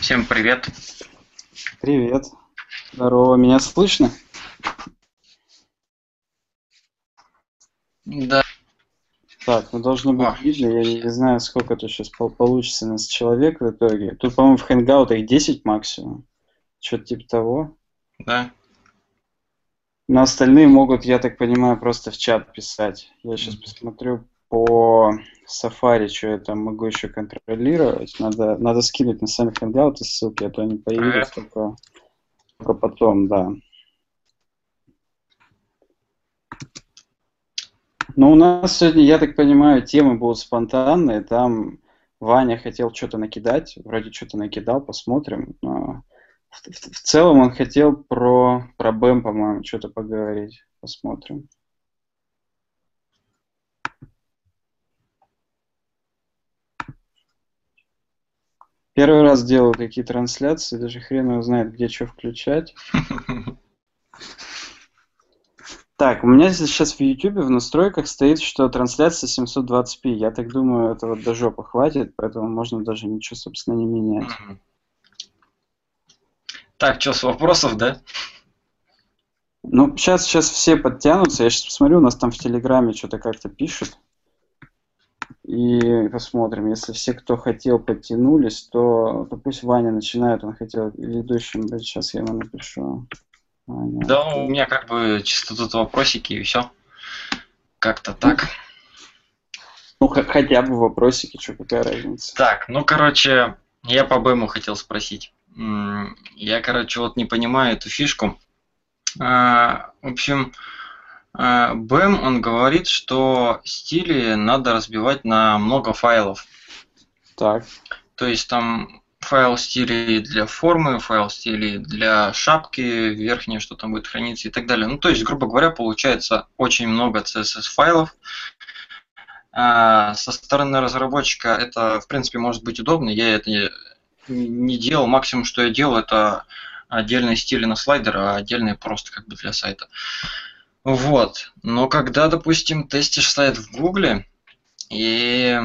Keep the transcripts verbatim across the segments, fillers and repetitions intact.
Всем привет. Привет. Здорово. Меня слышно? Да. Так, ну должно О, быть видно. Я вообще. не знаю, сколько тут сейчас получится нас человек в итоге. Тут, по-моему, в хэнгаутах десять максимум. Что-то типа того. Да. Но остальные могут, я так понимаю, просто в чат писать. Я сейчас Мгм. посмотрю по Safari, что я там могу еще контролировать. Надо, надо скинуть на сами хэнгауты ссылки, а то они появились Привет. только, только потом, да. Ну, у нас сегодня, я так понимаю, темы будут спонтанные. Там Ваня хотел что-то накидать, вроде что-то накидал, посмотрим. Но в, в- в целом он хотел про, про БЭМ, по-моему, что-то поговорить. Посмотрим. Первый раз делал такие трансляции, даже хрен его знает, где что включать. Так, у меня здесь сейчас в YouTube в настройках стоит, что трансляция семьсот двадцать пи. Я так думаю, этого до жопы хватит, поэтому можно даже ничего, собственно, не менять. Мгм. Так, что, с вопросов, да? Ну, сейчас, сейчас все подтянутся. Я сейчас посмотрю, у нас там в Телеграме что-то как-то пишут. И посмотрим. Если все, кто хотел, подтянулись, то, то пусть Ваня начинает. Он хотел ведущим быть. Сейчас я ему напишу. Ваня, Да, у ты... меня как бы чисто тут вопросики и все. Как-то так. Ну, х- хотя бы вопросики, что, какая разница. Так, ну, короче, я по БЭМу хотел спросить. М, Я, короче, вот не понимаю эту фишку. А, В общем, а, БЭМ, он говорит, что стили надо разбивать на много файлов. Так. То есть там файл стилей для формы, файл стилей для шапки, верхнее, что там будет храниться и так далее. Ну, то есть, грубо говоря, получается очень много си эс эс-файлов. А со стороны разработчика это, в принципе, может быть удобно. Я это не делал. Максимум, что я делал, это отдельные стили на слайдер, а отдельные просто как бы для сайта. Вот. Но когда, допустим, тестишь сайт в Гугле, и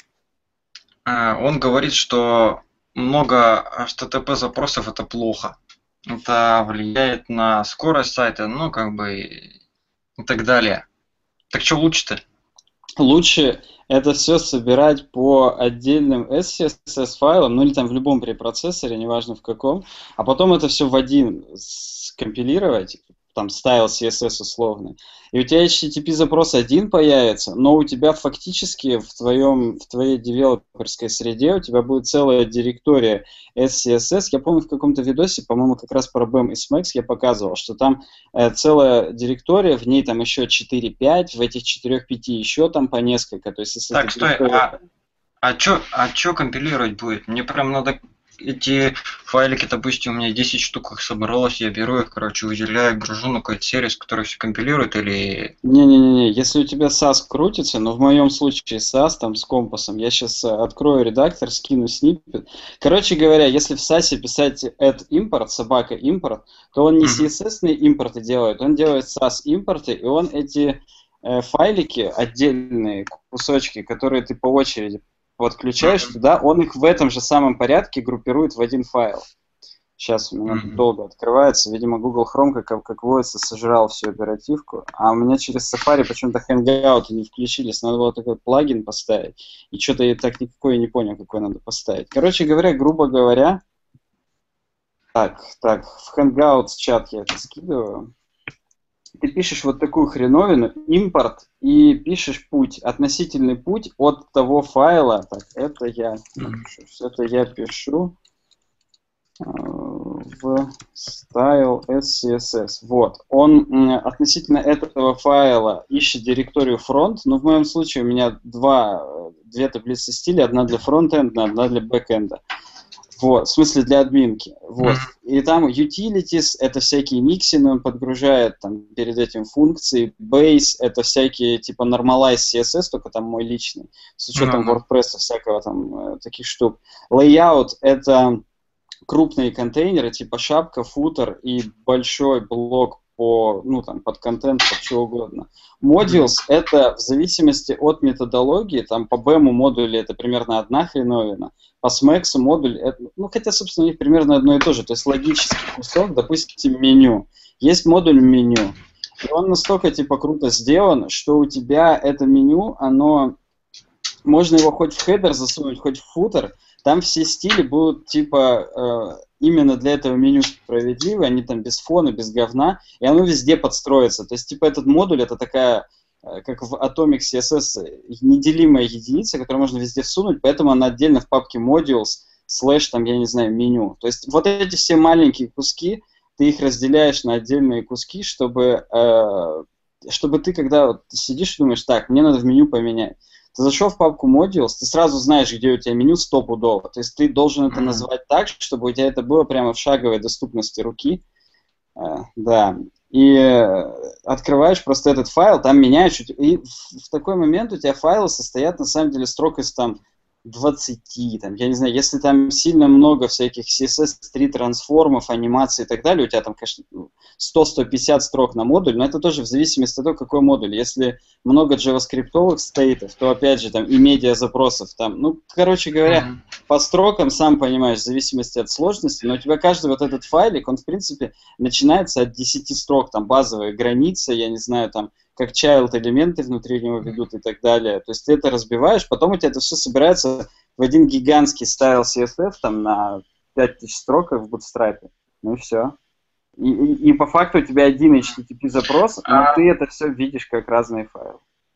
а, он говорит, что много эйч ти ти пи запросов это плохо. Это влияет на скорость сайта, ну, как бы и так далее. Так что лучше-то? Лучше это все собирать по отдельным эс си эс эс-файлам, ну или там в любом препроцессоре, неважно в каком, а потом это все в один скомпилировать, там style си эс эс условный, и у тебя эйч ти ти пи запрос один появится, но у тебя фактически в твоем, в твоей девелоперской среде у тебя будет целая директория эс си эс эс. Я помню в каком-то видосе, по-моему, как раз про бэм и смэкс я показывал, что там э, целая директория, в ней там еще четыре-пять, в этих четырех-пяти еще там по несколько. То есть, если эта Так, стой, директория... а, а чё, а чё компилировать будет? Мне прям надо эти файлики, допустим, у меня десять штук их собралось, я беру их, короче, выделяю, гружу на какой-то сервис, который все компилирует, или... Не-не-не, если у тебя сас крутится, но в моем случае сас там с компасом, я сейчас открою редактор, скину сниппет. Короче говоря, если в сасе писать add import, собака import, то он не Мгм. си эс эс-ные импорты делает, он делает сас импорты, и он эти э, файлики, отдельные кусочки, которые ты по очереди подключаешь Мгм. туда, он их в этом же самом порядке группирует в один файл. Сейчас у меня тут Мгм. долго открывается. Видимо, Google Chrome, как, как водится, сожрал всю оперативку. А у меня через Safari почему-то Hangout не включились. Надо было такой плагин поставить. И что-то я так никакой не понял, какой надо поставить. Короче говоря, грубо говоря, так, так, в Hangout чат я это скидываю. Ты пишешь вот такую хреновину, импорт, и пишешь путь, относительный путь от того файла. Так, это я Мгм. напишу. Это я пишу в style эс си эс эс. Вот. Он м, относительно этого файла ищет директорию front, но в моем случае у меня два, э, две таблицы стиля, одна для фронтенда, одна для бэкенда. Вот, в смысле для админки. Вот. Мгм. И там utilities, это всякие миксины, он подгружает там перед этим функции. Base, это всякие типа normalize си эс эс, только там мой личный, с Ну, учетом ну. WordPress, всякого там э, таких штук. Layout, это крупные контейнеры, типа шапка, футер и большой блок по, ну, там, под контент, под что угодно. Modules — это в зависимости от методологии, там по бэму модуле это примерно одна хреновина, по смэксу модуль, это, ну, хотя, собственно, у них примерно одно и то же, то есть логический кусок, допустим, меню. Есть модуль меню, и он настолько, типа, круто сделан, что у тебя это меню, оно, можно его хоть в хедер засунуть, хоть в футер, там все стили будут, типа, э, именно для этого меню справедливы, они там без фона, без говна, и оно везде подстроится. То есть, типа, этот модуль — это такая, э, как в Atomic си эс эс, неделимая единица, которую можно везде всунуть, поэтому она отдельно в папке modules, слэш, там, я не знаю, меню. То есть, вот эти все маленькие куски, ты их разделяешь на отдельные куски, чтобы, э, чтобы ты, когда вот сидишь и думаешь, так, мне надо в меню поменять, ты зашел в папку Modules, ты сразу знаешь, где у тебя меню стопудово. То есть ты должен это mm-hmm. назвать так, чтобы у тебя это было прямо в шаговой доступности руки. Uh, да. И uh, открываешь просто этот файл, там меняешь. И в, в такой момент у тебя файлы состоят на самом деле строк из там двадцати, там, я не знаю, если там сильно много всяких си эс эс три трансформов, анимаций и так далее, у тебя там, конечно, сто - сто пятьдесят строк на модуль, но это тоже в зависимости от того, какой модуль. Если много джаваскриптовых стейтов, то, опять же, там и медиа запросов, там, ну, короче говоря, mm-hmm. по строкам, сам понимаешь, в зависимости от сложности, но у тебя каждый вот этот файлик, он, в принципе, начинается от десяти строк, там, базовая граница, я не знаю, там, как child элементы внутри него ведут и так далее. То есть ты это разбиваешь, потом у тебя это все собирается в один гигантский стайл си эс эс там на пять тысяч строк в Bootstrap. Ну и все. И, и, и по факту у тебя один эйч ти ти пи запрос, но а... ты это все видишь как разные файлы.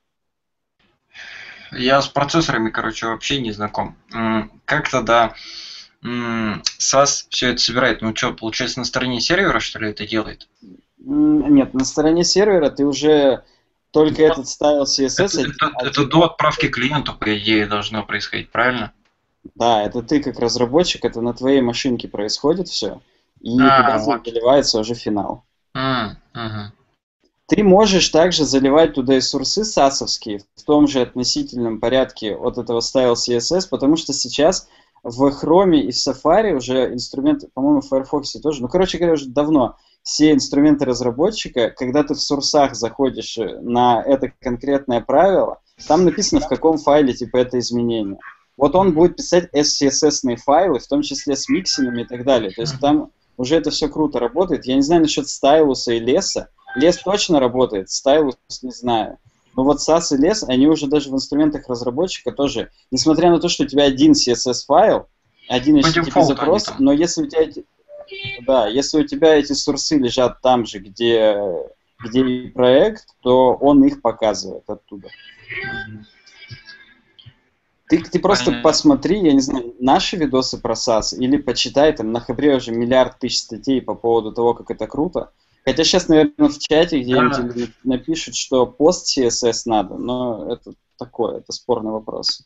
Я с процессорами, короче, вообще не знаком. Как тогда сас все это собирает? Ну что, получается, на стороне сервера, что ли, это делает? Нет, на стороне сервера ты уже только ну, этот ставил си эс эс. Это, это, один, это до отправки клиенту, по идее, должно происходить, правильно? Да, это ты как разработчик, это на твоей машинке происходит все, и а, туда вот. заливается уже финал. А, ага. Ты можешь также заливать туда и сурсы сасовские в том же относительном порядке от этого style си эс эс, потому что сейчас в Chrome и в Safari уже инструменты, по-моему, в Firefox тоже, ну, короче говоря, уже давно все инструменты разработчика, когда ты в сурсах заходишь на это конкретное правило, там написано, в каком файле типа это изменение. Вот он будет писать эс си эс эс-ные файлы, в том числе с миксинами и так далее. То есть там уже это все круто работает. Я не знаю насчет стайлуса и леса. Лес точно работает, стайлус не знаю. Но вот сас и лес, они уже даже в инструментах разработчика тоже, несмотря на то, что у тебя один си эс эс-файл, один эйч ти ти пи-запрос, но если у тебя эти, да, если у тебя эти сурсы лежат там же, где, где и проект, то он их показывает оттуда. Ты, ты просто Понятно. Посмотри, я не знаю, наши видосы про сас или почитай, там на Хабре уже миллиард тысяч статей по поводу того, как это круто. Хотя сейчас, наверное, в чате где-нибудь да. напишут, что пост си эс эс надо, но это такое, это спорный вопрос.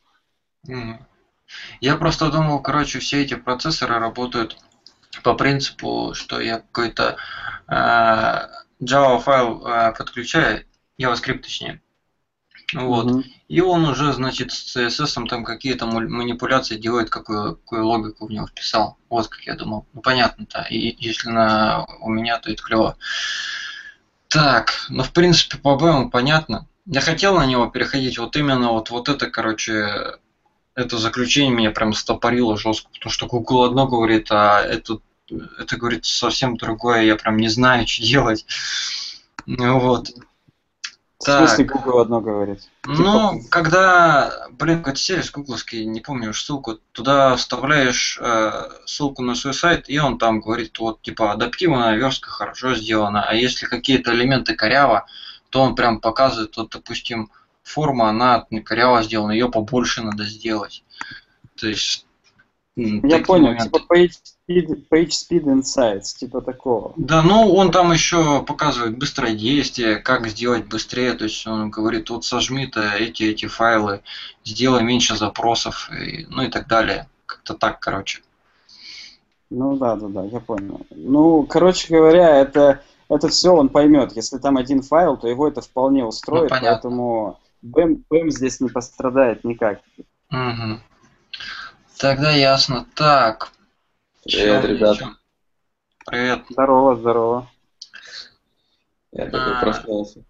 Я просто думал, короче, все эти процессоры работают по принципу, что я какой-то э, Java файл э, подключаю, JavaScript точнее, вот, угу. и он уже, значит, с си эс эс там какие-то манипуляции делает, какую, какую логику в него вписал. Вот как я думал. Ну понятно-то. И если на у меня, то это клево. Так, ну в принципе по бэму понятно. Я хотел на него переходить, вот именно вот, вот это, короче, это заключение меня прям стопорило жестко, потому что Google одно говорит, а это, это говорит совсем другое, я прям не знаю, что делать. Вот. В смысле Google одно говорит? Ну, типа... когда, блин, какой-то сервис гугловский, не помню уж ссылку, туда вставляешь э, ссылку на свой сайт, и он там говорит, вот, типа, адаптивная верстка хорошо сделана, а если какие-то элементы коряво, то он прям показывает, вот, допустим, форма, она коряво сделана, ее побольше надо сделать. То есть... Я понял, моменты. Типа page speed, page speed insights, типа такого. Да, ну он там еще показывает быстрое действие, как сделать быстрее, то есть он говорит, вот сожми-то эти, эти файлы, сделай меньше запросов, и, ну и так далее. Как-то так, короче. Ну да, да, да, я понял. Ну, короче говоря, это, это все он поймет. Если там один файл, то его это вполне устроит, ну, поэтому бэм, бэм здесь не пострадает никак. Угу. Тогда ясно. Так. Привет, ребята. Привет. Здорово, здорово. Я такой А, проснулся.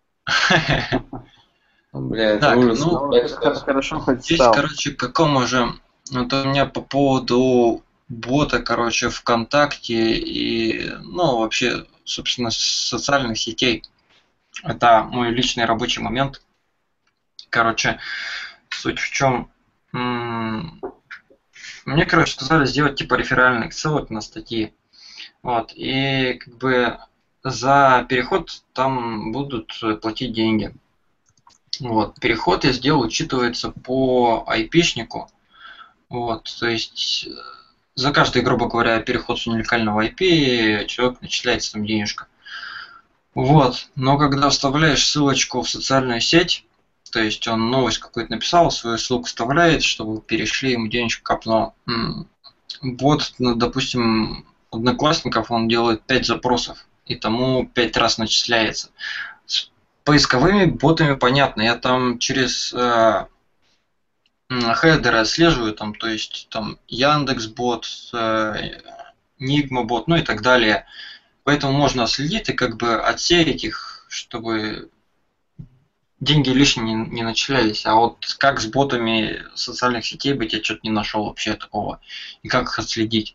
Бля, это Так, ужас. ну, Так Хор- что, Хорошо, хоть здесь, встал. короче, к какому же... Вот у меня по поводу бота, короче, ВКонтакте и, ну, вообще, собственно, социальных сетей. Это мой личный рабочий момент. Короче, суть в чем? Мне, короче, сказали сделать типа реферальных ссылок на статьи. Вот. И как бы за переход там будут платить деньги. Вот. Переход я сделал, учитывается по айпишнику. Вот. То есть э, за каждый, грубо говоря, переход с уникального ай пи человек начисляется там денежка. Вот. Но когда вставляешь ссылочку в социальную сеть, то есть он новость какую-то написал, свою ссылку вставляет, чтобы перешли ему денежку капнуло. М, Бот, ну, допустим, Одноклассников, он делает пять запросов, и тому пять раз начисляется. С поисковыми ботами понятно, я там через э, м, хедеры отслеживаю, там, то есть там Яндекс.Бот, э, Нигма-бот, ну и так далее. Поэтому можно следить и как бы отсеять их, чтобы деньги лишние не, не начислялись. А вот как с ботами социальных сетей быть, я что-то не нашел вообще такого. И как их отследить.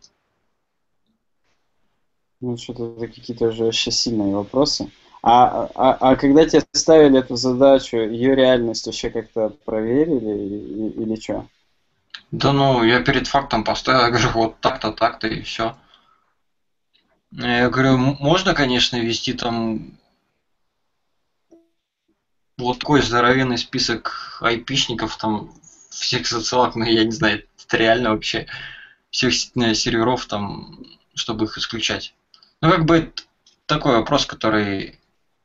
Ну, что-то это какие-то уже вообще сильные вопросы. А, а, а когда тебе ставили эту задачу, ее реальность вообще как-то проверили или, или что? Да ну, я перед фактом поставил, я говорю, вот так-то, так-то и все. Я говорю, м- можно, конечно, вести там вот такой здоровенный список айпишников, там всех социалок, но я не знаю, это реально вообще всех с- э, серверов там, чтобы их исключать. Ну, как бы это такой вопрос, который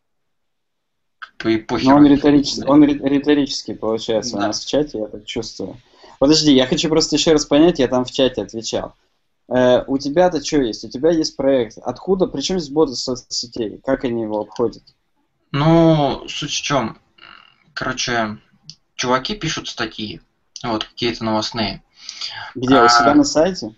как бы и Ну, похеру. он риторический, он ри- риторический получается у Да. нас в чате, я так чувствую. Подожди, я хочу просто еще раз понять, я там в чате отвечал. Э, у тебя-то что есть? У тебя есть проект. Откуда, причем здесь боты соцсетей? Как они его обходят? Ну, суть в чем? Короче, чуваки пишут статьи, вот какие-то новостные. Где? У себя А, на сайте?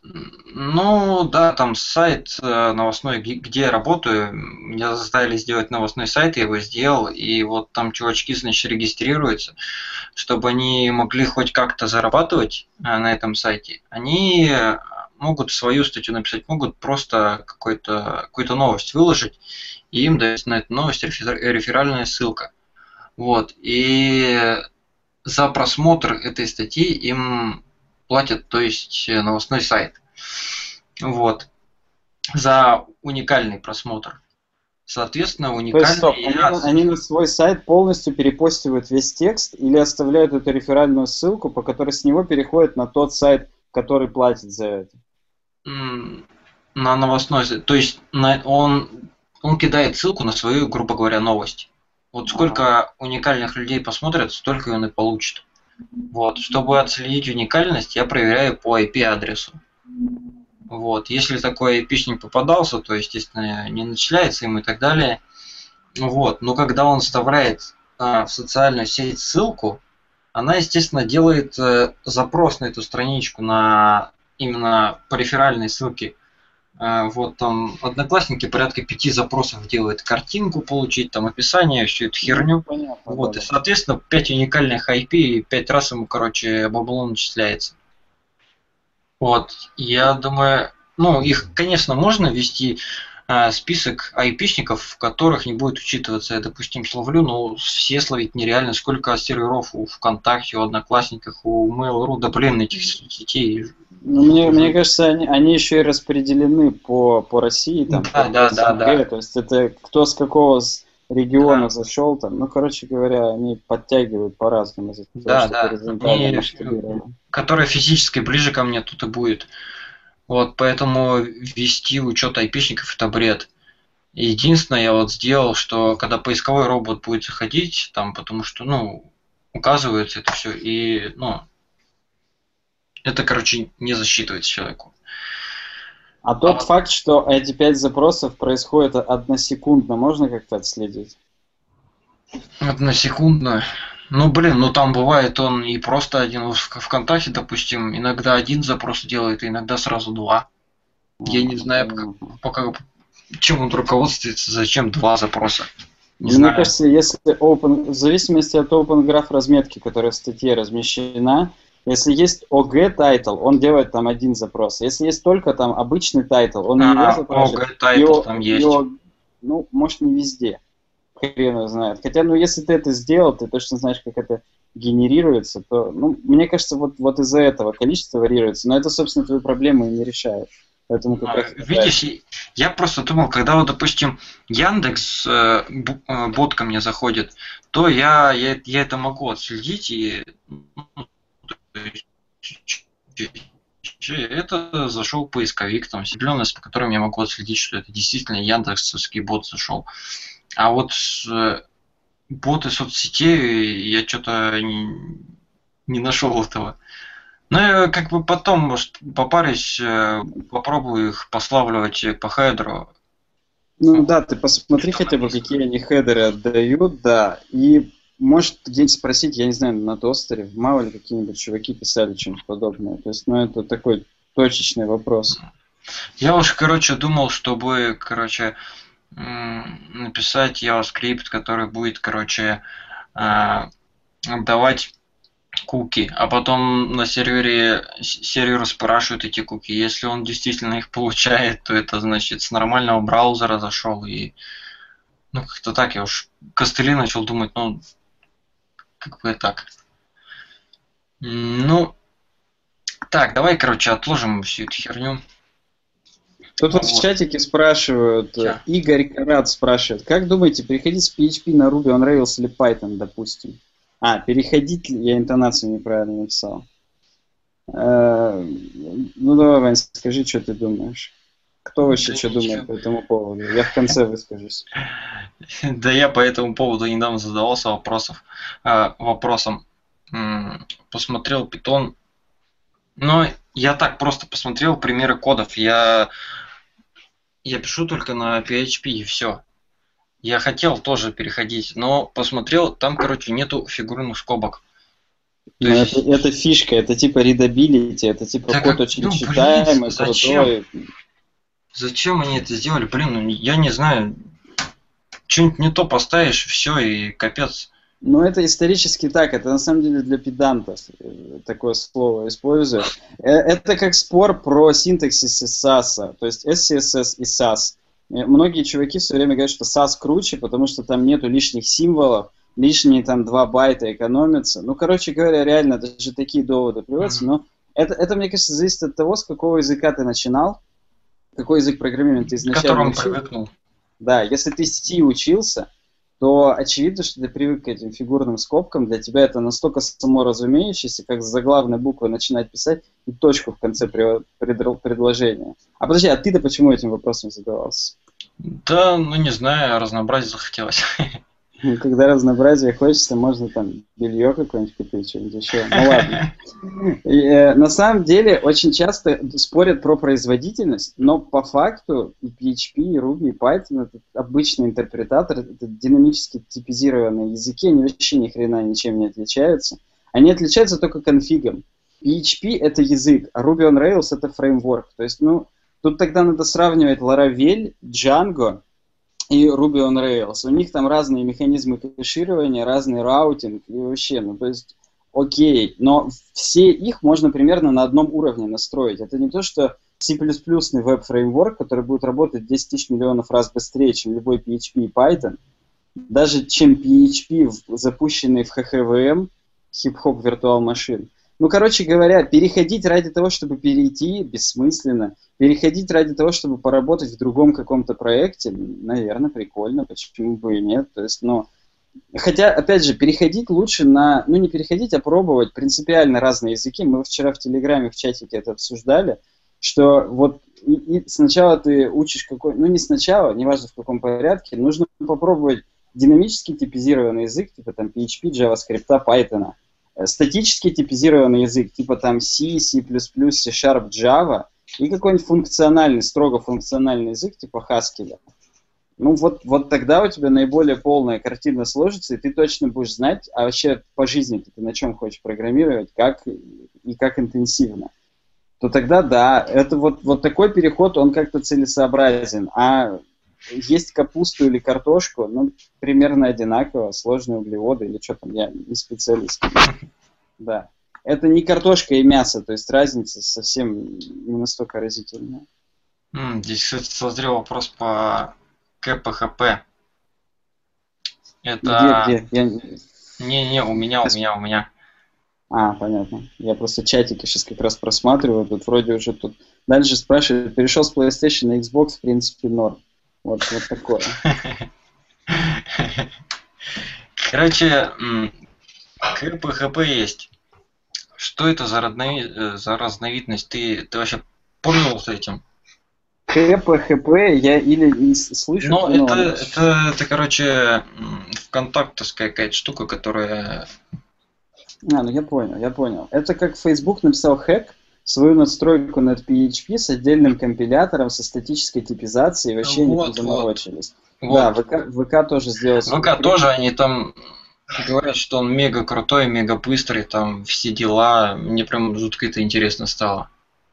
ну да, там сайт э, новостной, ге- где я работаю, меня заставили сделать новостной сайт, я его сделал, и вот там чувачки, значит, регистрируются, чтобы они могли хоть как-то зарабатывать э, на этом сайте. Они э, могут свою статью написать, могут просто какой-то, какую-то новость выложить, и им дается на эту новость рефер- реферальная ссылка. Вот, и за просмотр этой статьи им платят, то есть э, новостной сайт. Вот. За уникальный просмотр. Соответственно, То есть, стоп, уникальный они, я на- они на свой сайт полностью перепостивают весь текст или оставляют эту реферальную ссылку, по которой с него переходят на тот сайт, который платит за это? м, на новостной сайт. То есть на, он, он кидает ссылку на свою, грубо говоря, новость. Вот Ага. сколько уникальных людей посмотрят, столько он и получит. Вот. Чтобы отследить уникальность, я проверяю по ай пи-адресу. Вот. Если такой айпишник попадался, то, естественно, не начисляется ему и так далее. Вот. Но когда он вставляет а, в социальную сеть ссылку, она, естественно, делает э, запрос на эту страничку на именно по реферальной ссылке. Э, вот там одноклассники порядка пяти запросов делают: картинку получить, там описание, всю эту Ну, херню. понятно, Вот, и, да-да. соответственно, пять уникальных ай пи, и пять раз ему, короче, бабло начисляется. Вот, я думаю, ну, их, конечно, можно ввести э, список айпишников, в которых не будет учитываться, я, допустим, словлю, но все словить нереально. Сколько серверов у ВКонтакте, у Одноклассниках, у Mail.ru, да блин, этих соцсетей Ну, мне, мне уже... кажется, они, они еще и распределены по, по России, там, по, Да, по да, да, да, СНГ, то есть это кто с какого с региона да, зашел там, ну, короче говоря, они подтягивают по-разному из-за того, да, что да. горизонтально Они, масштабировано. которая физически ближе ко мне, тут и будет. Вот, поэтому ввести учет айпишников это бред. Единственное, я вот сделал, что когда поисковой робот будет заходить, там, потому что, ну, указывается это все, и, ну, это, короче, не засчитывается человеку. А А тот вот факт, что эти пять запросов происходят односекундно, можно как-то отследить? односекундно. Ну, блин, ну там бывает он и просто один в ВКонтакте, допустим, иногда один запрос делает, а иногда сразу два. Я не Ага, знаю, по, как- понятно. по, как- чем он руководствуется, зачем два запроса? Не Мне знаю. кажется, если open, в зависимости от Open Graph разметки, которая в статье размещена, если есть о джи title, он делает там один запрос. Если есть только там обычный title, он и его А, запрашивает. о джи И title о- там и есть. о- ну, может, не везде. Хрен его знает. Хотя, ну, если ты это сделал, ты точно знаешь, как это генерируется, то, ну, мне кажется, вот, вот из-за этого количество варьируется. Но это, собственно, твою проблему и не решает. Поэтому как А, раз Видишь, и- я просто думал, когда вот, допустим, Яндекс э, бу- э, бот ко мне заходит, то я, я, я это могу отследить и ну, то есть, ч- ч- ч- это зашел поисковик, там, определенность, по которым я могу отследить, что это действительно яндексовский бот зашел. А вот э, боты соцсетей я что-то не, не нашел этого. Ну, я как бы потом, может, попарюсь, э, попробую их пославливать э, по хедру. Ну Вот, да, ты посмотри что хотя бы, написано. какие они хедеры отдают, да. И может где-нибудь спросить, я не знаю, на тостере, мало ли какие-нибудь чуваки писали что-нибудь подобное. То есть, ну это такой точечный вопрос. Я уж, короче, думал, чтобы, короче, м, написать JavaScript, который будет, короче, а, давать куки, а потом на сервере с- сервер спрашивает эти куки. Если он действительно их получает, то это значит с нормального браузера зашел и ну как-то так я уж костыли начал думать, ну как бы так. М, Ну, так, давай, короче, отложим всю эту херню. Тут вот в Вот. чатике спрашивают, э, Ща. Игорь Карат спрашивает, как думаете, переходить с пи эйч пи на Ruby on Rails или Python, допустим? А, переходить, ли- я интонацию неправильно написал. Э, Ну давай, Вань, скажи, что ты думаешь. Кто вообще Да что думает ничего. по этому поводу? Я в конце выскажусь. Да я по этому поводу недавно задавался вопросов, а, вопросом. М, Посмотрел питон. Но я так просто посмотрел примеры кодов. Я, я пишу только на пи эйч пи и все. Я хотел тоже переходить, но посмотрел, там, короче, нету фигурных скобок. То Но это, это есть, фишка, это типа readability, это типа да код как, очень ну блин, читаемый, зачем? крутой. Зачем они это сделали? Блин, ну я не знаю. Что-нибудь не то поставишь, все, и капец. Но это исторически так, это на самом деле для педантов э, такое слово используют. Э, Это как спор про синтаксис из саса, то есть эс си эс эс и сас. Э, Многие чуваки все время говорят, что сас круче, потому что там нету лишних символов, лишние там два байта экономятся. Ну, короче говоря, реально даже такие доводы приводятся, Мгм. но это, это, мне кажется, зависит от того, с какого языка ты начинал, какой язык программирования ты К изначально которому учил. привыкнул. Да, если ты C учился, то очевидно, что ты привык к этим фигурным скобкам. Для тебя это настолько само разумеющееся, как с заглавной буквы начинать писать и точку в конце при- предр- предложения. А подожди, а ты-то почему этим вопросом задавался? Да, ну не знаю, разнообразие захотелось. Ну, когда разнообразие хочется, можно там белье какое-нибудь купить, что-нибудь еще. Ну ладно. И, э, на самом деле очень часто спорят про производительность, но по факту и пи эйч пи, и Ruby, и Python это обычный интерпретатор, это динамически типизированные языки, они вообще ни хрена ничем не отличаются. Они отличаются только конфигом. пи эйч пи это язык, а Ruby on Rails это фреймворк. То есть, ну, тут тогда надо сравнивать Laravel, Django и Ruby on Rails. У них там разные механизмы кэширования, разный раутинг и вообще, ну то есть, окей, но все их можно примерно на одном уровне настроить. Это не то, что C++ веб-фреймворк, который будет работать десять тысяч миллионов раз быстрее, чем любой пи эйч пи и Python, даже чем пи эйч пи, в- запущенный в эйч эйч ви эм, Hip-Hop Virtual Machine. Ну, короче говоря, переходить ради того, чтобы перейти, бессмысленно. Переходить ради того, чтобы поработать в другом каком-то проекте, наверное, прикольно, почему бы и нет. То есть, ну, хотя, опять же, переходить лучше на, ну, не переходить, а пробовать принципиально разные языки. Мы вчера в Телеграме, в чатике это обсуждали, что вот и, и сначала ты учишь какой, ну, не сначала, неважно в каком порядке, нужно попробовать динамически типизированный язык, типа там пи эйч пи, JavaScript, Python, э, статически типизированный язык, типа там C, C++, C-Sharp, Java, и какой-нибудь функциональный, строго функциональный язык, типа Haskell. Ну вот, вот тогда у тебя наиболее полная картина сложится, и ты точно будешь знать, а вообще по жизни ты на чем хочешь программировать, как и как интенсивно. То тогда да, это вот, вот такой переход, он как-то целесообразен. А есть капусту или картошку, ну, примерно одинаково, сложные углеводы или что там, я не специалист. Да. Это не картошка и мясо, то есть разница совсем не настолько разительная. М, Здесь, кстати, созрел вопрос по ка пэ ха пэ. Где, Это... где? Я... Не-не, у меня, у меня, у меня. А, понятно. Я просто чатики сейчас как раз просматриваю, тут вроде уже тут... Дальше спрашивают, перешел с PlayStation на Xbox, в принципе, норм. Вот, вот такое. Короче, м, ка пэ ха пэ есть. Что это за, разнови- э, за разновидность? Ты, ты вообще пользовался этим? ка пэ ха пэ я или не с- слышу Ну, про это, него. это, это, короче, м, вконтактовская какая-то штука, которая... А, ну я понял, я понял. Это как Facebook написал хэк, свою надстройку над пи эйч пи с отдельным компилятором, со статической типизацией, вообще они там Вот, вот, заморочились. Да, вот. вэ ка, вэ ка тоже сделал свой вэ ка хрень. тоже, они там говорят, что он мега крутой, мега быстрый, там все дела. Мне прям жутко это интересно стало.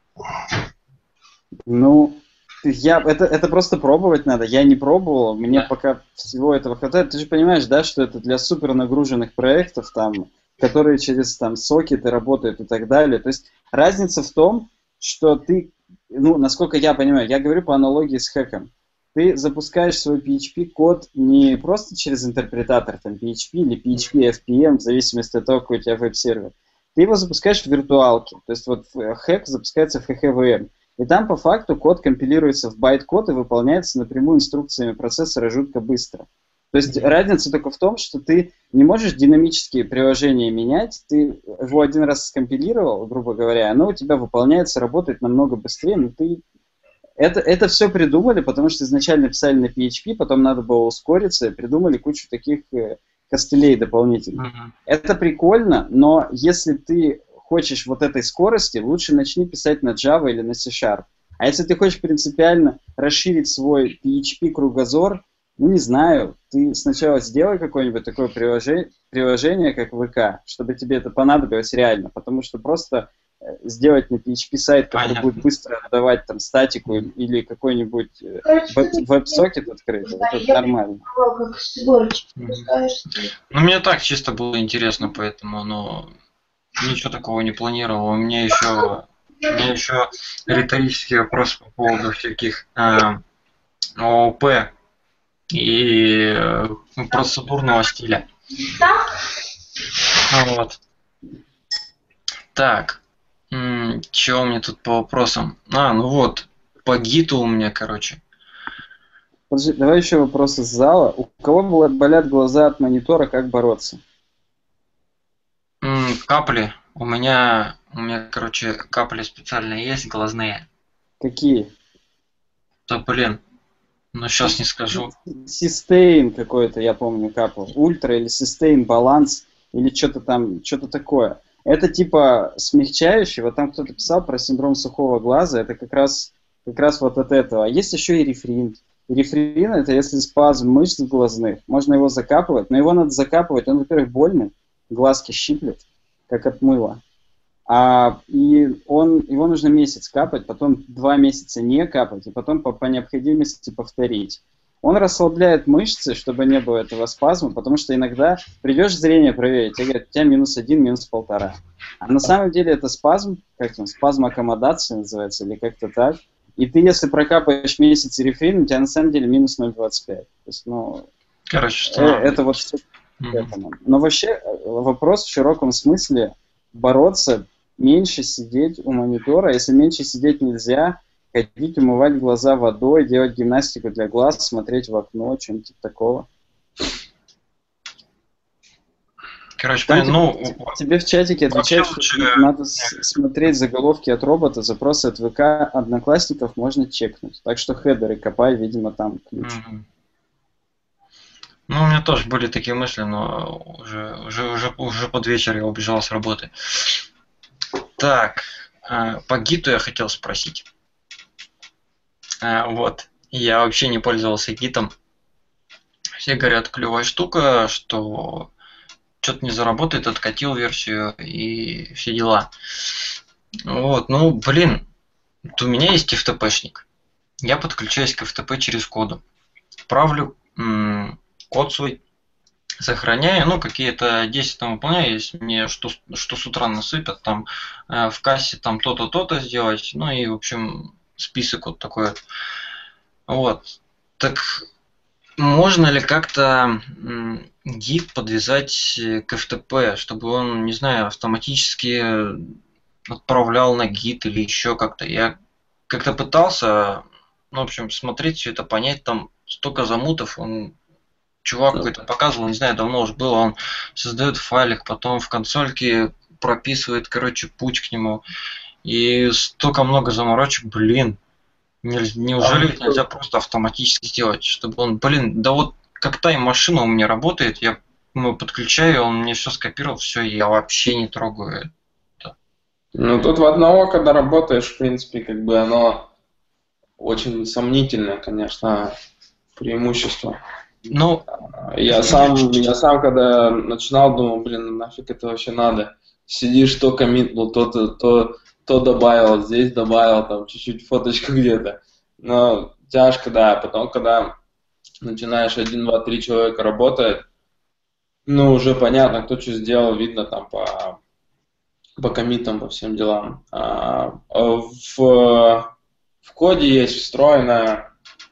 Ну, я, это, это просто пробовать надо. Я не пробовал, мне Да. пока всего этого хватает. Ты же понимаешь, да, что это для супер нагруженных проектов, там, которые через там сокеты работают и так далее. То есть разница в том, что ты, ну, насколько я понимаю, я говорю по аналогии с хэком. Ты запускаешь свой пи эйч пи код не просто через интерпретатор там, пи эйч пи или пи эйч пи эф пи эм, в зависимости от того, какой у тебя веб-сервер. Ты его запускаешь в виртуалке. То есть вот э, хэк запускается в эйч ви эм. И там по факту код компилируется в байт-код и выполняется напрямую инструкциями процессора жутко быстро. То есть Мгм. разница только в том, что ты не можешь динамические приложения менять, ты его один раз скомпилировал, грубо говоря, оно у тебя выполняется, работает намного быстрее, но ты... Это, это все придумали, потому что изначально писали на пи эйч пи, потом надо было ускориться, и придумали кучу таких э, костылей дополнительных. Мгм. Это прикольно, но если ты хочешь вот этой скорости, лучше начни писать на Java или на C-Sharp. А если ты хочешь принципиально расширить свой пи эйч пи-кругозор, ну не знаю, ты сначала сделай какое-нибудь такое приложение, приложение, как вэ ка, чтобы тебе это понадобилось реально, потому что просто э, сделать на пи эйч пи сайт, который Понятно. будет быстро отдавать там статику Мгм. или какой-нибудь э, Короче, веб- ты веб-сокет открытый, это я нормально. понимала, как с горочки Мгм. пускаешь. Ну, мне так чисто было интересно, поэтому, ну, ничего такого не планировал. У меня еще, у меня еще риторический вопрос по поводу всяких э, о о пэ и э, процедурного стиля. Ну вот. Так. М, Чё у меня тут по вопросам? А, ну вот. По гиту у меня, короче. Подожди, давай еще вопрос из зала. У кого было- болят глаза от монитора, как бороться? М, Капли. У меня, у меня, короче, капли специальные есть, глазные. Какие? Да блин, ну сейчас не скажу. Систейн какой-то, я помню, капал. Ультра или систейн баланс или что-то там, что-то такое. Это типа смягчающий. Вот там кто-то писал про синдром сухого глаза. Это как раз, как раз вот от этого. А есть еще и рефрин. Рефрин это если спазм мышц глазных. Можно его закапывать, но его надо закапывать. Он, во-первых, больный, глазки щиплет, как от мыла. А, и он, его нужно месяц капать, потом два месяца не капать, и потом по, по необходимости повторить. Он расслабляет мышцы, чтобы не было этого спазма, потому что иногда придешь зрение проверить, тебе говорят, у тебя минус один, минус полтора. А на самом деле это спазм, как там, спазм аккомодации называется, или как-то так. И ты, если прокапаешь месяц рефрин, у тебя на самом деле минус ноль целых двадцать пять. То есть, ну, Короче, что э, надо. это вот всё к Мгм. этому. Но вообще э, вопрос в широком смысле бороться, меньше сидеть у монитора. Если меньше сидеть нельзя, ходить, умывать глаза водой, делать гимнастику для глаз, смотреть в окно, что-нибудь типа такого. Короче, Там понятно, тебе, ну, тебе в чатике вообще отвечают, что лучше... надо с- смотреть заголовки от робота, запросы от вэ ка одноклассников можно чекнуть. Так что хедеры копай, видимо, там ключ. Мгм. Ну, у меня тоже были такие мысли, но уже, уже, уже, уже под вечер я убежал с работы. Так, а, по гиту я хотел спросить. А, Вот, я вообще не пользовался гитом. Все говорят, клевая штука, что что-то не заработает, откатил версию и все дела. Вот, ну, блин, вот у меня есть эф тэ пэ-шник. Я подключаюсь к эф тэ пэ через коду. правлю м, код свой, сохраняю, ну, какие-то действия там выполняю, если мне что, что с утра насыпят, там, э, в кассе там то-то, то-то сделать, ну, и, в общем, список вот такой вот. Вот. Так можно ли как-то м, гид подвязать э, к эф тэ пэ, чтобы он, не знаю, автоматически отправлял на гид или еще как-то? Я как-то пытался, ну, в общем, смотреть все это, понять, там столько замутов, он чувак какой-то показывал, не знаю, давно уже было, он создает файлик, потом в консольке прописывает, короче, путь к нему. И столько много заморочек, блин. Нельз- Там Неужели это нельзя просто автоматически сделать, чтобы он, блин, да вот как тайм-машина у меня работает, я ну, подключаю, он мне все скопировал, все, я вообще не трогаю это. Ну, тут в одного, когда работаешь, в принципе, как бы оно очень сомнительное, конечно, преимущество. Ну, Я сам, я сам, когда начинал, думал, блин, ну нафиг это вообще надо. Сидишь, то коммитнул, то, то, то, то добавил, здесь добавил, там чуть-чуть фоточку где-то. Но тяжко, да. Потом, когда начинаешь один, два, три человека работать, ну, уже понятно, кто что сделал, видно там по, по коммитам, по всем делам. А, в, в коде есть встроенная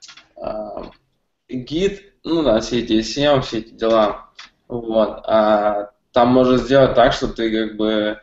а, гид, ну да, все эти эс эм, все эти дела. Вот. А там можно сделать так, что ты как бы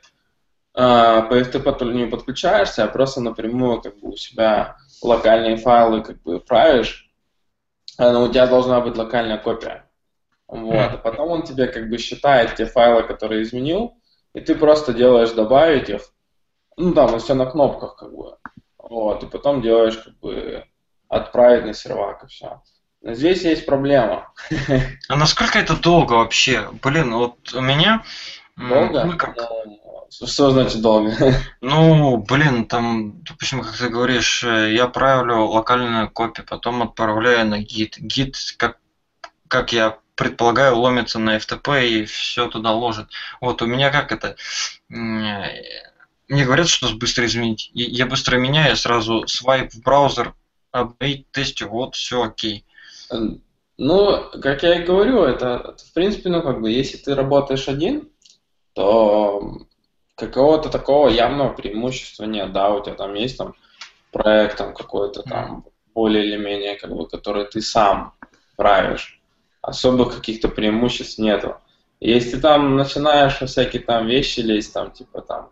а, по эф тэ пэ не подключаешься, а просто напрямую как бы у себя локальные файлы как бы правишь, а, но у тебя должна быть локальная копия. Вот. А потом он тебе как бы считает те файлы, которые изменил, и ты просто делаешь добавить их. Ну да, мы все на кнопках как бы. Вот. И потом делаешь как бы отправить на сервак и все. Но здесь есть проблема. а насколько это долго вообще? Блин, вот у меня... м, Долго? Ну, как? Ну, что значит долго? Ну, блин, там, допустим, как ты говоришь, э, я правлю локальную копию, потом отправляю на гид. Гид, как как я предполагаю, ломится на эф тэ пэ и все туда ложит. Вот у меня как это? м, э, Мне говорят, что быстро изменить. И я быстро меняю, сразу свайп в браузер, обновить, тестю, вот, все окей. Ну, как я и говорю, это, это, в принципе, ну, как бы, если ты работаешь один, то какого-то такого явного преимущества нет, да, у тебя там есть там проект там какой-то там более или менее, как бы, который ты сам правишь, особых каких-то преимуществ нету. Если ты там начинаешь во всякие там вещи лезть, там, типа там,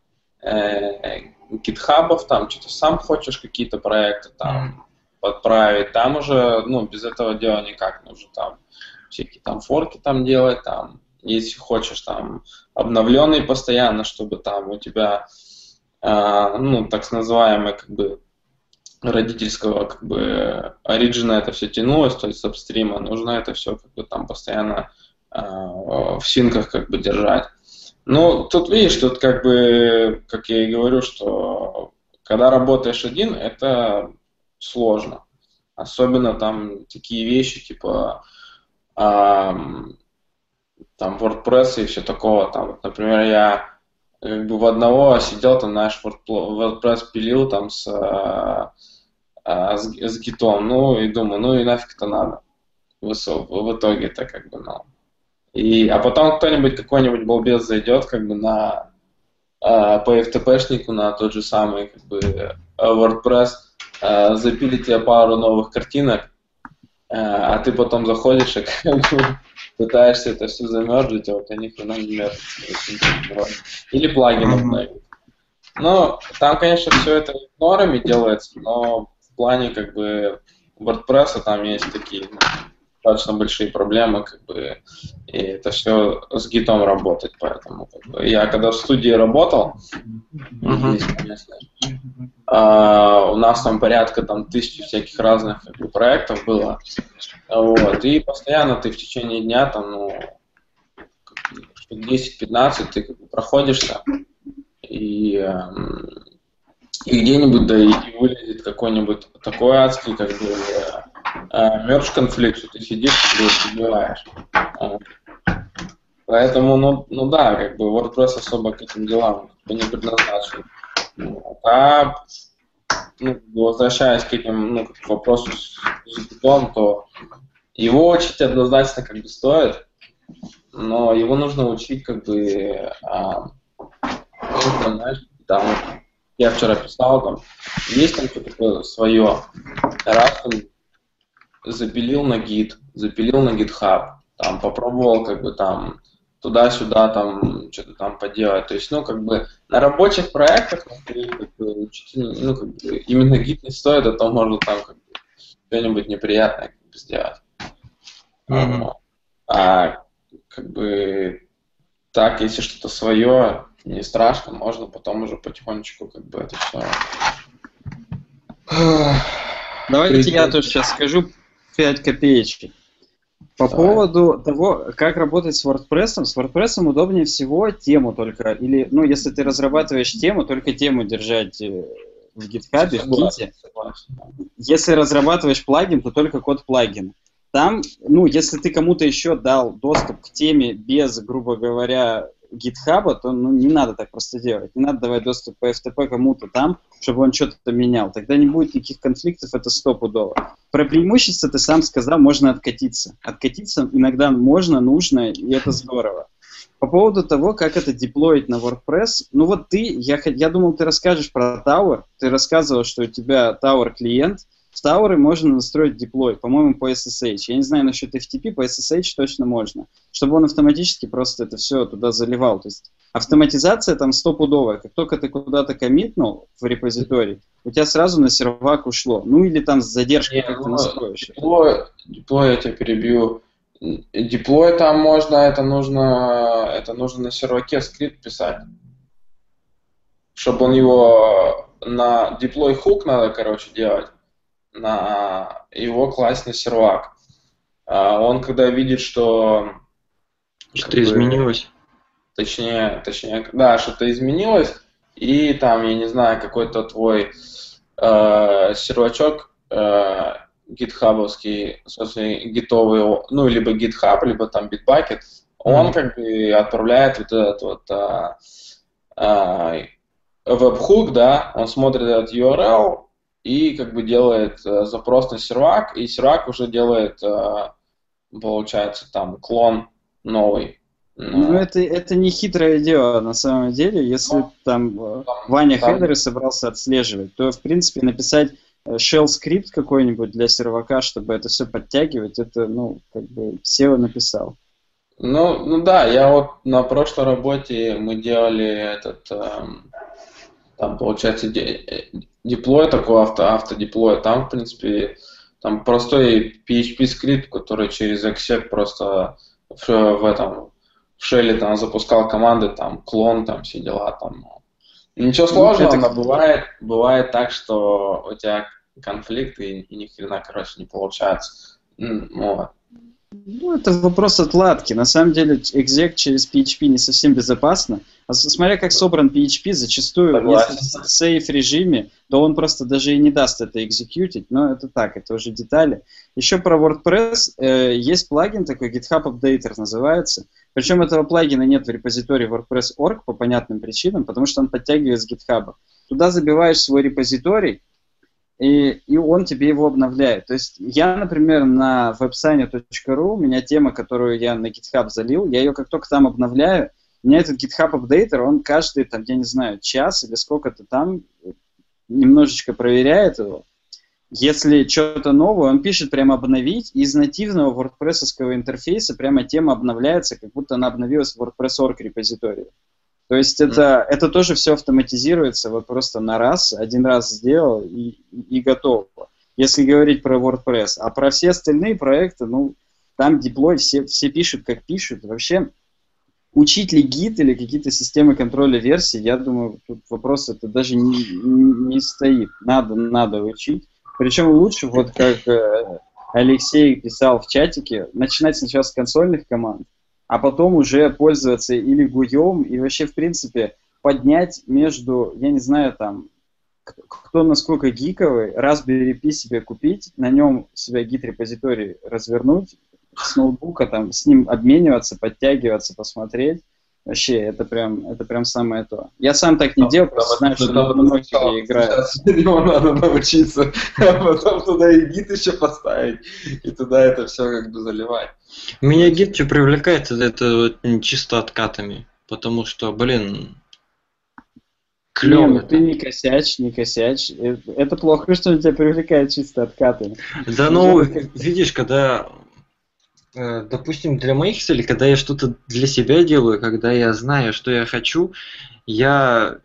э, гитхабов, там, что-то сам хочешь какие-то проекты там подправить, там уже, ну, без этого дела никак, нужно там всякие там форки там делать, там, если хочешь там обновленный постоянно, чтобы там у тебя, э, ну, так называемый, как бы, родительского, как бы, оригина это все тянулось, то есть с апстрима, нужно это все, как бы, там постоянно э, в синках, как бы, держать. Ну, тут видишь, тут как бы, как я и говорю, что когда работаешь один, это сложно. Особенно там такие вещи, типа ам, там WordPress и все такого. Там, вот, например, я как бы в одного сидел, там, знаешь, WordPress пилил там с, а, а, с, с гитом, ну и думаю, ну и нафиг это надо. В, в итоге это как бы, ну. И, а потом кто-нибудь, какой-нибудь балбес зайдет как бы на э, по эф тэ пэ-шнику, на тот же самый как бы WordPress, э, запилит тебе пару новых картинок, э, а ты потом заходишь и как бы пытаешься это все замерзать, а вот у них хрена не мерзнет. Или плагин обновить. Ну, там, конечно, все это норами делается, но в плане как бы WordPress там есть такие достаточно большие проблемы, как бы, и это все с гитом работать, поэтому как бы, я когда в студии работал, Мгм. здесь, конечно, а, у нас там порядка там тысячи всяких разных как бы, проектов было, вот, и постоянно ты в течение дня там, ну, десять-пятнадцать ты как бы проходишься, и, эм, и где-нибудь да и вылезет какой-нибудь такой адский, как бы, мерч конфликт, что ты сидишь и убиваешь. Поэтому, ну, ну да, как бы WordPress особо к этим делам не предназначен. А ну, возвращаясь к этим, ну, к вопросу с языком, то его учить однозначно как бы стоит, но его нужно учить как бы, а, ну, знаешь, там, я вчера писал, там, есть там что-то такое свое, раз он запилил на гит, запилил на GitHub, там, попробовал как бы там туда-сюда там что-то там поделать. То есть, ну, как бы на рабочих проектах, например, как бы, учитель, ну, как бы именно гид не стоит, а то можно там как бы что-нибудь неприятное как бы, сделать. Мгм. А как бы так, если что-то свое, не страшно, можно потом уже потихонечку как бы это все. Давайте я тоже сейчас скажу пять копеечек. По Давай. поводу того, как работать с WordPress, с WordPress удобнее всего тему только, или, ну, если ты разрабатываешь тему, только тему держать э, в GitHub, в Согласен, Git. согласен. Если разрабатываешь плагин, то только код плагина. Там, ну, если ты кому-то еще дал доступ к теме без, грубо говоря, GitHub, то ну, не надо так просто делать. Не надо давать доступ по эф ти пи кому-то там, чтобы он что-то менял. Тогда не будет никаких конфликтов, это стопудово. Про преимущество ты сам сказал, можно откатиться. Откатиться иногда можно, нужно, и это здорово. По поводу того, как это деплоить на WordPress, ну вот ты, я, я думал, ты расскажешь про Tower. Ты рассказывал, что у тебя Tower клиент. В Tower можно настроить деплой, по-моему, по эс эс эйч. Я не знаю насчет эф ти пи, по эс эс эйч точно можно. Чтобы он автоматически просто это все туда заливал. То есть автоматизация там стопудовая. Как только ты куда-то коммитнул в репозиторий, у тебя сразу на сервак ушло. Ну или там с задержкой, Не, как ну, ты настроишь. Деплой, деплой, я тебя перебью. Деплой там можно, это нужно, это нужно на серваке скрипт писать. Чтобы он его на деплой хук надо, короче, делать, на его класть на сервак. А он когда видит, что Что-то изменилось. Точнее, точнее, да, что-то изменилось, и там, я не знаю, какой-то твой э, сервачок э, гитхабовский, в смысле, гитовый, ну, либо GitHub, либо там Bitbucket, он mm-hmm. как бы отправляет вот этот вот а, а, веб-хук, да, он смотрит этот ю ар эл и как бы делает а, запрос на сервак, и сервак уже делает, а, получается, там, клон новый. Ну, ну это, это не хитрое дело на самом деле. Если ну, там, там Ваня там... хедеры собрался отслеживать, то, в принципе, написать shell скрипт какой-нибудь для сервака, чтобы это все подтягивать, это, ну, как бы сео написал. Ну, ну да, я вот на прошлой работе мы делали этот, эм, там, получается, деплой такой, авто, автодеплой, там, в принципе, там простой пи эйч пи скрипт, который через exec просто в, в этом в шелле там запускал команды, там, клон, там, все дела, там. Ничего сложного, но бывает, бывает так, что у тебя конфликт и, и ни хрена, короче, не получается. Вот. Ну, это вопрос отладки. На самом деле, экзек через пи эйч пи не совсем безопасно. А смотря как собран пи эйч пи, зачастую, Согласен. если в сейф-режиме, то он просто даже и не даст это экзекьютить. Но это так, это уже детали. Еще про WordPress. Э, есть плагин такой, GitHub Updater называется. Причем этого плагина нет в репозитории WordPress точка орг по понятным причинам, потому что он подтягивает с GitHub. Туда забиваешь свой репозиторий, И, и он тебе его обновляет. То есть я, например, на вебсайне точка ру, у меня тема, которую я на GitHub залил, я ее как только там обновляю, у меня этот GitHub Updater, он каждый, там, я не знаю, час или сколько-то там немножечко проверяет его. Если что-то новое, он пишет прямо обновить, и из нативного WordPress-овского интерфейса прямо тема обновляется, как будто она обновилась в WordPress точка орг репозитории. То есть это, это тоже все автоматизируется, вот просто на раз, один раз сделал и, и готово. Если говорить про WordPress. А про все остальные проекты, ну, там деплой все, все пишут, как пишут. Вообще, учить ли гид или какие-то системы контроля версий, я думаю, тут вопрос это даже не, не стоит. Надо, надо учить. Причем лучше, вот как Алексей писал в чатике, начинать сначала с консольных команд, а потом уже пользоваться или гуем, и вообще, в принципе, поднять между, я не знаю, там, кто насколько гиковый, Raspberry Pi себе купить, на нем себя гид-репозиторий развернуть, с ноутбука там, с ним обмениваться, подтягиваться, посмотреть, Вообще, это прям, это прям самое то. Я сам так не делал, просто знаю, что многие играют. Его надо научиться, а потом туда и гид еще поставить, и туда это все как бы заливать. Меня гид что привлекает, это вот чисто откатами, потому что, блин, клево. Не, ну ты не косячь, не косячь. Э, Это плохо, что он тебя привлекает чисто откатами. Да ну, видишь, когда, э, допустим, для моих целей, когда я что-то для себя делаю, когда я знаю, что я хочу, я,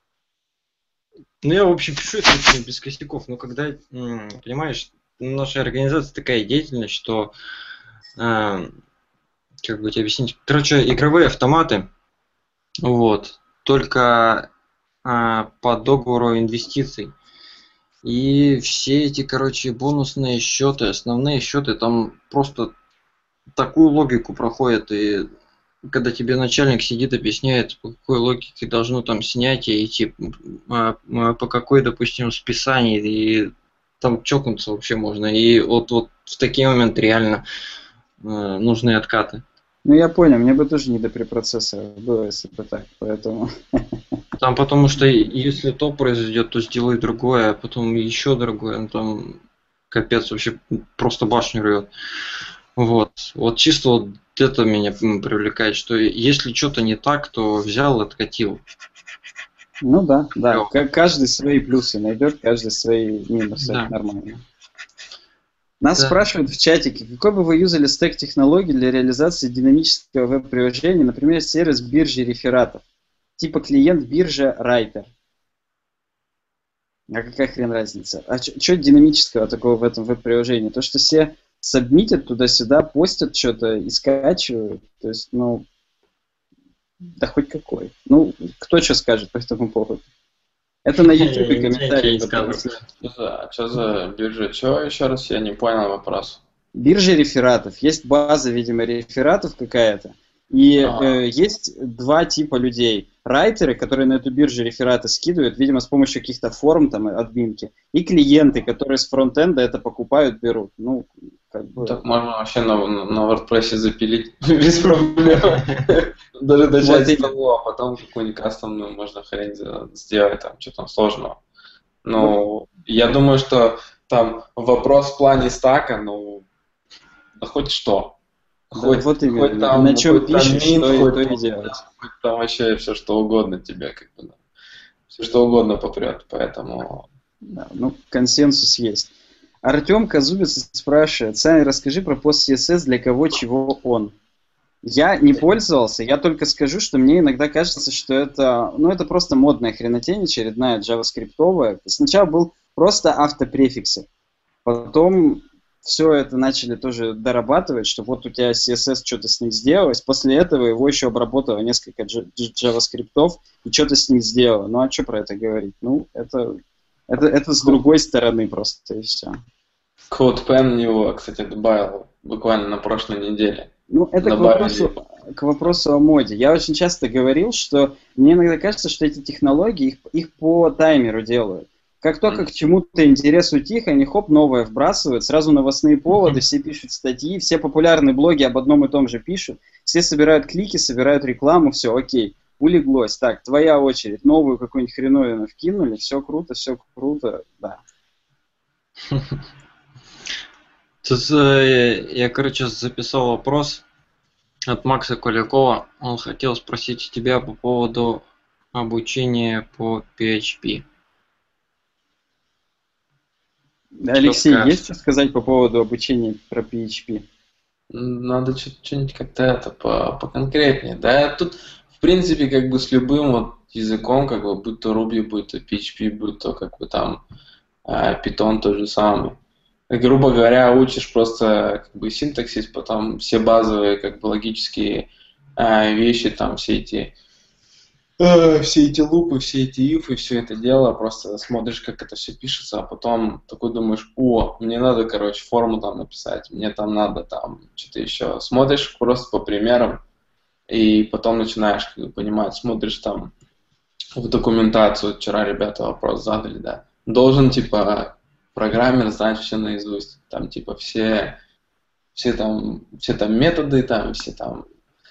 ну я в общем пишу это очень без косяков, но когда, м, понимаешь, наша организация такая деятельность, что, э, как бы тебе объяснить, короче, игровые автоматы, вот, только а, по договору инвестиций. И все эти, короче, бонусные счеты, основные счеты, там просто такую логику проходят. И когда тебе начальник сидит, объясняет, по какой логике должно там снятие идти, а, а, по какой, допустим, списании, и там чокнуться вообще можно. И вот, вот в такие моменты реально э, нужны откаты. Ну я понял, мне бы тоже не до препроцессора было, если бы так, поэтому... Там потому что если то произойдет, то сделай другое, а потом еще другое, ну там капец вообще просто башню рвет. Вот. Вот чисто вот это меня м, привлекает, что если что-то не так, то взял, откатил. Ну да, да, Клёво. Ка- каждый свои плюсы найдет, каждый свои минусы, Да. это нормально. Нас Да. спрашивают в чатике, какой бы вы юзали стек технологий для реализации динамического веб-приложения, например, сервис биржи рефератов, типа клиент биржа Writer. А какая хрен разница? А что динамического такого в этом веб-приложении? То, что все сабмитят туда-сюда, постят что-то и скачивают. То есть, ну, да хоть какой. Ну, кто что скажет по этому поводу? Это на YouTube Я- я комментарии. не скажу. потом. Что за, что за биржа? Чего еще раз? Я не понял вопрос. Биржа рефератов. Есть база, видимо, рефератов какая-то. И Ага. э, есть два типа людей. Райтеры, которые на эту биржу рефераты скидывают, видимо, с помощью каких-то форм, там, админки. И клиенты, которые с фронтенда это покупают, берут. Ну, как бы... Так можно вообще на, на, на WordPress запилить без проблем. Даже начать с того, а потом какую-нибудь кастомную можно хрень за- сделать, там, что там сложного. Ну, я думаю, что там вопрос в плане стака, ну, да хоть что. Да, Хоть, вот именно. хоть там, На чем хоть там пишешь, mint, то, и- хоть, то и там, делать. хоть там вообще все что угодно тебе, как бы, да. Все что угодно попрет, поэтому... Да, ну, консенсус есть. Артем Казубец спрашивает, Саня, расскажи про пост си эс эс, для кого, чего он. Я не пользовался, я только скажу, что мне иногда кажется, что это, ну, это просто модная хренотень, очередная джаваскриптовая. Сначала был просто автопрефиксы, потом все это начали тоже дорабатывать, что вот у тебя си эс эс что-то с ним сделалось, после этого его еще обработало несколько дж- дж- джаваскриптов и что-то с ним сделало. Ну а что про это говорить? Ну, это, это, это с другой стороны просто, и все. CodePen его, кстати, добавил буквально на прошлой неделе. Ну, это к Добавили. вопросу, к вопросу о моде. Я очень часто говорил, что мне иногда кажется, что эти технологии, их, их по таймеру делают. Как только к чему-то интерес утих, они хоп, новое вбрасывают, сразу новостные поводы, все пишут статьи, все популярные блоги об одном и том же пишут, все собирают клики, собирают рекламу, все, окей, улеглось. Так, твоя очередь, новую какую-нибудь хреновину вкинули, все круто, все круто, да. Тут э, я, короче, записал вопрос от Макса Куликова. Он хотел спросить тебя по поводу обучения по пи эйч пи. Алексей, скажешь? есть что сказать по поводу обучения про пи эйч пи? Надо что-нибудь как-то это по поконкретнее. Да, тут, в принципе, как бы с любым вот языком, как бы, будь то Ruby, будь то пи эйч пи, будь то как бы там э, Python тот же самый. Грубо говоря, учишь просто как бы синтаксис, потом все базовые как бы логические э, вещи, там все эти э, все эти лупы, все эти ифы, все это дело, просто смотришь, как это все пишется, а потом такой думаешь, о, мне надо, короче, форму там написать, мне там надо там что-то еще. Смотришь просто по примерам, и потом начинаешь как бы понимать, смотришь там в документацию, вчера ребята вопрос задали, да, должен типа программер знать все наизусть, там типа все, все там, все там методы, там все там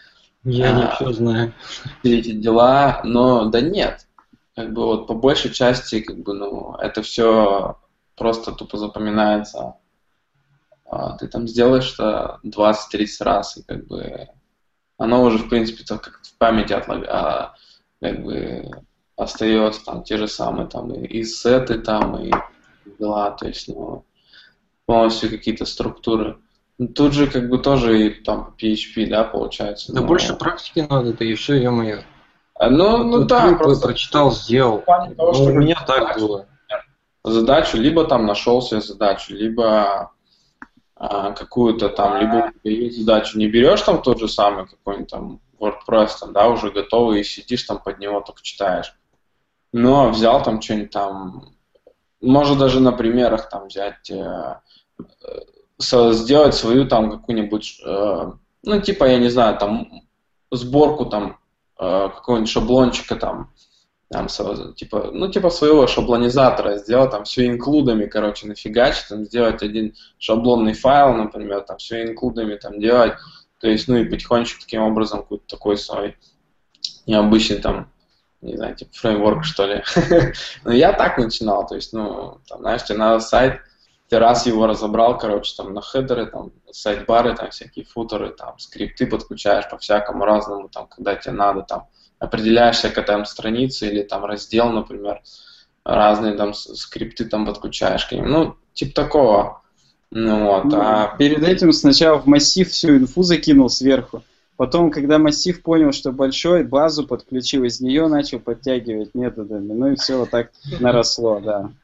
Я не а, все знаю. все эти дела, но да нет. Как бы вот по большей части, как бы, ну, это все просто тупо запоминается. А, ты там сделаешь это двадцать-тридцать раз, и как бы оно уже, в принципе, так как в памяти отлаг... а, как бы остается там те же самые там и, и сеты там, и дела, то есть, ну, полностью какие-то структуры. Ну, тут же как бы тоже и там по пи эйч пи, да, получается. Да но- больше практики надо, да и все, ё-моё. А, ну, Вот ну открыл, да, про- просто прочитал, сделал. в плане того, Ну, что у меня как так задачу, было. задачу, либо там нашел себе задачу, либо а, какую-то там, либо у тебя есть задачу, не берешь там тот же самый какой-нибудь там WordPress, там, да, уже готовый, и сидишь там под него, только читаешь. Но взял там что-нибудь там, может даже на примерах там взять, э, э, со- сделать свою там какую-нибудь, э, ну, типа, я не знаю, там, сборку там э, какого-нибудь шаблончика там, там, со- типа, ну, типа своего шаблонизатора сделать, там, все инклюдами, короче, нафигачить, там, сделать один шаблонный файл, например, там, все инклюдами там делать, то есть, ну, и потихонечку таким образом какой-то такой свой необычный там, не знаю, типа фреймворк, что ли. Но я так начинал, то есть, ну, там, знаешь, тебе надо сайт, ты раз его разобрал, короче, там, на хедеры, там, сайт-бары, там, всякие футеры, там, скрипты подключаешь по-всякому разному, там, когда тебе надо, там, определяешься к там странице или там раздел, например, разные там с- скрипты там подключаешь к ним, ну, типа такого. Ну вот, Ну, а перед этим сначала в массив всю инфу закинул сверху. Потом, когда массив понял, что большой, базу подключил, из нее начал подтягивать методами. Ну и все вот так наросло, да.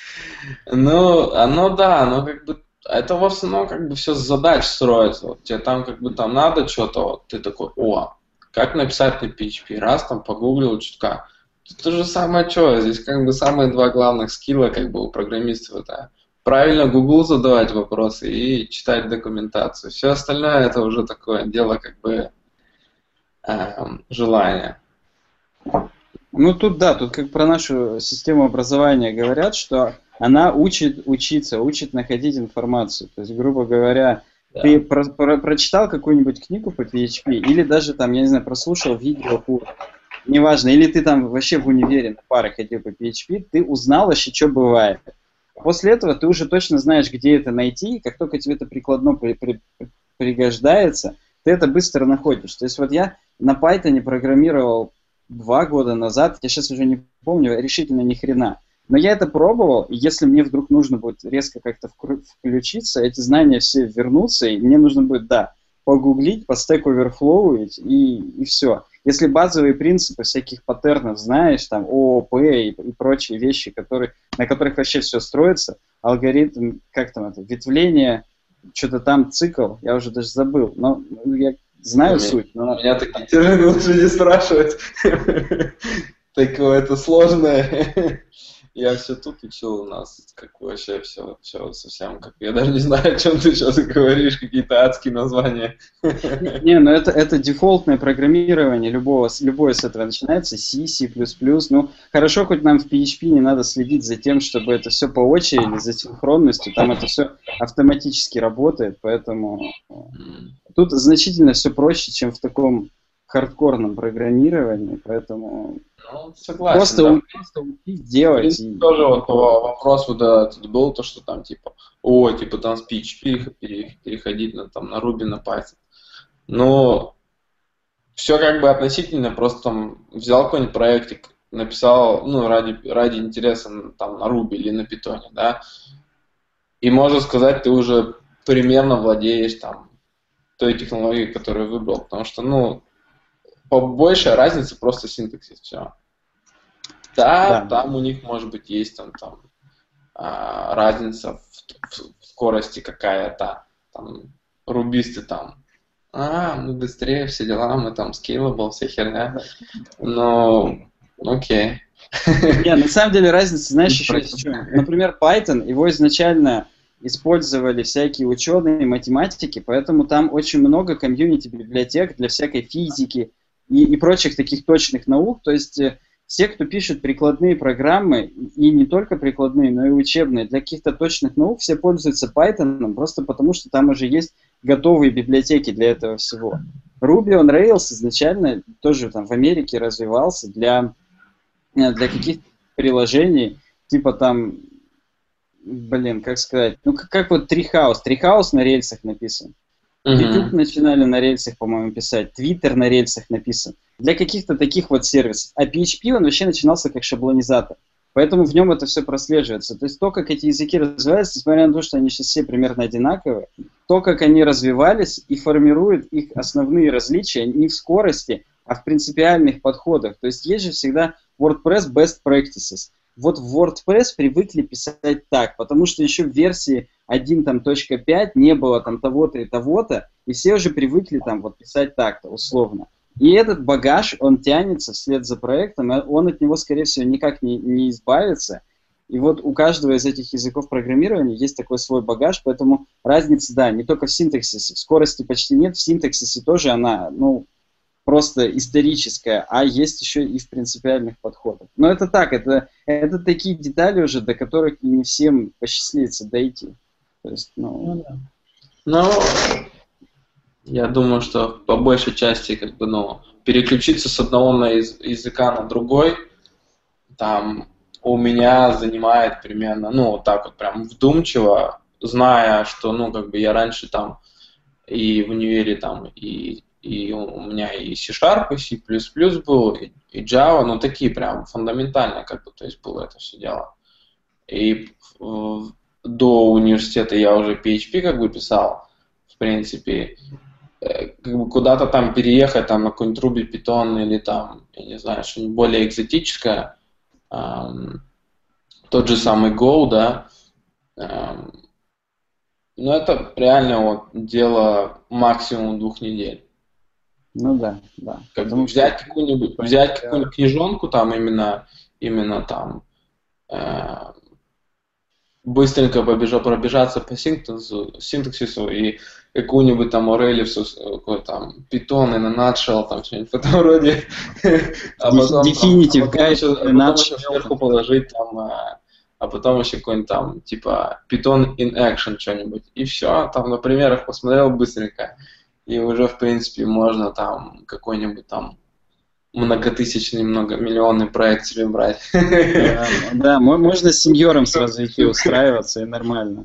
ну, оно да, оно как бы это в основном как бы все с задач строится. Вот тебе там как бы там надо что-то, вот ты такой, о, как написать на пи эйч пи, раз там погуглил чутка. То же самое что, здесь как бы самые два главных скилла как бы у программистов это правильно Google задавать вопросы и читать документацию. Все остальное это уже такое дело как бы эм, желания. Ну тут да, тут как про нашу систему образования говорят, что она учит учиться, учит находить информацию. То есть, грубо говоря, Да. ты про- про- прочитал какую-нибудь книгу по пи эйч пи или даже там, я не знаю, прослушал видеокурс, неважно, или ты там вообще в универе на пары ходил по пи эйч пи, ты узнал вообще, что бывает. После этого ты уже точно знаешь, где это найти, и как только тебе это прикладно при- при- пригождается, ты это быстро находишь. То есть вот я на Python программировал два года назад, я сейчас уже не помню, решительно ни хрена. Но я это пробовал, и если мне вдруг нужно будет резко как-то вкру- включиться, эти знания все вернутся, и мне нужно будет, да, погуглить, по Stack Overflow и, и все. Если базовые принципы всяких паттернов знаешь, там ООП и, и прочие вещи, которые, на которых вообще все строится, алгоритм, как там это, ветвление, что-то там цикл, я уже даже забыл, но ну, я знаю У меня- суть. У Но... меня такие термины лучше не спрашивать. Такое это сложное. Я все тут учил у нас, как вообще все, все совсем, как я даже не знаю, о чем ты сейчас говоришь, какие-то адские названия. Не, ну это, это дефолтное программирование любого, с- любое с этого начинается, C, C++. Ну, хорошо, хоть нам в пи эйч пи не надо следить за тем, чтобы это все по очереди, за синхронностью, там это все автоматически работает, поэтому э, М, тут значительно все проще, чем в таком хардкорном программировании, поэтому Ну, согласен, просто, да. у- просто учить В делать. принципе, И... тоже вот по- вопрос вот этот был, то, что там типа, о, типа там с пи эйч пи пере- переходить на, там, на Ruby, на Python. Но все как бы относительно, просто там взял какой-нибудь проектик, написал, ну, ради, ради интереса м, там на Ruby или на Python, да, и можно сказать, ты уже примерно владеешь там той технологией, которую выбрал, потому что, ну, большая разница просто синтаксис, все. Да, Да. там у них, может быть, есть там, там а, разница в, в- в скорости какая-то, там, рубисты там, а, мы быстрее, все дела, мы там scalable, вся херня, но, окей. Не, на самом деле разница, знаешь, Тут еще просто- есть в чем. Например, Python, его изначально использовали всякие ученые, математики, поэтому там очень много комьюнити-библиотек для всякой физики и, и прочих таких точных наук. То есть э, все, кто пишет прикладные программы, и не только прикладные, но и учебные, для каких-то точных наук, все пользуются Python, просто потому что там уже есть готовые библиотеки для этого всего. Ruby on Rails изначально тоже там в Америке развивался для, для каких-то приложений, типа там, блин, как сказать, ну как, как вот Treehouse. Treehouse на рельсах написан. Uh-huh. YouTube начинали на рельсах, по-моему, писать, Twitter на рельсах написан. Для каких-то таких вот сервисов. А пи эйч пи он вообще начинался как шаблонизатор. Поэтому в нем это все прослеживается. То есть то, как эти языки развиваются, несмотря на то, что они сейчас все примерно одинаковые, то, как они развивались и формируют их основные различия не в скорости, а в принципиальных подходах. То есть есть же всегда WordPress best practices. Вот в WordPress привыкли писать так, потому что еще в версии один точка пять не было там того-то и того-то, и все уже привыкли там вот писать так-то, условно. И этот багаж, он тянется вслед за проектом, и он от него, скорее всего, никак не, не избавится. И вот у каждого из этих языков программирования есть такой свой багаж, поэтому разница, да, не только в синтаксисе, в скорости почти нет, в синтаксисе тоже она, ну, просто историческая, а есть еще и в принципиальных подходах. Но это так, это, это такие детали уже, до которых и не всем посчастливится дойти. То есть, ну... Ну, я думаю, что по большей части, как бы, ну, переключиться с одного на языка на другой, там, у меня занимает примерно, ну, вот так вот прям вдумчиво, зная, что, ну, как бы я раньше там и в универе там, и, и у меня и C-Sharp, и C++ был, и, и Java, ну, такие прям фундаментальные, как бы, то есть было это все дело. И в, до университета я уже пи эйч пи как бы писал, в принципе, как бы куда-то там переехать там на какой-нибудь Ruby, Python или там, я не знаю, что-нибудь более экзотическое, эм, тот же самый Go, да, эм, но это реально вот дело максимум двух недель. Ну да, да. Как бы взять какую-нибудь, взять какую-нибудь книжонку там именно, именно там, э, быстренько побежать, пробежаться по синтаксису, синтаксису и какую-нибудь там Орелевсу, какой там Python и на Nutshell, там что-нибудь в этом роде. А потом, Definitive там, а потом, Guide еще, а потом еще сверху положить там, а, а потом еще какой-нибудь там типа Python in Action что-нибудь. И все, там на примерах посмотрел быстренько. И уже в принципе можно там какой-нибудь там многотысячный, многомиллионный проект себе брать. Да, да, можно с сеньором сразу идти устраиваться, и нормально.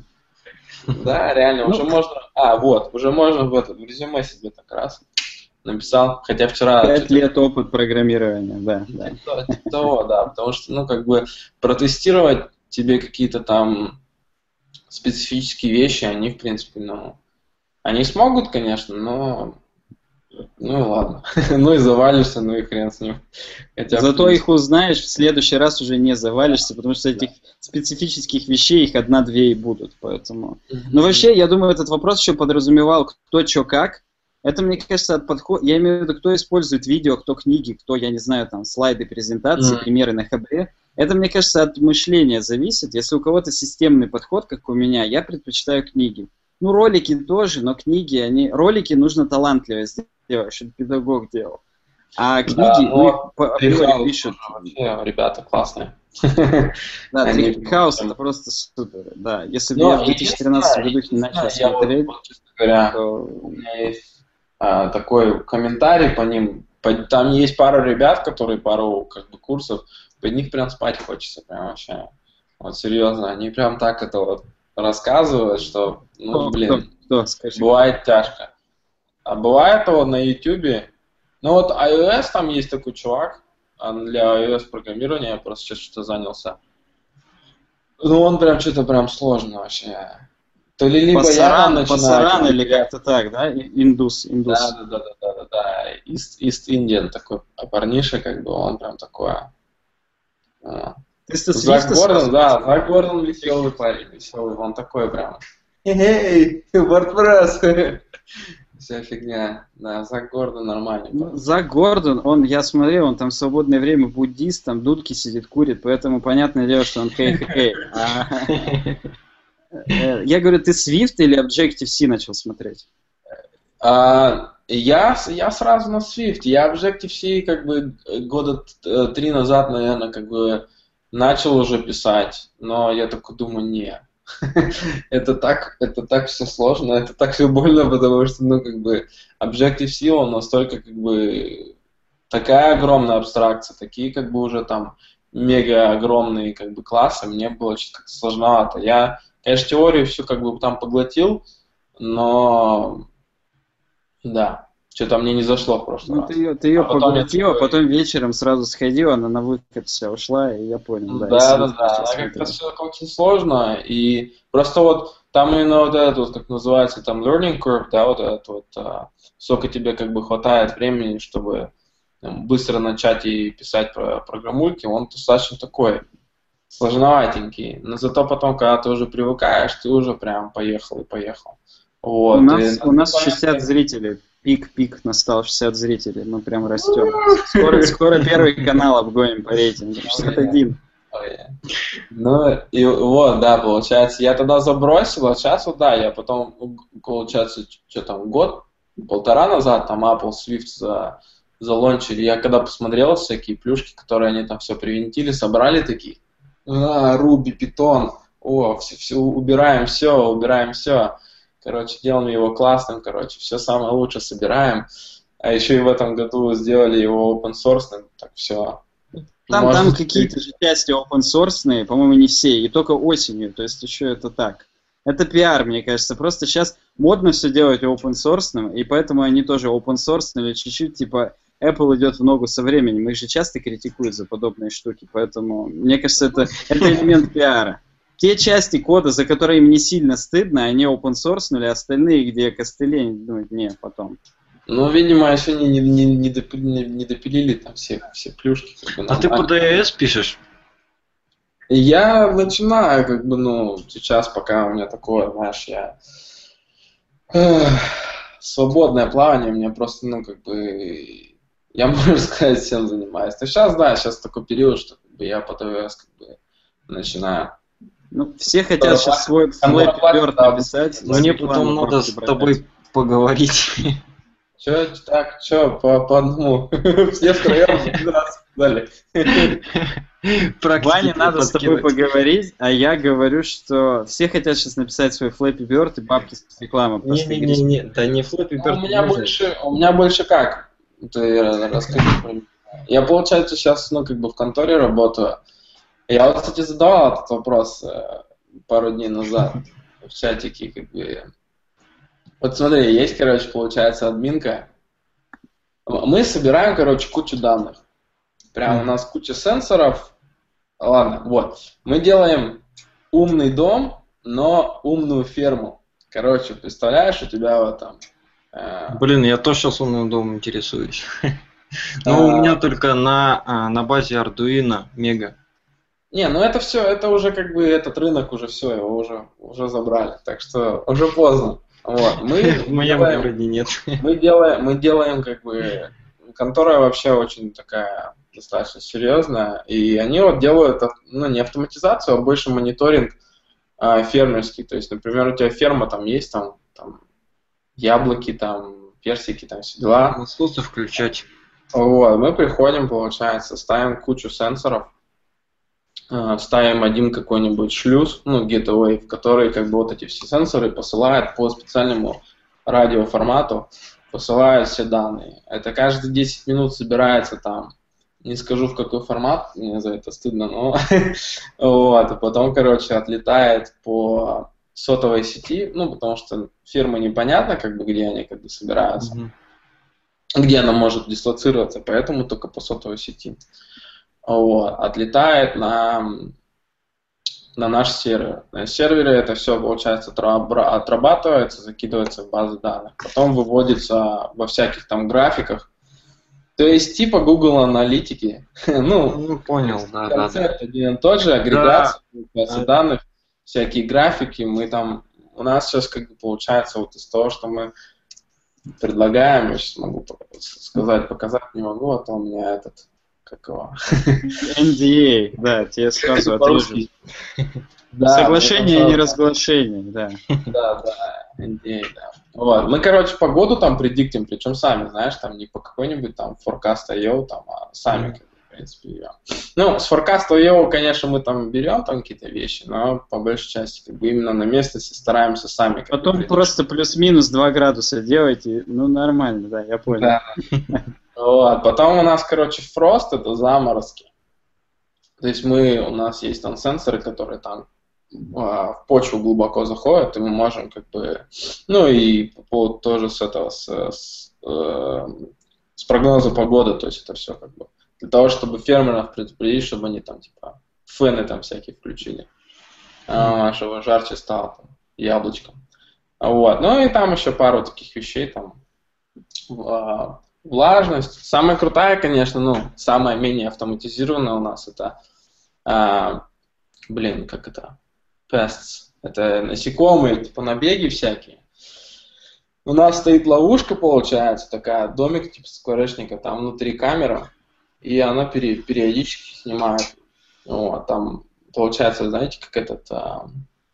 Да, реально, уже можно... А, вот, уже можно в, это, в резюме себе так раз написал, хотя вчера... Пять лет опыт программирования, да. да. Типа того, да, потому что, ну, как бы, протестировать тебе какие-то там специфические вещи, они, в принципе, ну... Они смогут, конечно, но... Ну и ладно. Ну и завалишься, ну и хрен с ним. Хотя, зато их узнаешь, в следующий раз уже не завалишься, потому что этих специфических вещей их одна-две и будут. Поэтому. Но вообще, я думаю, этот вопрос еще подразумевал, кто, что, как. Это, мне кажется, от подхода. Я имею в виду, кто использует видео, кто книги, кто, я не знаю, там, слайды, презентации, mm-hmm. примеры на Хабре. Это, мне кажется, от мышления зависит. Если у кого-то системный подход, как у меня, я предпочитаю книги. Ну, ролики тоже, но книги, они... Ролики нужно талантливо сделать, чтобы педагог делал. А книги, да, ну, их по априори пишут... Вообще, ребята классные. Да, Treehouse это просто супер, да. Если бы я в две тысячи тринадцатом году не начал смотреть, то... У меня есть такой комментарий по ним. Там есть пара ребят, которые пару как бы курсов, под них прям спать хочется, прям вообще. Вот серьезно, они прям так это вот рассказывают, что, ну, кто, блин, кто, кто, бывает тяжко. А бывает вот на Ютубе, ну вот iOS, там есть такой чувак, для iOS программирования, я просто сейчас что-то занялся. Ну он прям что-то прям сложно вообще. То ли либо Пасаран, я начинаю... Пасаран или как-то так, да? Индус, индус. Да, да, да, да, да, да, да. East, East Indian такой парниша, как бы, он прям такой... Зак Гордон, да, Зак Гордон веселый парень, веселый, он такой прям, эй, WordPress, вся фигня, да, Зак Гордон нормальный. Ну, Зак Гордон, он, я смотрел, он там в свободное время буддист, там дудки сидит, курит, поэтому понятное дело, что он хей-хей. Я говорю, ты Swift или Objective-C начал смотреть? Я, я сразу на Swift, я Objective-C как бы года три назад, наверное, как бы начал уже писать, но я такой думаю, не. это так, это так все сложно, это так все больно, потому что, ну, как бы, Objective-C, он настолько, как бы, такая огромная абстракция, такие, как бы, уже там мега огромные, как бы, классы, мне было чуть как-то сложновато. Я, конечно, теорию всю, как бы, там поглотил, но, да. Что-то мне не зашло в прошлый Ну, раз. ты ее, ты ее А потом я поглотил, а такой- потом вечером сразу сходила, она на выход вся ушла, и я понял, да. Да, если да, вы да. сейчас Она как-то смотрели. все очень сложно, и просто вот там именно вот этот вот, как называется, там learning curve, да, вот этот вот, а, сколько тебе как бы хватает времени, чтобы там, быстро начать и писать про программульки, он достаточно такой сложноватенький. Но зато потом, когда ты уже привыкаешь, ты уже прям поехал и поехал. Вот. У нас, и у нас на тот шестьдесят момент- зрителей. Пик-пик настал, шестьдесят зрителей. Мы прям растем. Скоро, скоро первый канал обгоним по рейтингу. шестьдесят один. Ой. Ну, и вот, да, получается, я тогда забросил, а сейчас вот, да, я потом, получается, что там, год, полтора назад, там, Apple Swift за, залончили, я когда посмотрел всякие плюшки, которые они там все привинтили, собрали такие, а, Ruby, Python, о, все, все, убираем все, убираем все, короче, делаем его классным, короче, все самое лучшее собираем, а еще и в этом году сделали его open source, так все. Там, там какие-то же части open source, по-моему, не все, и только осенью, то есть еще это так. Это пиар, мне кажется, просто сейчас модно все делать open source, и поэтому они тоже open source или чуть-чуть, типа, Apple идет в ногу со временем, их же часто критикуют за подобные штуки, поэтому, мне кажется, это, это элемент пиара. Те части кода, за которые им не сильно стыдно, они open source, а остальные, где костыли, ну, не, потом. Ну, видимо, еще не, не, не, не, допилили, не допилили там все, все плюшки. Как бы, А ты по нормально. ди эс пишешь? Я начинаю, как бы, ну, сейчас, пока у меня такое, знаешь, я... Эх, свободное плавание, у меня просто, ну, как бы... Я, можно сказать, всем занимаюсь. Но сейчас, да, сейчас такой период, что как бы, я по ди эс как бы начинаю. Ну, все хотят сейчас свой Flappy Bird написать. Мне потом надо с тобой поговорить. Че, так, че, по, по одному. Все втроем раз сказали. Ване надо с тобой поговорить, а я говорю, что все хотят сейчас написать свой Flappy Bird и бабки с рекламы. Не-не-не, да не Flappy Bird. У меня больше, у меня больше как? Ты расскажи про меня. Я, получается, сейчас, ну, как бы в конторе работаю. Я вот, кстати, задавал этот вопрос э, пару дней назад в чатике, как бы. Вот смотри, есть, короче, получается, админка. Мы собираем, короче, кучу данных. Прям у нас куча сенсоров. Ладно, вот. Мы делаем умный дом, но умную ферму. Короче, представляешь, у тебя вот там... Э... Блин, я тоже сейчас умным домом интересуюсь. Но у меня только на, на базе Arduino Mega. Не, ну это все, это уже как бы этот рынок уже все, его уже, уже забрали. Так что уже поздно. Вот. Мы в моем делаем, городе нет. Мы делаем, мы делаем как бы... Контора вообще очень такая достаточно серьезная. И они вот делают, ну, не автоматизацию, а больше мониторинг а, фермерский. То есть, например, у тебя ферма, там есть там, там яблоки, там персики, там все дела. Насосы включать. Вот. Мы приходим, получается, ставим кучу сенсоров, ставим один какой-нибудь шлюз, ну, gateway, в который как бы вот эти все сенсоры посылают по специальному радиоформату, посылают все данные. Это каждые десять минут собирается там, не скажу в какой формат, мне за это стыдно, но вот, и потом, короче, отлетает по сотовой сети, ну, потому что фирма непонятно, как бы, где они как бы собираются, где она может дислоцироваться, поэтому только по сотовой сети. Вот, отлетает на, на наш сервер. На сервере это все, получается, отрабатывается, закидывается в базы данных. Потом выводится во всяких там графиках. То есть типа Google аналитики. ну, ну, понял, да, да. Концепт один и тот же, агрегация да. данных, всякие графики. Мы там, у нас сейчас как бы получается вот из того, что мы предлагаем, я сейчас могу сказать, показать не могу, а то у меня этот... Как его? эн ди эй, да, тебе сразу отрежут. Да, соглашение и неразглашение, да. Да, да, эн ди эй, да. Вот. Мы, короче, погоду там предиктим, причем сами, знаешь, там не по какой-нибудь там forecast точка ай о, там, а сами. принципе, берем. Ну, с Forecast.io, конечно, мы там берем там какие-то вещи, но по большей части как бы именно на местности стараемся сами. Потом просто плюс-минус два градуса делайте, ну нормально, да, я понял. Да. Вот. Потом у нас, короче, фрост, это заморозки. То есть мы, у нас есть там сенсоры, которые там а, в почву глубоко заходят, и мы можем как бы, ну и по поводу тоже с этого, с, с, э, с прогноза погоды, то есть это все как бы для того, чтобы фермеров предупредить, чтобы они там типа фены там всякие включили, а, чтобы жарче стало там яблочком. Вот. Ну и там еще пару таких вещей там. А, влажность. Самая крутая, конечно, ну, самая менее автоматизированная у нас это, а, блин, как это, pests. Это насекомые, типа набеги всякие. У нас стоит ловушка, получается, такая, домик типа скворечника, там внутри камера, и она пере, периодически снимает. Вот, там, получается, знаете, как этот, а,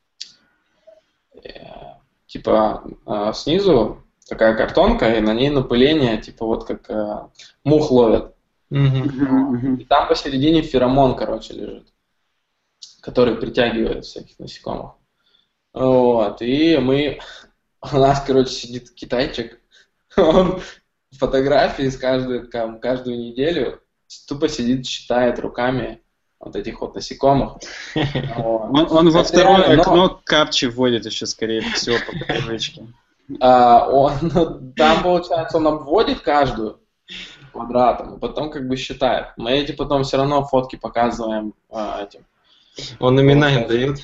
э, типа, а, снизу такая картонка, и на ней напыление, типа вот как э, мух ловят. Мгм. И там посередине феромон, короче, лежит, который притягивает всяких насекомых. Вот, и мы, у нас, короче, сидит китайчик, он фотографии с каждой, там, каждую неделю тупо сидит, считает руками вот этих вот насекомых. Вот. Он, он во Это второе реально, но- окно капчи вводит еще, скорее всего, по привычке. А, он, ну, там, получается, он обводит каждую квадратом, и потом как бы считает. Мы эти потом все равно фотки показываем а, этим. Он имена им дает.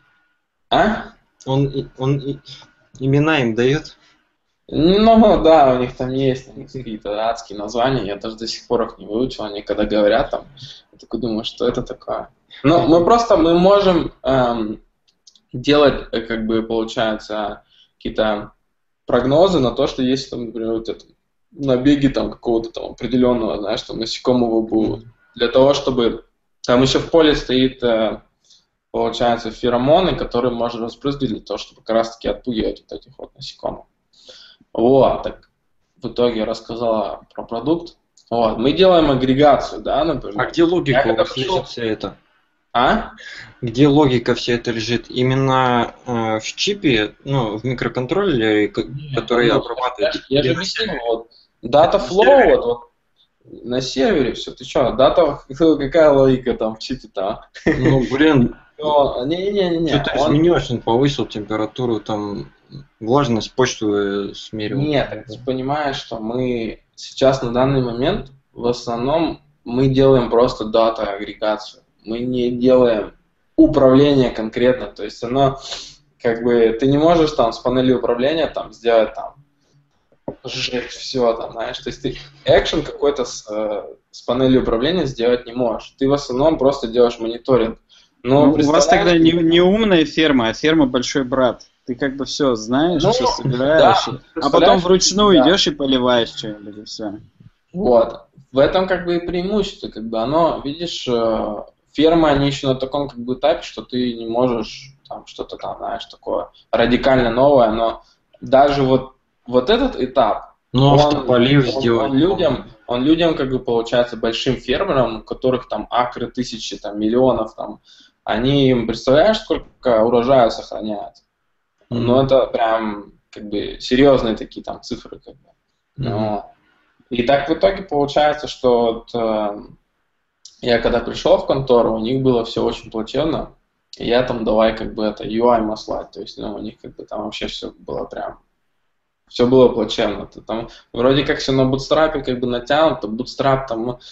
А? Он, и- он и- имена им дает. Ну, да, у них там есть у них какие-то адские названия, я даже до сих пор их не выучил, они когда говорят там, я такой думаю, что это такое. Ну, мы просто, мы можем эм, делать, э, как бы, получается, какие-то прогнозы на то, что если, там, например, вот это, набеги там какого-то там определенного, знаешь, там насекомого будут, для того, чтобы там еще в поле стоит, э, получается, феромоны, которые можно распрыскивать для того, чтобы как раз-таки отпугивать вот этих вот насекомых. Вот, так в итоге я рассказала про продукт. Вот, мы делаем агрегацию, да, например. А где логика Я у когда вас пришел- лежит вся это? А? Где логика вся это лежит? Именно э, в чипе, ну, в микроконтроллере, к- который Ну, обрабатывает? Я же Или- объяснил, вот, Data Flow, вот, вот, на сервере все, ты что, дата, какая логика там в чипе-то? Ну, блин, Не-не-не-не, что-то он... изменилось, он повысил температуру, там, влажность почту э, смерил. Нет, так ты понимаешь, что мы сейчас на данный момент в основном мы делаем просто дата-агрегацию. Мы не делаем управление конкретно. То есть оно как бы ты не можешь там с панели управления там сделать там сжечь все там, знаешь. То есть ты экшен какой-то с, э, с панели управления сделать не можешь. Ты в основном просто делаешь мониторинг. Но Ну, у вас представляешь, тогда не, не умная ферма, а ферма большой брат. Ты как бы все знаешь, Ну, все собираешь, да, и- а представляешь, потом вручную да. идешь и поливаешь что-нибудь, и все. Вот. В этом как бы и преимущество, как бы оно, видишь, э, фермы, они еще на таком как бы этапе, что ты не можешь там что-то там, знаешь, такое радикально новое, но даже вот, вот этот этап, Ну, он, автополив он- сделать. он людям, он людям как бы получается большим фермерам, у которых там акры, тысячи, там миллионов, там, они им, представляешь, сколько урожая сохраняют? Мгм. Ну, это прям как бы серьезные такие там цифры, как бы. Мгм. Вот. И так в итоге получается, что вот, э, я когда пришел в контору, у них было все очень плачевно, и я там давай как бы это ю ай маслать, то есть ну, у них как бы там вообще все было прям, все было плачевно. Ты там вроде как все на бутстрапе как бы натянуто, бутстрап там ну,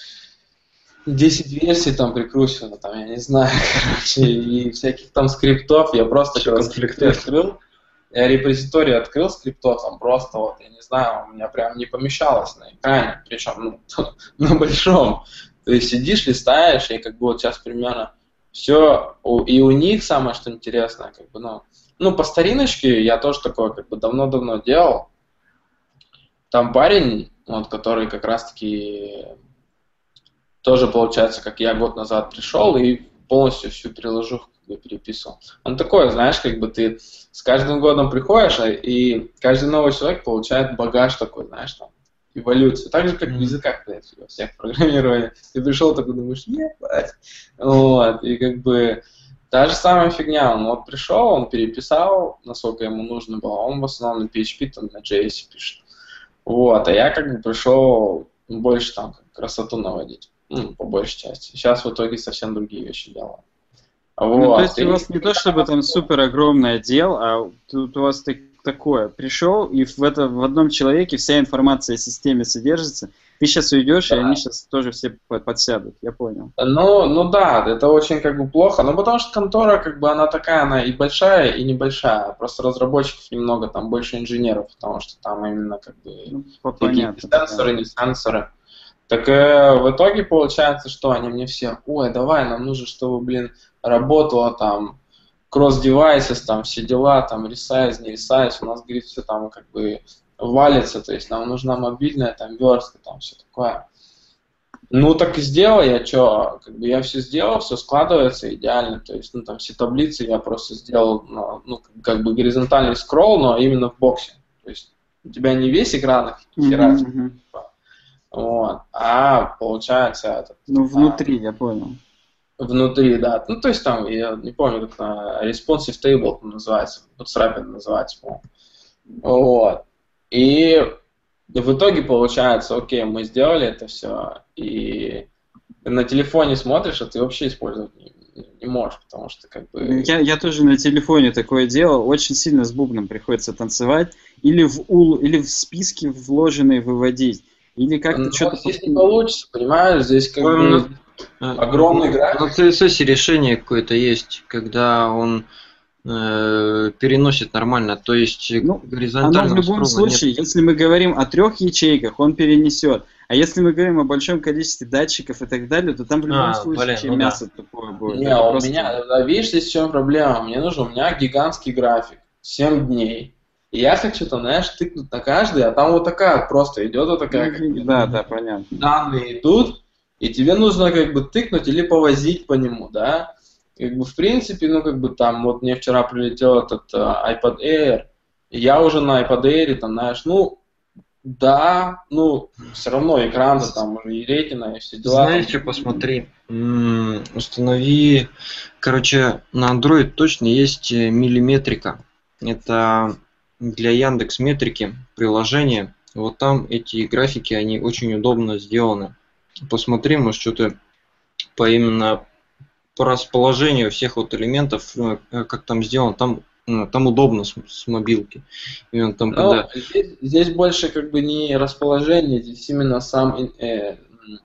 десять версий там прикручено, там я не знаю, короче, и всяких там скриптов, я просто Всё когда конфликтует. скрипты открыл, я репозиторий открыл скриптов, там просто вот, я не знаю, у меня прям не помещалось на экране, причем ну, на большом. То есть сидишь, листаешь, и как бы вот сейчас примерно все, и у них самое, что интересное, как бы, ну, ну, по стариночке я тоже такое как бы давно-давно делал. Там парень, вот, который как раз-таки тоже, получается, как я год назад пришел и полностью всю приложуху как бы переписывал. Он такой, знаешь, как бы ты с каждым годом приходишь, а- и каждый новый человек получает багаж такой, знаешь, там, эволюцию. Так же, как в языках, в принципе, во всех программированиях. Ты пришел, такой думаешь, нет, вот, и как бы та же самая фигня. Он вот пришел, он переписал, насколько ему нужно было, он в основном на пи эйч пи, там, на джей эс пишет. Вот, а я как бы пришел больше там красоту наводить, ну, по большей части. Сейчас в итоге совсем другие вещи делаю. Вот. Ну, то есть и... у вас не то, чтобы там супер огромный отдел, а тут у вас так, такое. Пришел, и в, это, в одном человеке вся информация о системе содержится. Ты сейчас уйдешь, да. И они сейчас тоже все подсядут, я понял. Ну, ну да, это очень как бы плохо, ну потому что контора как бы она такая, она и большая, и небольшая, просто разработчиков немного, там больше инженеров, потому что там именно как бы ну, какие-то сенсоры, не сенсоры. Так э, в итоге получается, что они мне все, ой, давай, нам нужно, чтобы, блин, работало там кросс-девайсес, там все дела, там ресайз, не ресайз, у нас, говорит, все там как бы валится, то есть нам нужна мобильная там верстка, там все такое. Ну так и сделал я, что, как бы я все сделал, все складывается идеально, то есть, ну там все таблицы я просто сделал, ну как бы горизонтальный скролл, но именно в боксе, то есть у тебя не весь экран херачит, mm-hmm. вот, а получается этот. Ну внутри, а, я понял. Внутри, да, ну то есть там, я не помню, как на responsive table называется, bootstrap называется, по-моему, вот, и в итоге получается, окей, мы сделали это все, и на телефоне смотришь, а ты вообще использовать не, не можешь, потому что как бы... Я, я тоже на телефоне такое делал, очень сильно с бубном приходится танцевать, или в ул, или в списки вложенные выводить, или как-то ну, что-то... Здесь не получится, понимаешь, здесь как ну, бы огромный график. На си эс эс решение какое-то есть, когда он э, переносит нормально, то есть ну, горизонтально. Оно в любом случае, нет. Если мы говорим о трех ячейках, он перенесет. А если мы говорим о большом количестве датчиков и так далее, то там в любом а, случае блин, ну мясо да. такое будет. Не, у просто... меня, да, видишь, здесь в чем проблема? Мне нужен, у меня гигантский график, семь дней. И я хочу там, знаешь, тыкнуть на каждый, а там вот такая просто идет вот такая. Ну, как, да, да, понятно. Данные идут, и тебе нужно как бы тыкнуть или повозить по нему, да. Как бы в принципе, ну как бы там, вот мне вчера прилетел этот uh, iPad Air, и я уже на iPad Air, там, знаешь, ну, да, ну, все равно экран-то там уже и ретина, и все дела. Знаешь, что, посмотри, м-м, установи, короче, на Android точно есть миллиметрика, это для Яндекс.Метрики приложение, вот там эти графики, они очень удобно сделаны. Посмотри, может, что-то по именно по расположению всех вот элементов, как там сделано, там, там удобно с, с мобилки. Именно там, ну, когда... здесь, здесь больше как бы не расположение, здесь именно сам, э,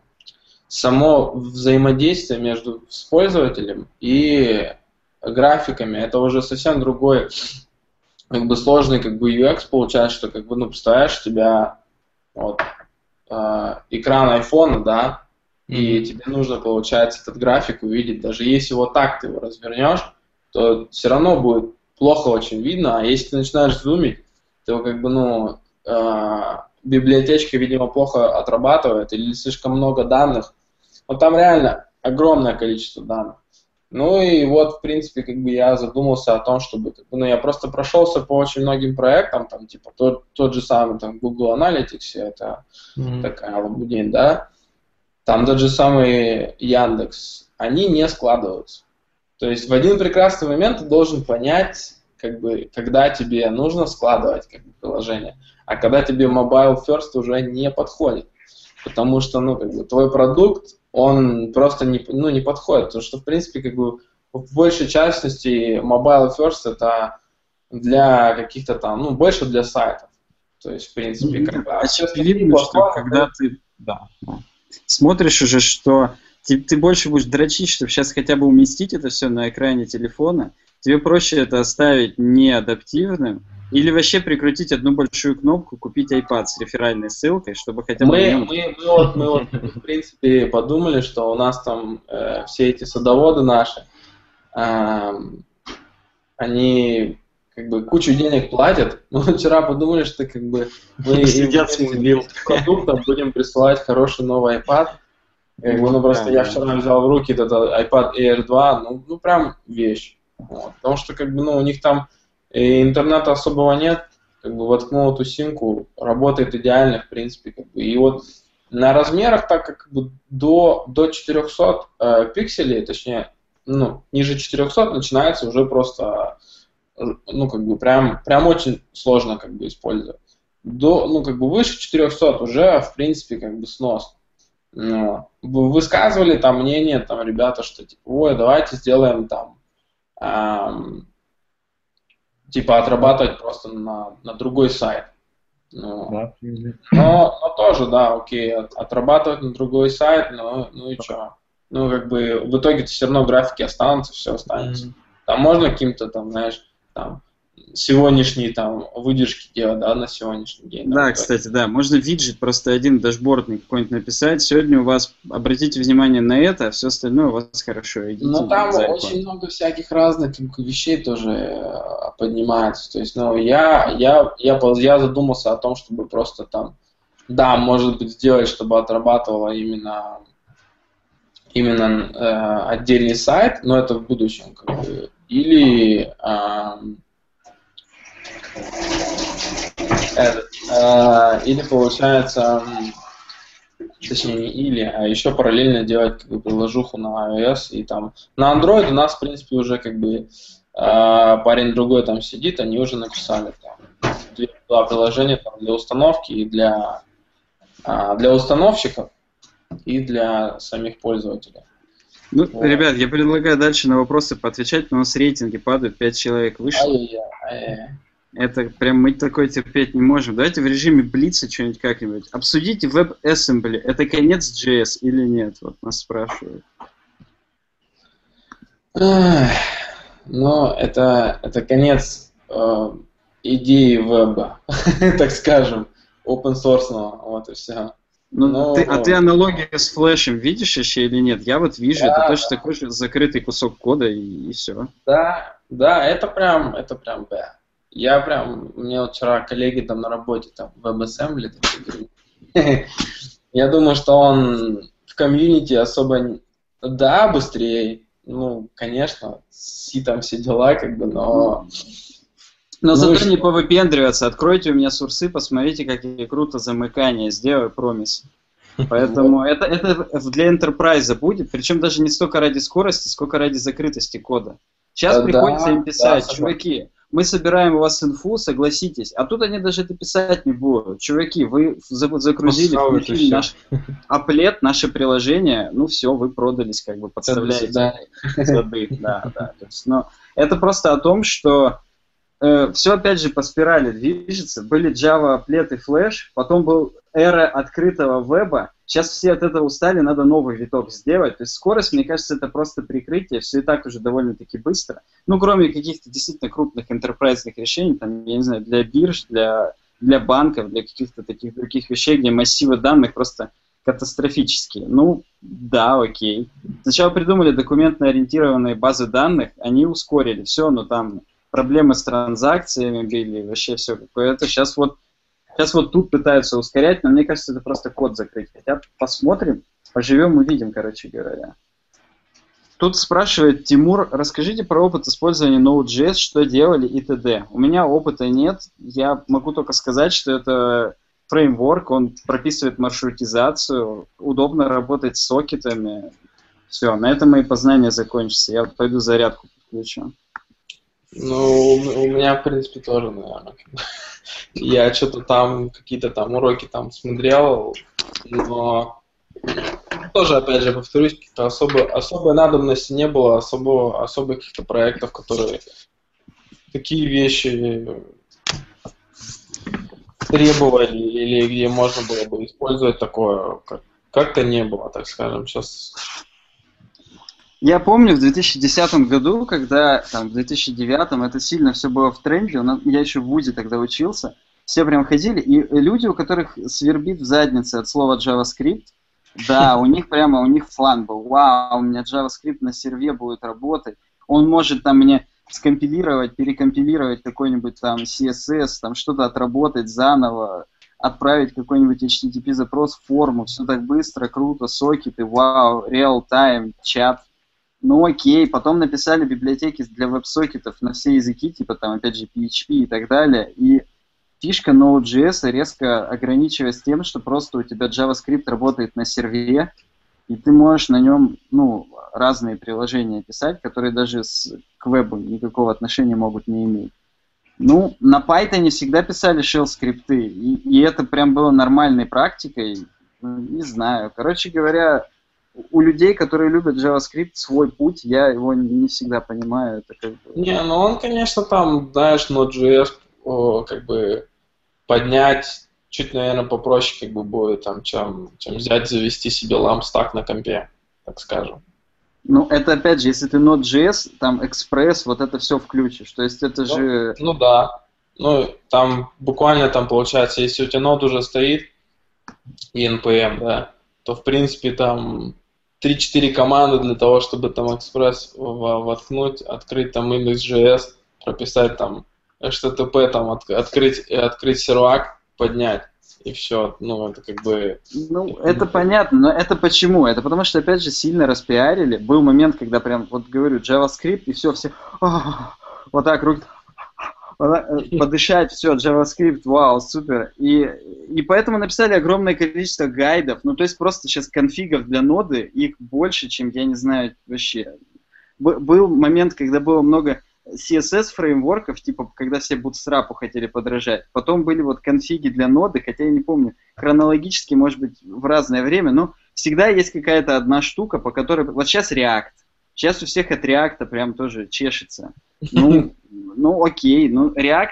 само взаимодействие между пользователем и графиками. Это уже совсем другой, как бы сложный как бы ю экс получается, что как бы, ну, представляешь, у тебя вот, э, экран айфона, да, и тебе нужно, получается, этот график увидеть. Даже если вот так ты его развернешь, то все равно будет плохо очень видно. А если ты начинаешь зумить, то как бы, ну, э, библиотечка, видимо, плохо отрабатывает или слишком много данных. Вот там реально огромное количество данных. Ну и вот, в принципе, как бы я задумался о том, чтобы, как бы, ну, я просто прошелся по очень многим проектам, там, типа, тот, тот же самый, там, Google Analytics, это mm-hmm. такая лабудень, да. Там тот же самый Яндекс, они не складываются. То есть в один прекрасный момент ты должен понять, как бы, когда тебе нужно складывать как бы, приложение, а когда тебе mobile first уже не подходит. Потому что, ну, как бы, твой продукт, он просто не, ну, не подходит. Потому что, в принципе, как бы, в большей частности, mobile first это для каких-то там, ну, больше для сайтов. То есть, в принципе, как бы... Очевидно, что когда ты... Да, да. Смотришь уже, что ты, ты больше будешь дрочить, чтобы сейчас хотя бы уместить это все на экране телефона, тебе проще это оставить неадаптивным или вообще прикрутить одну большую кнопку, купить iPad с реферальной ссылкой, чтобы хотя бы... Мы, мы, мы, вот, мы вот, в принципе, подумали, что у нас там э, все эти садоводы наши, э, они... как бы кучу денег платят. Мы вчера подумали, что как бы мы им продуктом будем присылать хороший новый iPad. Как бы, ну просто я вчера взял в руки этот iPad Air два, ну, ну прям вещь. Вот. Потому что как бы ну у них там интернета особого нет, как бы воткнул эту симку, работает идеально, в принципе, как бы. И вот на размерах, так как, как бы до, до четырехсот э, пикселей, точнее, ну, ниже четырехсот начинается уже просто, ну, как бы, прям, прям очень сложно, как бы, использовать. До, ну, как бы, выше четырехсот уже, в принципе, как бы, сносно. Ну, высказывали там мнение, там, ребята, что, типа, ой, давайте сделаем там, эм, типа, отрабатывать просто на, на другой сайт. Ну, Да. но, но тоже, да, окей, от- отрабатывать на другой сайт, ну, ну и что? Ну, как бы, в итоге все равно графики останутся, все останется. Там можно каким-то, там, знаешь, там, сегодняшние, там, выдержки делать, да, на сегодняшний день. Да, там, кстати, да, можно виджет просто один дашбордный какой-нибудь написать. Сегодня у вас, обратите внимание на это, а все остальное у вас хорошо. Идите Ну, там за очень много всяких разных как бы, вещей тоже э, поднимается. То есть, ну, я, я, я, пол- я задумался о том, чтобы просто там, да, может быть, сделать, чтобы отрабатывало именно, именно э, отдельный сайт, но это в будущем, как бы. Или, ам, этот, э, или получается, м, точнее не или, а еще параллельно делать как бы приложуху на iOS и там на Android у нас в принципе уже как бы э, парень другой там сидит, они уже написали там две- два приложения там, для установки и для а, для установщиков и для самих пользователей. Ну, Вот. ребят, я предлагаю дальше на вопросы поотвечать, но у нас рейтинги падают, пять человек вышло. Ай-яй-яй, ай-яй-яй. Это прям мы такое терпеть не можем. Давайте в режиме блица что-нибудь как-нибудь. Обсудите WebAssembly. Это конец джей эс или нет? Вот нас спрашивают. Ах, Но это, это конец э, идеи веба, так скажем, open source, вот и все. Ну, Но- ты, а ты аналогию с флешем видишь еще или нет? Я вот вижу, Да, это точно такой же закрытый кусок кода и, все. Да, да, это прям, это прям, да. Я прям, мне вот вчера коллеги там на работе, там, WebAssembly, такие говорят. Я думаю, что он в комьюнити особо, не- да, быстрее, ну, конечно, си там все дела, как бы, но... Но Ну и зато что? не повыпендриваться. Откройте у меня сурсы, посмотрите, как я круто замыкание сделаю, промис. Поэтому это, это для enterprise будет, причем даже не столько ради скорости, сколько ради закрытости кода. Сейчас Да, приходится им да, писать, согласен. чуваки, мы собираем у вас инфу, согласитесь. А тут они даже это писать не будут. Чуваки, вы за- загрузили, Посрал это включили всё. наш аплет, наше приложение, ну все, вы продались, как бы подставляете свидания. зады. Да, да. То есть, но это просто о том, что все опять же по спирали движется. Были Java, Applet и Flash, потом был эра открытого веба. Сейчас все от этого устали, надо новый виток сделать. То есть скорость, мне кажется, это просто прикрытие, все и так уже довольно-таки быстро. Ну, кроме каких-то действительно крупных энтерпрайзных решений, там, я не знаю, для бирж, для, для банков, для каких-то таких других вещей, где массивы данных просто катастрофические. Ну, да, окей. Сначала придумали документно-ориентированные базы данных, они ускорили все, но там проблемы с транзакциями были, вообще все какое-то. Сейчас вот, сейчас вот тут пытаются ускорять, но мне кажется, это просто код закрыть. Хотя посмотрим, поживем, увидим, короче говоря. Тут спрашивает Тимур, расскажите про опыт использования Node.js, что делали и т.д. У меня опыта нет, я могу только сказать, что это фреймворк, он прописывает маршрутизацию, удобно работать с сокетами. Все, на этом мои познания закончатся. Я пойду зарядку подключу. Ну, у у меня, в принципе, тоже, наверное. Я что-то там, какие-то там уроки там смотрел, но тоже, опять же, повторюсь, каких-то особо, особой надобности не было, особо, особо каких-то проектов, которые такие вещи требовали или где можно было бы использовать такое, как- как-то не было, так скажем. Сейчас Я помню в две тысячи десятом году, когда там в две тысячи девятом это сильно все было в тренде, у нас- я еще в вузе тогда учился, все прям ходили, и люди, у которых свербит в заднице от слова JavaScript, да, у них прямо, у них флан был, вау, у меня JavaScript на серве будет работать, он может там мне скомпилировать, перекомпилировать какой-нибудь там си эс эс, там что-то отработать заново, отправить какой-нибудь эйч ти ти пи запрос в форму, все так быстро, круто, сокеты, вау, real-time, чат. Ну окей, потом написали библиотеки для веб-сокетов на все языки, типа там опять же пи эйч пи и так далее, и фишка Node.js резко ограничивается тем, что просто у тебя JavaScript работает на сервере, и ты можешь на нем, ну, разные приложения писать, которые даже с, к вебу никакого отношения могут не иметь. Ну, на Python всегда писали shell-скрипты, и, и это прям было нормальной практикой. Не знаю. Короче говоря, у людей, которые любят JavaScript, свой путь, я его не всегда понимаю. Это как бы... Не, ну он, конечно, там, знаешь, Node.js о, как бы поднять чуть, наверное, попроще как бы будет, там, чем, чем взять, завести себе ламп-стак на компе, так скажем. Ну, это опять же, если ты Node.js, там Express, вот это все включишь. То есть это Ну, же... ну да. Ну, там буквально там получается, если у тебя нод уже стоит, и эн пи эм, да, то в принципе там три-четыре команды для того, чтобы там Express в- воткнуть, открыть там index.js, прописать там эйч ти ти пи, там от- открыть, э, открыть сервак, поднять, и все. Ну, это как бы... Ну, это понятно, но это почему? Это потому что, опять же, сильно распиарили. Был момент, когда прям, вот говорю, JavaScript, и все, все, «Ах», вот так руки, вот так, э, подышать, все, JavaScript, вау, супер. И, и поэтому написали огромное количество гайдов. Ну, то есть просто сейчас конфигов для ноды, их больше, чем, я не знаю, вообще. Б- был момент, когда было много си эс эс фреймворков, типа, когда все Bootstrap хотели подражать. Потом были вот конфиги для ноды, хотя я не помню, хронологически, может быть, в разное время, но всегда есть какая-то одна штука, по которой... Вот сейчас React. Сейчас у всех от React прям тоже чешется. Ну, ну окей, ну React...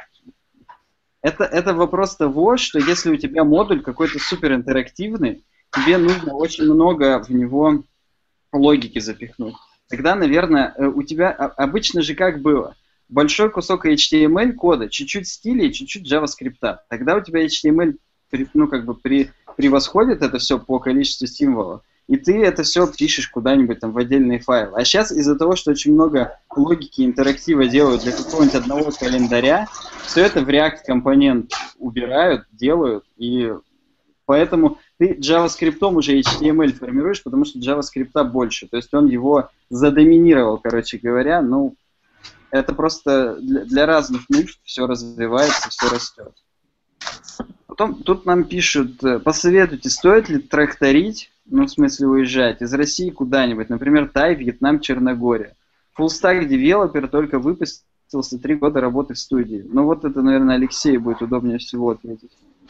Это, это вопрос того, что если у тебя модуль какой-то суперинтерактивный, тебе нужно очень много в него логики запихнуть. Тогда, наверное, э, у тебя а- обычно же как было? Большой кусок эйч ти эм эль кода, чуть-чуть стилей, чуть-чуть JavaScript. Тогда у тебя эйч ти эм эль при- ну, как бы при- превосходит это все по количеству символов, и ты это все пишешь куда-нибудь там в отдельный файл. А сейчас из-за того, что очень много логики и интерактива делают для какого-нибудь одного календаря, все это в React компонент убирают, делают, и поэтому ты JavaScript уже эйч ти эм эль формируешь, потому что JavaScript больше. То есть он его задоминировал, короче говоря. Ну, это просто для, для разных нужд все развивается, все растет. Потом тут нам пишут, э, посоветуйте, стоит ли тракторить, ну, в смысле уезжать, из России куда-нибудь, например, Тай, Вьетнам, Черногория. Full-stack девелопер только выпустился, три года работы в студии. Ну, вот это, наверное, Алексею будет удобнее всего ответить.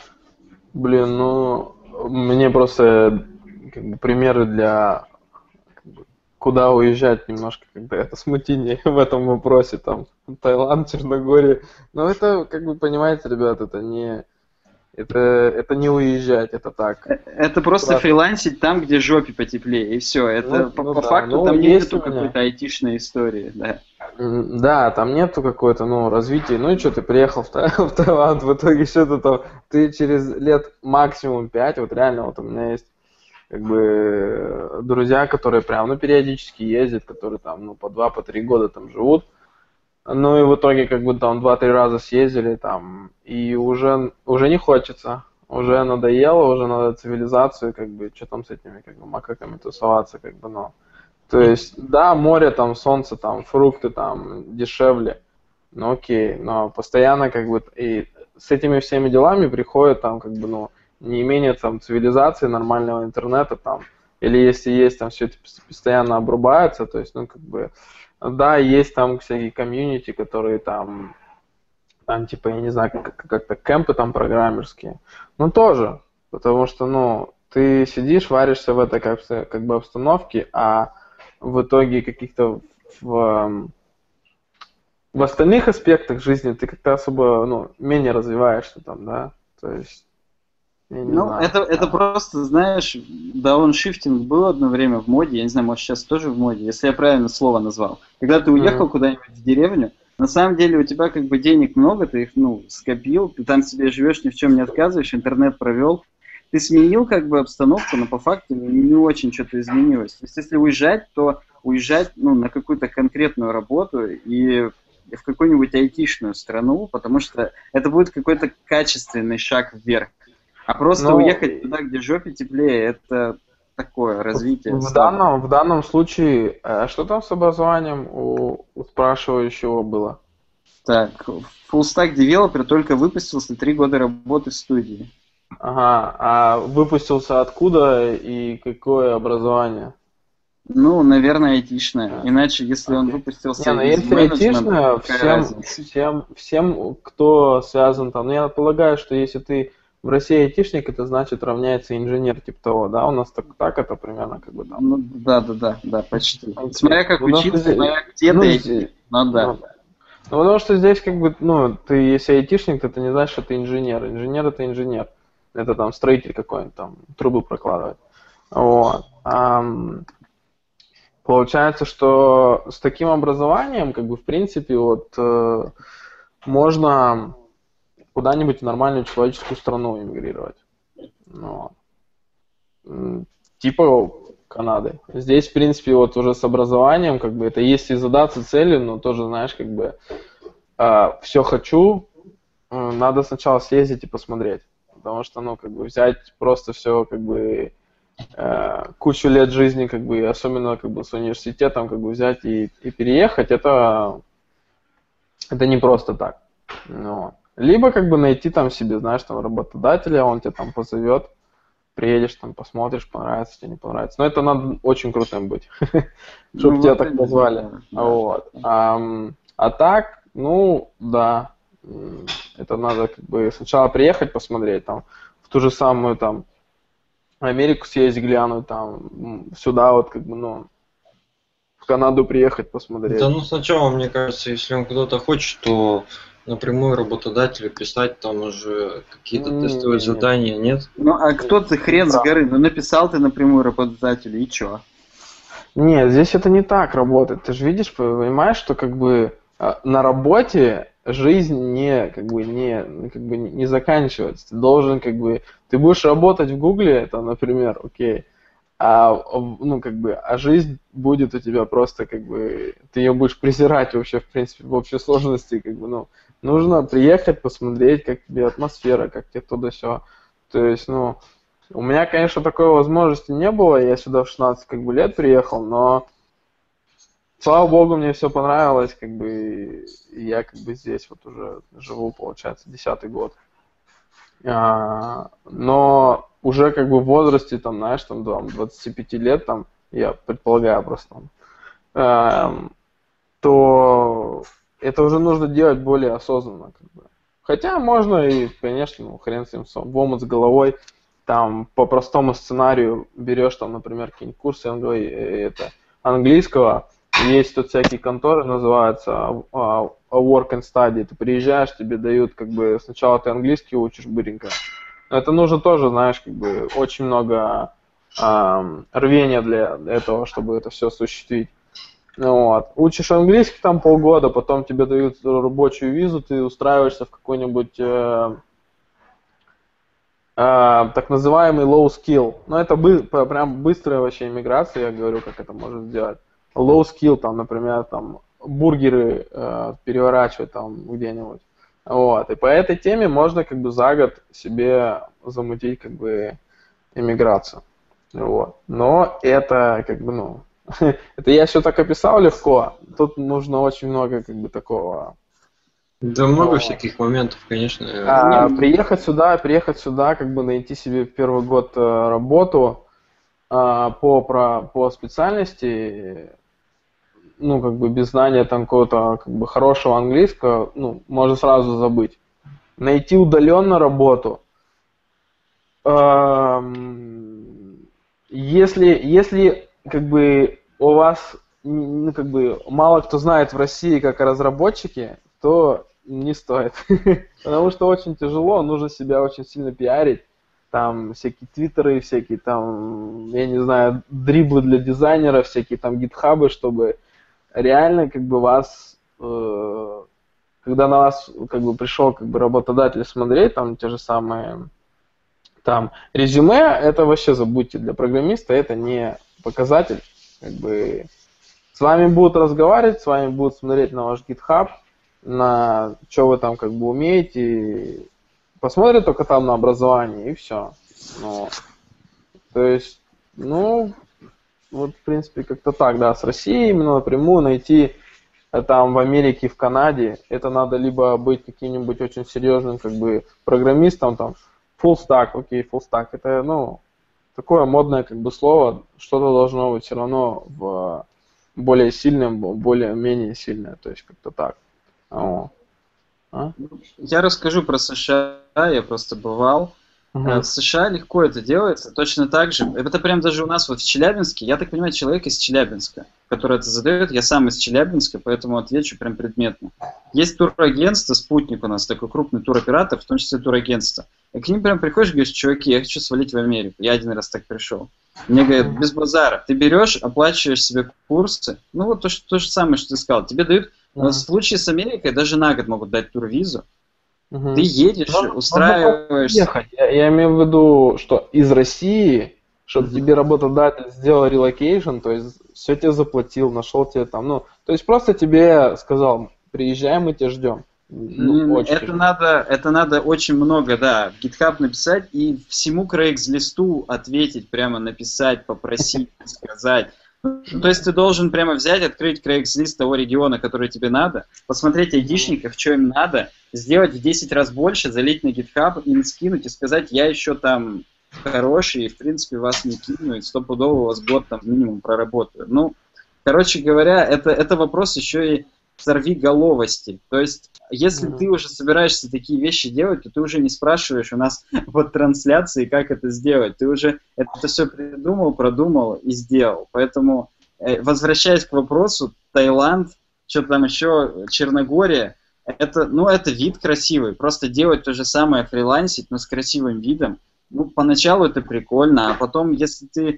Блин, ну, мне просто как бы, примеры для как бы, куда уезжать немножко, когда это смутение в этом вопросе, там, Таиланд, Черногория. Но это, как вы понимаете, ребят, это не, это, это не уезжать, это так. Э, Это просто Классно. фрилансить там, где жопе потеплее, и все. Это Ну, по, ну по да, факту ну, там есть нету у меня. какой-то айтишной истории, да. М, Да, там нету какой-то, ну, развития. Ну и что, ты приехал в, Та- в Таиланд, в итоге что-то там, ты через лет максимум пять, вот реально, вот у меня есть как бы э, друзья, которые прям, ну, периодически ездят, которые там, ну, по два, по три года там живут. Ну и в итоге как бы там два-три раза съездили там, и уже, уже не хочется, уже надоело, уже надо цивилизацию, как бы, что там с этими, как бы, макаками тусоваться, как бы, ну. То есть, да, море, там, солнце, там, фрукты, там, дешевле, ну окей, но постоянно, как бы, и с этими всеми делами приходит, там, как бы, ну, не имение, там, цивилизации, нормального интернета, там, или если есть, там, все это постоянно обрубается, то есть, ну, как бы, да, есть там всякие комьюнити, которые там, там типа, я не знаю, как- как-то кемпы там программерские. Ну, тоже, потому что, ну, ты сидишь, варишься в этой как, бы- как бы обстановке, а в итоге каких-то в, эм, в остальных аспектах жизни ты как-то особо, ну, менее развиваешься там, да, то есть, я не Ну, знаю. это, это просто, знаешь, дауншифтинг был одно время в моде, я не знаю, может сейчас тоже в моде, если я правильно слово назвал. Когда ты уехал Мгм. куда-нибудь в деревню, на самом деле у тебя как бы денег много, ты их, ну, скопил, ты там себе живешь, ни в чем не отказываешь, интернет провел, ты сменил как бы обстановку, но по факту не очень что-то изменилось. То есть если уезжать, то уезжать, ну, на какую-то конкретную работу и в какую-нибудь айтишную страну, потому что это будет какой-то качественный шаг вверх. А просто Ну, уехать туда, где жопе теплее, это такое развитие В слабое. данном, в данном случае, э, что там с образованием у, у спрашивающего было? Так, Full Stack Developer только выпустился, три года работы в студии. Ага, а выпустился откуда и какое образование? Ну, наверное, айтишное. Иначе, если он Окей. выпустился Не, ну из если менеджмента, айтишное, какая всем, разница? всем, всем, кто связан там, ну я полагаю, что если ты в России айтишник, это значит равняется инженер, типа того, да, у нас так, так это примерно как бы там. Ну, да, да, да, да, почти. Окей. Смотря как Ну, потому что учиться, здесь- смотря где ну, ты здесь- айтишник, ну да. ну, Ну, потому что здесь как бы, ну, ты если айтишник, то ты не знаешь, что ты инженер. Инженер это инженер. Это там строитель какой-нибудь, там, трубы прокладывает. Вот. Ам, получается, что с таким образованием, как бы, в принципе, вот, э, можно куда-нибудь в нормальную человеческую страну эмигрировать. Ну, м, типа Канады. Здесь, в принципе, вот уже с образованием, как бы, это если задаться целью, но тоже, знаешь, как бы, Uh, все хочу, uh, надо сначала съездить и посмотреть. Потому что, ну, как бы взять просто все, как бы, uh, кучу лет жизни, как бы, особенно, как бы, с университетом, как бы, взять и, и переехать, это, это не просто так. Ну, либо, как бы, найти там себе, знаешь, там, работодателя, он тебя там позовет, приедешь, там, посмотришь, понравится тебе, не понравится. Но это надо очень крутым быть, чтобы тебя так позвали. Вот. А так, ну, да, это надо как бы сначала приехать посмотреть, там, в ту же самую, там, Америку съездить, глянуть, там, сюда вот, как бы, ну, в Канаду приехать посмотреть. Да, ну, сначала, мне кажется, если он куда-то хочет, то напрямую работодателю писать, там уже какие-то Не, тестовые не, не. задания, нет? Ну, а кто ты хрен с горы? Ну, написал ты напрямую работодателю, и чё? Нет, здесь это не так работает. Ты же видишь, понимаешь, что как бы а, на работе жизнь не как бы не как бы не заканчивается. Ты должен как бы ты будешь работать в Гугле, это, например, окей, а ну как бы а жизнь будет у тебя просто как бы ты ее будешь презирать вообще в принципе в общей сложности как бы ну нужно приехать посмотреть, как тебе атмосфера, как тебе туда все. То есть ну у меня, конечно, такой возможности не было, я сюда в шестнадцать как бы лет приехал, но слава богу, мне все понравилось, как бы, и я как бы здесь вот уже живу, получается, десятый год. А, но уже как бы в возрасте, там, знаешь, там, двадцати пяти лет, там, я предполагаю просто, там, а, то это уже нужно делать более осознанно, как бы. Хотя можно и, конечно, ну, хрен с ним, в омут с головой, там, по простому сценарию берешь, там, например, какие-нибудь курсы англи... это, английского, есть тут всякие конторы, называются uh, work and study. Ты приезжаешь, тебе дают, как бы, сначала ты английский учишь быренько. Но это нужно тоже, знаешь, как бы, очень много uh, рвения для этого, чтобы это все осуществить. Вот. Учишь английский там полгода, потом тебе дают рабочую визу, ты устраиваешься в какой-нибудь uh, uh, так называемый low skill. Но это бы, прям быстрая вообще иммиграция, я говорю, как это можно сделать. Low skill, там, например, там, бургеры э, переворачивать там где-нибудь. Вот. И по этой теме можно как бы за год себе замутить как бы иммиграцию. Вот. Но это как бы, ну, это я все так описал легко. Тут нужно очень много как бы такого. Да много всяких моментов, конечно. А, приехать сюда, приехать сюда, как бы найти себе в первый год э, работу э, по, про, по специальности, ну, как бы без знания там какого-то как бы хорошего английского, ну, можно сразу забыть. Найти удаленно работу. Если, если как бы у вас, ну, как бы мало кто знает в России как разработчики, то не стоит. Потому что очень тяжело, нужно себя очень сильно пиарить. Там всякие твиттеры, всякие там, я не знаю, дриблы для дизайнеров, всякие там гитхабы, чтобы реально как бы вас, э, когда на вас как бы пришел как бы работодатель смотреть, там те же самые там резюме, это вообще забудьте, для программиста это не показатель, как бы с вами будут разговаривать, с вами будут смотреть на ваш GitHub, на что вы там как бы умеете, посмотрят только там на образование и все. Ну, то есть, ну, вот, в принципе, как-то так, да, с Россией именно напрямую найти там в Америке, в Канаде, это надо либо быть каким-нибудь очень серьезным как бы программистом, там, full stack, окей, full stack, это, ну, такое модное как бы слово, что-то должно быть все равно в более сильным, более-менее сильное, то есть как-то так. О. А? Я расскажу про США, я просто бывал. Угу. В США легко это делается, точно так же. Это прям даже у нас вот в Челябинске, я так понимаю, человек из Челябинска, который это задает, я сам из Челябинска, поэтому отвечу прям предметно. Есть турагентство, «Спутник» у нас, такой крупный туроператор, в том числе турагентство. И к ним прям приходишь и говоришь: чуваки, я хочу свалить в Америку. Я один раз так пришел. Мне говорят: без базара. Ты берешь, оплачиваешь себе курсы. Ну вот то, что, то же самое, что ты сказал. Тебе дают, в случае с Америкой даже на год могут дать турвизу. Угу. Ты едешь, ну, устраиваешься. Ехать. Я, я имею в виду, что из России, чтобы угу. тебе работодатель сделал релокейшн, то есть все тебе заплатил, нашел тебе там, ну, то есть просто тебе сказал: приезжай, мы тебя ждем. Ну, это надо, это надо очень много, да, в GitHub написать и всему Craigslist ответить, прямо написать, попросить, сказать. Ну, то есть ты должен прямо взять, открыть Craigslist того региона, который тебе надо, посмотреть айдишников, что им надо, сделать в десять раз больше, залить на GitHub, им скинуть и сказать: я еще там хороший, и в принципе вас не кину, и стопудово у вас год там минимум проработаю. Ну, короче говоря, это, это вопрос еще и сорвиголовости. То есть, если mm-hmm. ты уже собираешься такие вещи делать, то ты уже не спрашиваешь у нас под трансляцией, как это сделать. Ты уже это все придумал, продумал и сделал. Поэтому, возвращаясь к вопросу, Таиланд, что там еще, Черногория, это, ну, это вид красивый. Просто делать то же самое, фрилансить, но с красивым видом, ну, поначалу это прикольно, а потом, если ты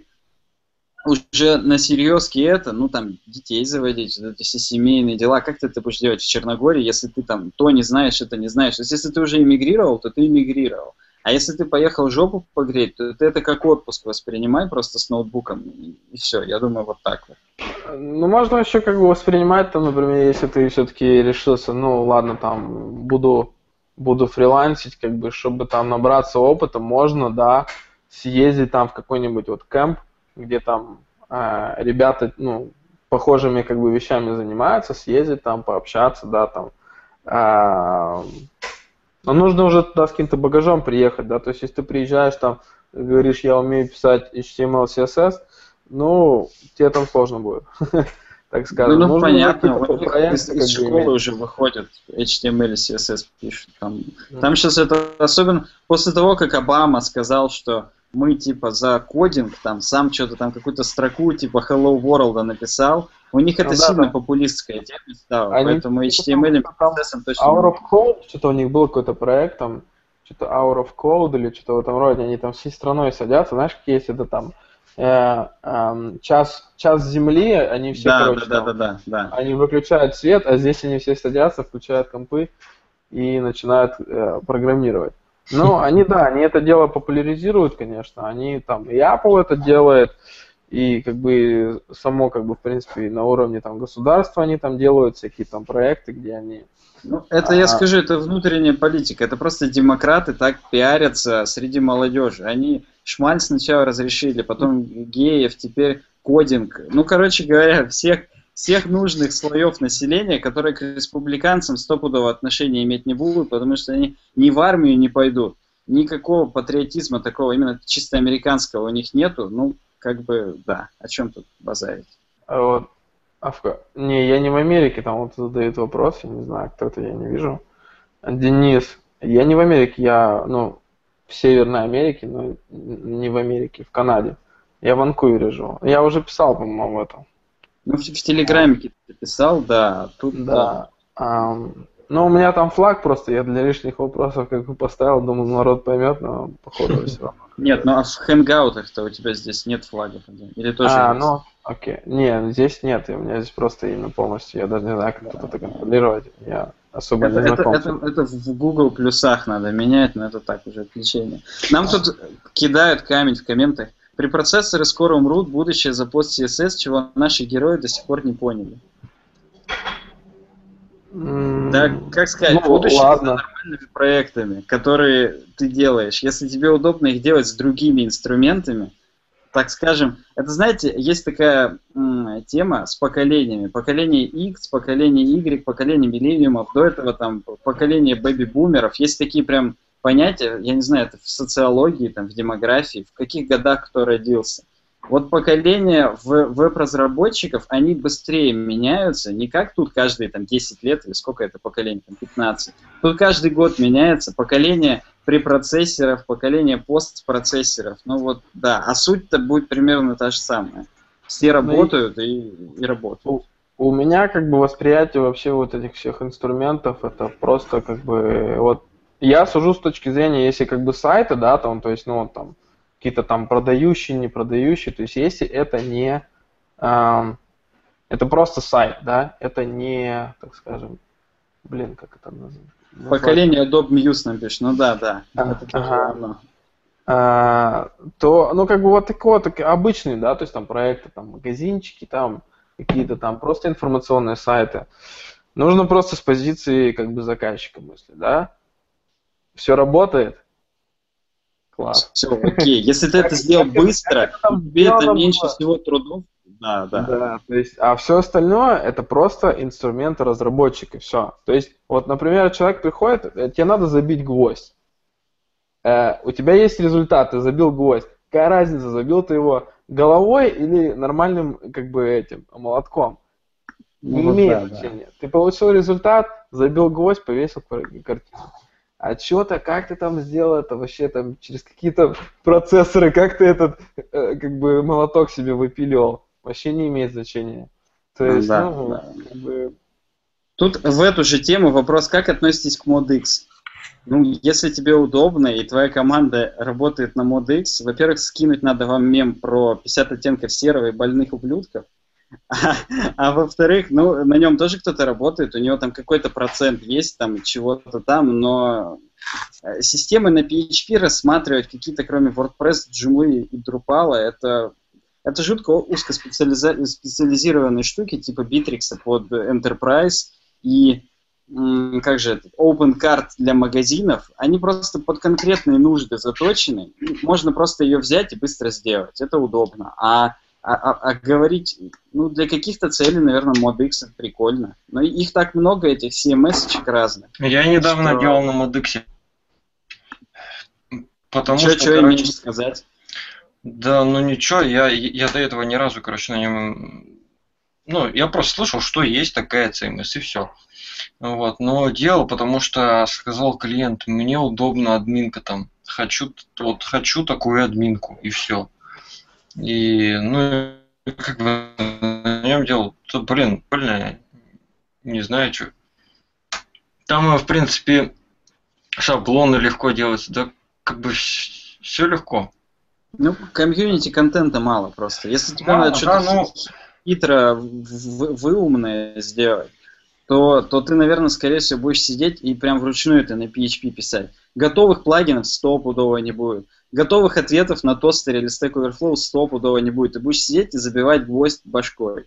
уже на серьезке это, ну, там, детей заводить, вот эти все семейные дела, как ты это будешь делать в Черногории, если ты там то не знаешь, это не знаешь. То есть, если ты уже эмигрировал, то ты эмигрировал. А если ты поехал жопу погреть, то ты это как отпуск воспринимай просто с ноутбуком, и, и все. Я думаю, вот так вот. Ну, можно еще как бы воспринимать, там, например, если ты все-таки решился, ну, ладно, там, буду, буду фрилансить, как бы, чтобы там набраться опыта, можно, да, съездить там в какой-нибудь вот кемп, где там э, ребята, ну, похожими как бы вещами занимаются, съездить там, пообщаться, да, там. Э, но нужно уже туда с каким-то багажом приехать, да, то есть если ты приезжаешь там, говоришь: я умею писать эйч ти эм эл, си эс эс, ну, тебе там сложно будет, так скажем. Ну, ну понятно, вот из, из школы иметь. Уже выходят, эйч ти эм эл и си эс эс пишут. Там, mm-hmm. там сейчас это, особенно после того, как Обама сказал, что мы типа за кодинг, там сам что-то там какую-то строку типа Hello World написал, у них это ну, сильно да, популистская тема стала, они, поэтому эйч ти эм эл процессом точно... Hour of Code, что-то у них был какой-то проект, там, что-то Hour of Code или что-то в этом роде, они там всей страной садятся, знаешь, какие есть это там э, э, час, час земли, они все, да, короче, да, там, да, да, да. они выключают свет, а здесь они все садятся, включают компы и начинают э, программировать. Ну, они, да, они это дело популяризируют, конечно, они там, и Apple это делает, и как бы само, как бы, в принципе, на уровне там государства они там делают всякие там проекты, где они... Ну, это, а, я скажу, это внутренняя политика, это просто демократы так пиарятся среди молодежи. Они шмаль сначала разрешили, потом геев, теперь кодинг. Ну, короче говоря, всех... всех нужных слоев населения, которые к республиканцам стопудово отношения иметь не будут, потому что они ни в армию не пойдут, никакого патриотизма такого, именно чисто американского у них нету, ну, как бы, да, о чем тут базарить? А вот, Авка, не, я не в Америке, там вот задают вопрос, я не знаю, кто-то, я не вижу. Денис, я не в Америке, я, ну, в Северной Америке, но не в Америке, в Канаде. Я в Ванкувере живу. Я уже писал, по-моему, это. Ну, в, в Телеграме ты писал, да. Тут, да. да. Um, ну, у меня там флаг просто, я для лишних вопросов как бы поставил, думаю, народ поймет, но походу все равно. Нет, ну а в хэнгаутах-то у тебя здесь нет флагов? Или тоже А, есть? ну, окей. Не, здесь нет, у меня здесь просто имя полностью, я даже не знаю, как тут это контролировать, я особо это, не знаком. Это, это, это в Google плюсах надо менять, но это так уже отвлечение. Нам тут кидают камень в комментах. Препроцессоры скоро умрут, будущее за пост си эс эс, чего наши герои до сих пор не поняли. Mm, да, как сказать, ну, будущее за нормальными проектами, которые ты делаешь. Если тебе удобно их делать с другими инструментами, так скажем, это, знаете, есть такая м, тема с поколениями. Поколение X, поколение Y, поколение миллениумов, до этого там поколение бэби-бумеров. Есть такие прям понятия, я не знаю, это в социологии, там, в демографии, в каких годах кто родился. Вот поколения веб-разработчиков, они быстрее меняются, не как тут каждые там, десять лет, или сколько это поколений, там, пятнадцать. Тут каждый год меняется поколение препроцессоров, поколение постпроцессоров. Ну вот, да, а суть-то будет примерно та же самая. Все работают и, и работают. У меня как бы восприятие вообще вот этих всех инструментов, это просто как бы, вот, я сужу с точки зрения, если как бы сайты, да, там, то есть, ну, там, какие-то там продающие, не продающие, то есть если это не, э, это просто сайт, да, это не, так скажем, блин, как это называется? Поколение Adobe Muse нам пишет, ну да, да, а, это ага. тоже а, то, ну, как бы вот такой вот обычный, да, то есть там проекты, там, магазинчики, там, какие-то там просто информационные сайты. Нужно просто с позиции, как бы, заказчика мыслить, да, все работает. Класс. Все, окей. Если ты это сделал быстро, тебе это меньше всего трудов. Да, да. Да, то есть, а все остальное это просто инструмент разработчика, все. То есть, вот, например, человек приходит, тебе надо забить гвоздь. Э, у тебя есть результат, ты забил гвоздь. Какая разница, забил ты его головой или нормальным, как бы, этим, молотком? Не Ну, имеет да, значения. Да. Ты получил результат, забил гвоздь, повесил картину. А что-то, как ты там сделал это вообще там через какие-то процессоры, как ты этот, э, как бы, молоток себе выпиливал, вообще не имеет значения. То есть, да, ну, да. как бы... Тут в эту же тему вопрос, как относитесь к ModX? Ну, если тебе удобно и твоя команда работает на ModX, во-первых, скинуть надо вам мем про пятьдесят оттенков серого и больных ублюдков, а, а во-вторых, ну, на нем тоже кто-то работает, у него там какой-то процент есть, там, чего-то там, но системы на пи эйч пи рассматривать какие-то, кроме WordPress, Joomla и Drupal, это, это жутко узкоспециализированные штуки, типа Bittrex под Enterprise и, как же это, OpenCart для магазинов, они просто под конкретные нужды заточены, можно просто ее взять и быстро сделать, это удобно, а А, а, а говорить, ну, для каких-то целей, наверное, ModX это прикольно. Но их так много, этих си эм эс-очек разных. Я недавно что... делал на ModX. Потому чё, что, чё короче... имеешь сказать? Да, ну ничего, я, я до этого ни разу, короче, на нем... Ну, я просто слышал, что есть такая си эм эс, и все. Вот, но делал, потому что сказал клиент, мне удобно админка там. Хочу, вот, хочу такую админку, и все. И, ну, как бы на нем делал, то, блин, блин, не знаю, что. Там, в принципе, шаблоны легко делаются, да, как бы все легко. Ну, комьюнити контента мало просто. Если тебе мало, надо да, что-то ну... хитро, вы, выумное сделать, то, то ты, наверное, скорее всего, будешь сидеть и прям вручную это на пи эйч пи писать. Готовых плагинов стопудово не будет. Готовых ответов на тостере или Stack Overflow стопудово не будет. Ты будешь сидеть и забивать гвоздь башкой.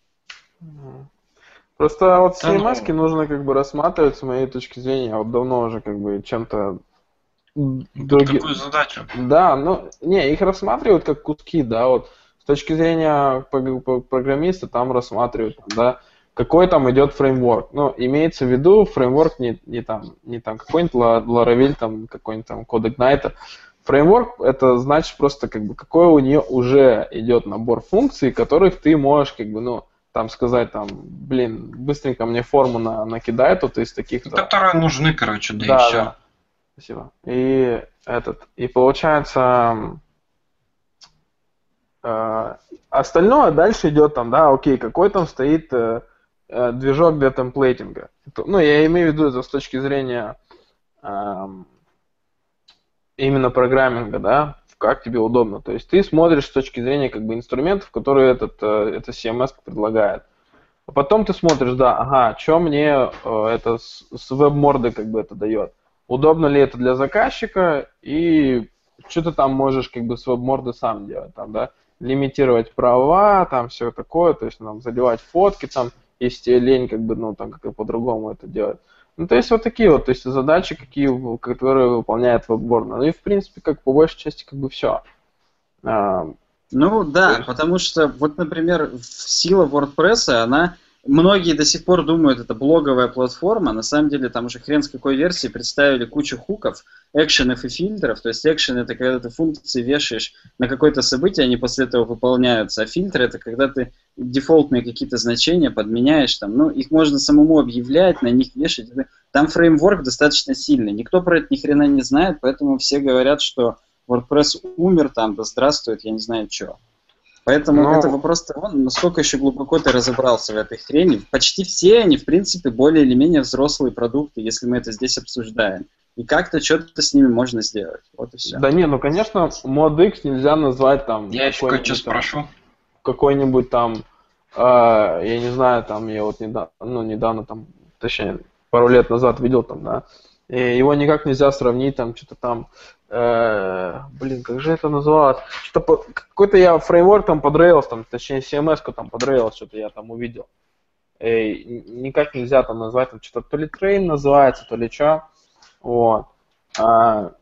Просто вот си эм эс-ки нужно как бы рассматривать с моей точки зрения. Вот давно уже как бы чем-то... Други... Такую задачу. Да, ну, не, их рассматривают как куски, да, вот. С точки зрения программиста там рассматривают, да, какой там идет фреймворк. Ну, имеется в виду фреймворк не, не там, не там какой-нибудь Laravel, там какой-нибудь там CodeIgniter. Фреймворк это значит просто как бы какой у нее уже идет набор функций, которых ты можешь как бы, ну, там сказать там, блин, быстренько мне форму на, накидай тут из таких-то. Которые нужны, короче, да, да и все. Да. Спасибо. И этот, и получается э, остальное дальше идет там, да, окей, какой там стоит э, э, движок для темплейтинга. Ну, я имею в виду это с точки зрения э, именно программинга, да, как тебе удобно. То есть ты смотришь с точки зрения как бы инструментов, которые этот, э, эта си эм эс предлагает. А потом ты смотришь, да, ага, что мне э, это с, с веб-мордой как бы это дает. Удобно ли это для заказчика, и что ты там можешь как бы с веб-морды сам делать, там, да, лимитировать права, там все такое, то есть там заливать фотки, там, если тебе лень, как бы, ну, там, как-то по-другому это делать. Ну, то есть вот такие вот, то есть задачи, какие, которые выполняет веб-борд. Ну и, в принципе, как по большей части, как бы все. Ну да, потому что, вот, например, сила WordPress, она, многие до сих пор думают, это блоговая платформа, на самом деле там уже хрен с какой версии представили кучу хуков, экшенов и фильтров, то есть экшен это когда ты функции вешаешь на какое-то событие, они после этого выполняются, а фильтры это когда ты дефолтные какие-то значения подменяешь, там, ну, их можно самому объявлять, на них вешать, там фреймворк достаточно сильный, никто про это ни хрена не знает, поэтому все говорят, что WordPress умер там, да здравствует, я не знаю что. Поэтому Но... это вопрос того, насколько еще глубоко ты разобрался в этой хрени. Почти все они, в принципе, более или менее взрослые продукты, если мы это здесь обсуждаем. И как-то что-то с ними можно сделать. Вот и все. Да не, ну конечно, ModX нельзя назвать там... Я еще кое-что спрошу. Какой-нибудь там, э, я не знаю, там я вот недавно, ну недавно там, точнее, пару лет назад видел там, да, и его никак нельзя сравнить, там, что-то там, э, блин, как же это называлось? Что-то какой-то я фреймворк там под Rails, там, точнее, си эм эс-ку там под Rails, что-то я там увидел. И никак нельзя там назвать, там, что-то то ли Train называется, то ли что. Вот. А,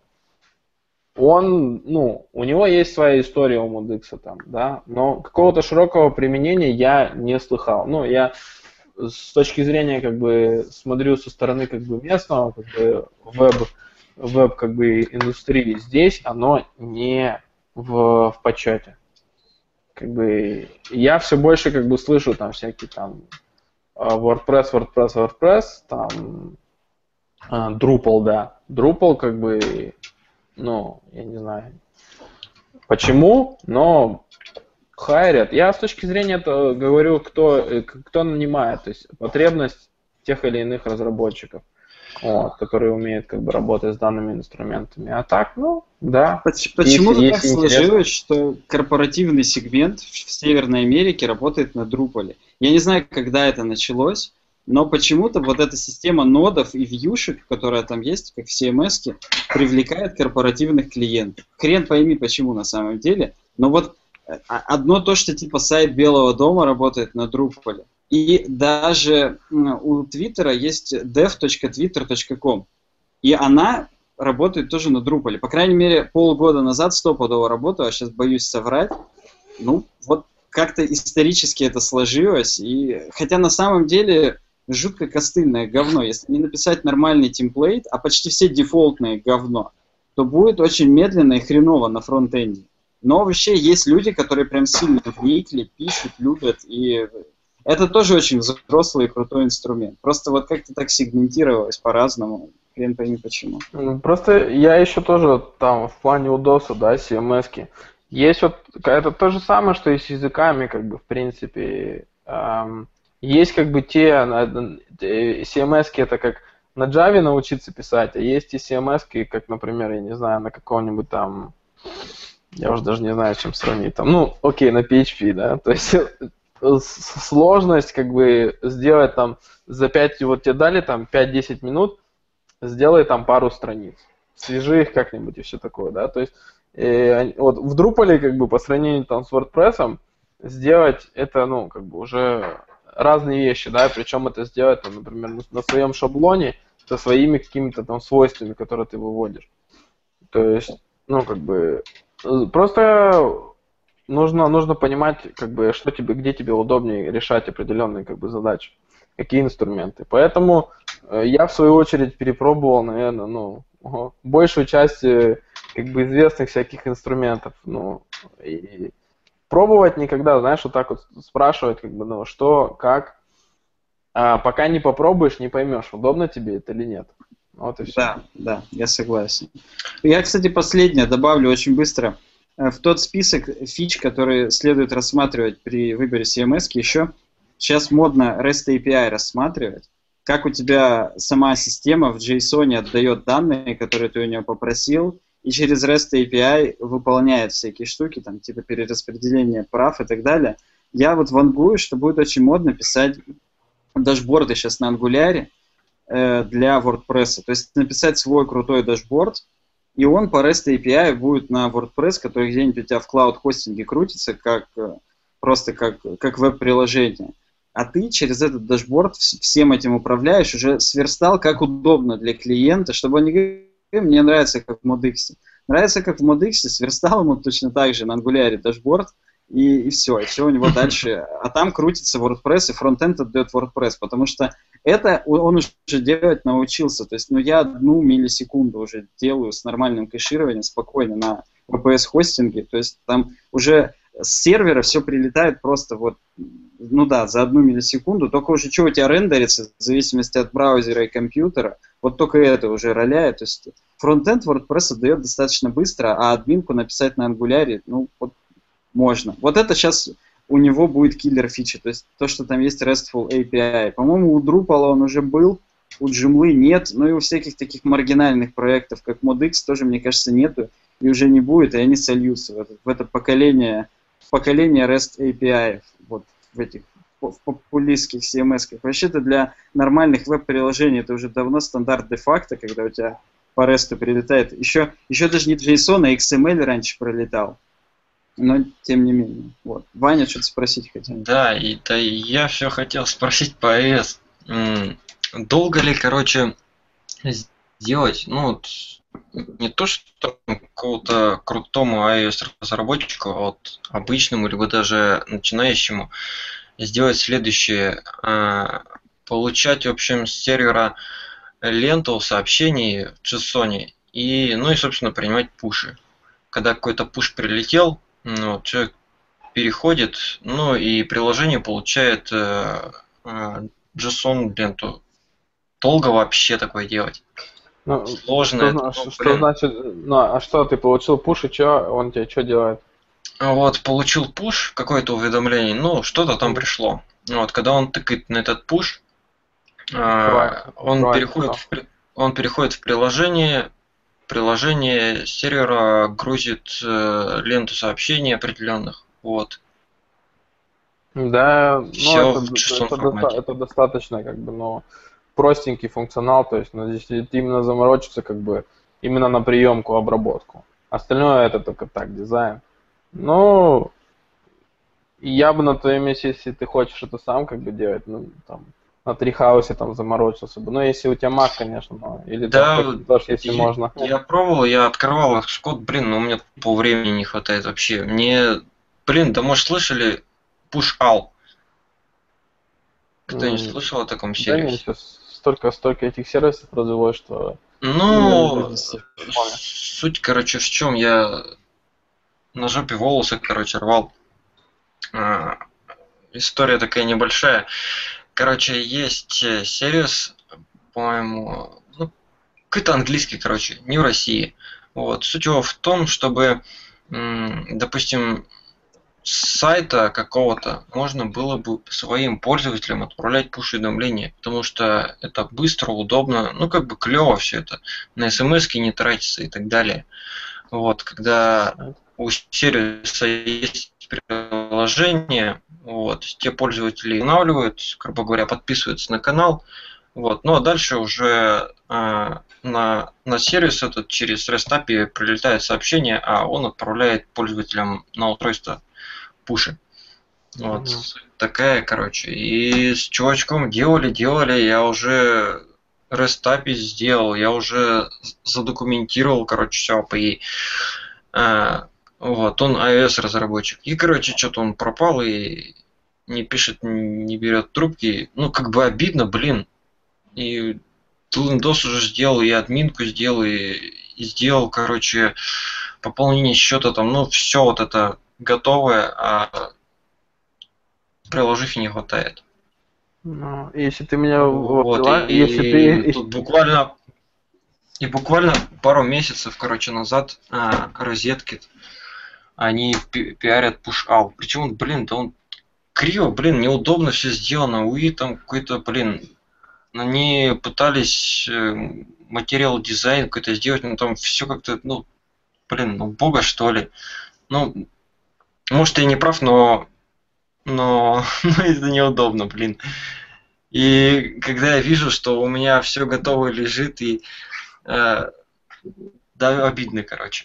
он, ну, у него есть своя история у ModX там, да, но какого-то широкого применения я не слыхал. Ну, я с точки зрения, как бы, смотрю со стороны, как бы, местного, как бы, веб, веб, как бы, индустрии, здесь оно не в, в почете. Как бы, я все больше, как бы, слышу там всякие там WordPress, WordPress, WordPress, там Drupal, да. Drupal, как бы, ну, я не знаю, почему, но хайрят. Я с точки зрения этого говорю, кто, кто нанимает, то есть потребность тех или иных разработчиков, вот, которые умеют как бы работать с данными инструментами. А так, ну, да. Почему-то так сложилось, что корпоративный сегмент в Северной Америке работает на Drupal. Я не знаю, когда это началось, но почему-то вот эта система нодов и вьюшек, которая там есть, как в си эм эс-ке, привлекает корпоративных клиентов. Хрен пойми, почему на самом деле. Но вот одно то, что типа сайт Белого дома работает на Drupal. И даже у Твиттера есть dev точка twitter точка com. И она работает тоже на Drupal. По крайней мере, полгода назад стопудово работала, а сейчас боюсь соврать. Ну, вот как-то исторически это сложилось. И хотя на самом деле жутко костыльное говно. Если не написать нормальный темплейт, а почти все дефолтные говно, то будет очень медленно и хреново на фронт-энде. Но вообще есть люди, которые прям сильно вникли, пишут, любят, и это тоже очень взрослый и крутой инструмент. Просто вот как-то так сегментировалось по-разному, хрен пойми почему. Просто я еще тоже там в плане удобства, да, си эм эс-ки. Есть вот, это то же самое, что и с языками, как бы, в принципе. Эм, есть как бы те, си эм эс-ки это как на Java научиться писать, а есть и си эм эс-ки, как, например, я не знаю, на каком-нибудь там, я уже даже не знаю, с чем сравнить, там, ну, окей, на пи эйч пи, да, то есть сложность, как бы, сделать там за пять, вот тебе дали там пять-десять минут, сделай там пару страниц, свяжи их как-нибудь и все такое, да, то есть э, вот в Drupal, как бы, по сравнению там с WordPress, сделать это, ну, как бы, уже разные вещи, да, причем это сделать, там, например, на своем шаблоне со своими какими-то там свойствами, которые ты выводишь. То есть, ну, как бы, просто нужно, нужно понимать, как бы, что тебе, где тебе удобнее решать определенные, как бы, задачи, какие инструменты. Поэтому я, в свою очередь, перепробовал, наверное, ну, большую часть, как бы, известных всяких инструментов, ну, и пробовать никогда, знаешь, вот так вот спрашивать, как бы, ну, что, как, а пока не попробуешь, не поймешь, удобно тебе это или нет. Вот и все. Да, да, я согласен. Я, кстати, последнее добавлю очень быстро. В тот список фич, которые следует рассматривать при выборе си эм эс-ки, еще сейчас модно REST эй пи ай рассматривать. Как у тебя сама система в JSON отдает данные, которые ты у нее попросил, и через REST эй пи ай выполняет всякие штуки, там, типа перераспределение прав и так далее. Я вот вангую, что будет очень модно писать дашборды сейчас на Angular э, для WordPress. То есть написать свой крутой дашборд, и он по REST эй пи ай будет на WordPress, который где-нибудь у тебя в клауд-хостинге крутится, как, просто как, как веб-приложение. А ты через этот дашборд всем этим управляешь, уже сверстал, как удобно для клиента, чтобы они говорили, мне нравится, как в ModX. Нравится, как в Modix, сверстал ему точно так же на Angular дашборд, и, и все, и все у него дальше. А там крутится WordPress, и фронтенд отдает WordPress, потому что это он уже делать научился. То есть, ну, я одну миллисекунду уже делаю с нормальным кэшированием спокойно на ви пи эс-хостинге. То есть, там уже с сервера все прилетает просто вот, ну да, за одну миллисекунду. Только уже что у тебя рендерится, в зависимости от браузера и компьютера, вот только это уже роляет. То есть, фронтенд WordPress отдает достаточно быстро, а админку написать на Angular, ну, вот можно. Вот это сейчас у него будет киллер фича, то есть то, что там есть RESTful эй пи ай. По-моему, у Drupal он уже был, у Joomla нет, но и у всяких таких маргинальных проектов, как Modix, тоже, мне кажется, нету и уже не будет, и они сольются в это, в это поколение, поколение REST эй пи ай, вот в этих в популистских си эм эс-ках. Вообще-то для нормальных веб-приложений это уже давно стандарт де-факто, когда у тебя по REST прилетает. Еще, еще даже не JSON, а икс эм эль раньше пролетал. Но тем не менее. Вот. Ваня что-то спросить хотел. Да, и да, я все хотел спросить по iOS. Долго ли, короче, сделать, ну, вот, не то, что какому-то крутому iOS-разработчику, а вот обычному, либо даже начинающему, сделать следующее. Получать, в общем, с сервера ленту сообщений в JSON и, ну и, собственно, принимать пуши. Когда какой-то пуш прилетел, ну, человек переходит, ну и приложение получает э, э, JSON ленту. Долго вообще такое делать? Ну, Сложно. Что, это, что, ну, что блин. значит, ну, а что, ты получил пуш, и что, он тебе что делает? Вот, получил пуш, какое-то уведомление, ну, что-то там Мгм. пришло. Вот, когда он тыкает на этот пуш, э, Открывает- он, открывает переходит что? в, при- он переходит в приложение, приложение сервера грузит э, ленту сообщений определенных. Вот. Да, ну Все это, в JSON это, доста- формате. это достаточно как бы, ну, простенький функционал, то есть, ну, здесь именно заморочиться как бы именно на приемку, обработку. Остальное это только так, дизайн. Ну, я бы на твоем месте, если ты хочешь это сам как бы делать, ну, там, на трихаусе там заморочился бы. Ну, если у тебя Mac, конечно, ну, или Да, там Hackintosh, если я, можно. я пробовал, я открывал Xcode, блин, но у меня по времени не хватает вообще. Мне, блин, да может слышали Push-All? Кто-нибудь М, слышал о таком Да нет, сервисе? сейчас столько, столько этих сервисов развелось, что Ну, Сервисы. суть, короче, в чем я на жопе волосы, короче, рвал. А, история такая небольшая. Короче, есть э, сервис, по-моему, ну, какой-то английский, короче, не в России. Вот. Суть его в том, чтобы, м, допустим, с сайта какого-то можно было бы своим пользователям отправлять пуш-уведомления, потому что это быстро, удобно, ну как бы клево все это, на смс-ки не тратится и так далее. Вот, когда у сервиса есть приложение, вот, те пользователи устанавливают, грубо говоря, подписываются на канал, вот, ну а дальше уже э, на, на сервис этот через REST эй пи ай прилетает сообщение, а он отправляет пользователям на устройство пуши. Вот Мгм. такая, короче. И с чувачком делали, делали, я уже REST эй пи ай сделал, я уже задокументировал, короче, все эй пи ай. А, вот, он iOS разработчик. И, короче, что-то он пропал и не пишет, не берет трубки. Ну, как бы обидно, блин. И Windows уже сделал, и админку сделал, и, и сделал, короче, пополнение счета там, ну, все вот это готовое, а приложухи не хватает. Ну, если ты меня вот, Вот, ла- и, если и ты, тут буквально и буквально пару месяцев, короче, назад а, розетки, они пи- пиарят push-out. Причем, блин, да он криво, блин, неудобно все сделано. УИ там какой-то, блин, они пытались э, материал дизайн какой-то сделать, но там все как-то, ну, блин, ну, бога что ли. Ну, может, я не прав, но, но, но это неудобно, блин. И когда я вижу, что у меня все готово лежит, и э, да, обидно, короче.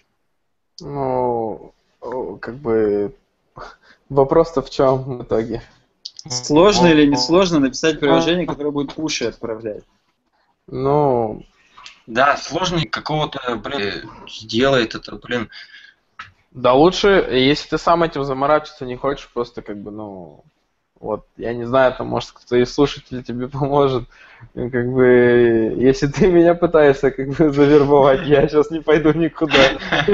ну, о, как бы, вопрос-то в чем в итоге? Сложно или не сложно написать приложение, которое будет пуши отправлять? Ну, Да, сложный какого-то, блин, сделает это, блин. Да лучше, если ты сам этим заморачиваться не хочешь, просто как бы, ну, вот, я не знаю, там, может, кто-то из слушателей тебе поможет. Ну, как бы, если ты меня пытаешься, как бы, завербовать, я сейчас не пойду никуда.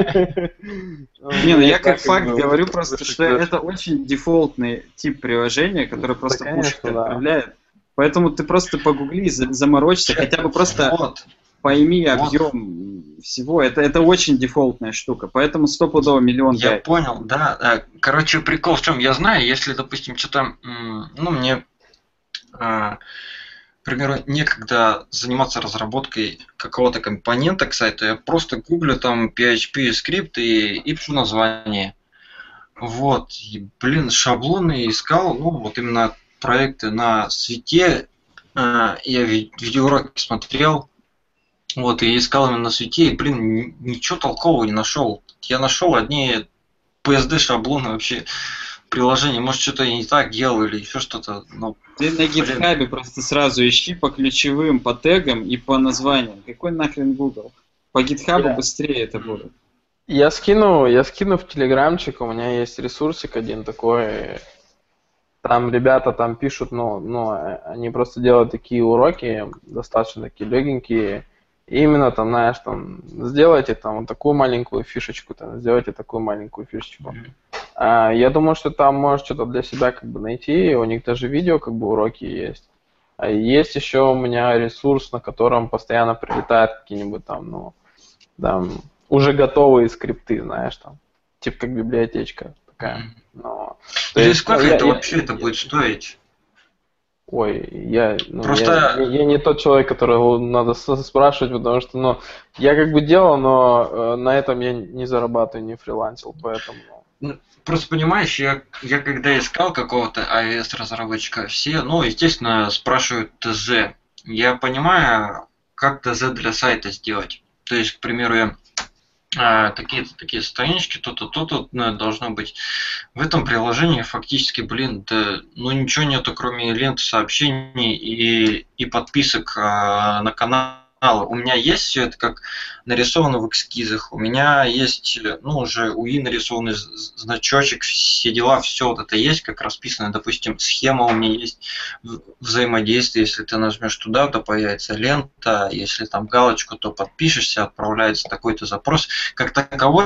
Не, ну я как факт говорю просто, что это очень дефолтный тип приложения, который просто пушит отправляет. Поэтому ты просто погугли, заморочься, хотя бы просто пойми объем всего. Это, это очень дефолтная штука, поэтому стопудово миллион. Я понял, да. Короче, прикол в чем? Я знаю, если, допустим, что-то, ну, мне, к примеру, некогда заниматься разработкой какого-то компонента к сайту, я просто гуглю там пи эйч пи скрипт и, и пишу название. Вот, и, блин, шаблоны искал, ну, вот именно проекты на свете, я видеоуроки смотрел, вот, и искал именно на свете, и, блин, ничего толкового не нашел. Я нашел одни пи эс ди шаблоны вообще приложения. Может, что-то я не так делал или еще что-то. Но, ты на GitHub просто сразу ищи по ключевым, по тегам и по названиям. Какой нахрен Google? По GitHub yeah. быстрее это будет. Я скину, я скину в телеграмчик, у меня есть ресурсик один такой. Там ребята там пишут, ну, ну, они просто делают такие уроки, достаточно такие легенькие. И именно там, знаешь, там, сделайте там вот такую маленькую фишечку, там, сделайте такую маленькую фишечку. Mm-hmm. А, я думаю, что там можешь что-то для себя как бы найти, у них даже видео как бы уроки есть. А есть еще у меня ресурс, на котором постоянно прилетают какие-нибудь там, ну, там, уже готовые скрипты, знаешь, там, типа как библиотечка такая. Mm-hmm. Но, и есть, сколько я, это я, вообще я, это будет стоить? Ой, я, ну, Просто... я, я не тот человек, которого надо спрашивать, потому что, ну, я как бы делал, но э, на этом я не зарабатываю, не фрилансил, поэтому... Ну, просто понимаешь, я, я когда искал какого-то ай о эс-разработчика, все, ну, естественно, спрашивают ТЗ. Я понимаю, как ТЗ для сайта сделать. То есть, к примеру, я такие-то такие странички, то-то, то-то ну, должно быть. В этом приложении фактически, блин, да, ну ничего нету, кроме лент сообщений и, и подписок а, на канал. У меня есть все это как нарисовано в эскизах. У меня есть, ну, уже ю ай нарисованный значочек, все дела, все вот это есть, как расписано. Допустим, схема у меня есть взаимодействие. Если ты нажмешь туда, то появится лента. Если там галочку, то подпишешься, отправляется такой-то запрос. Как таковой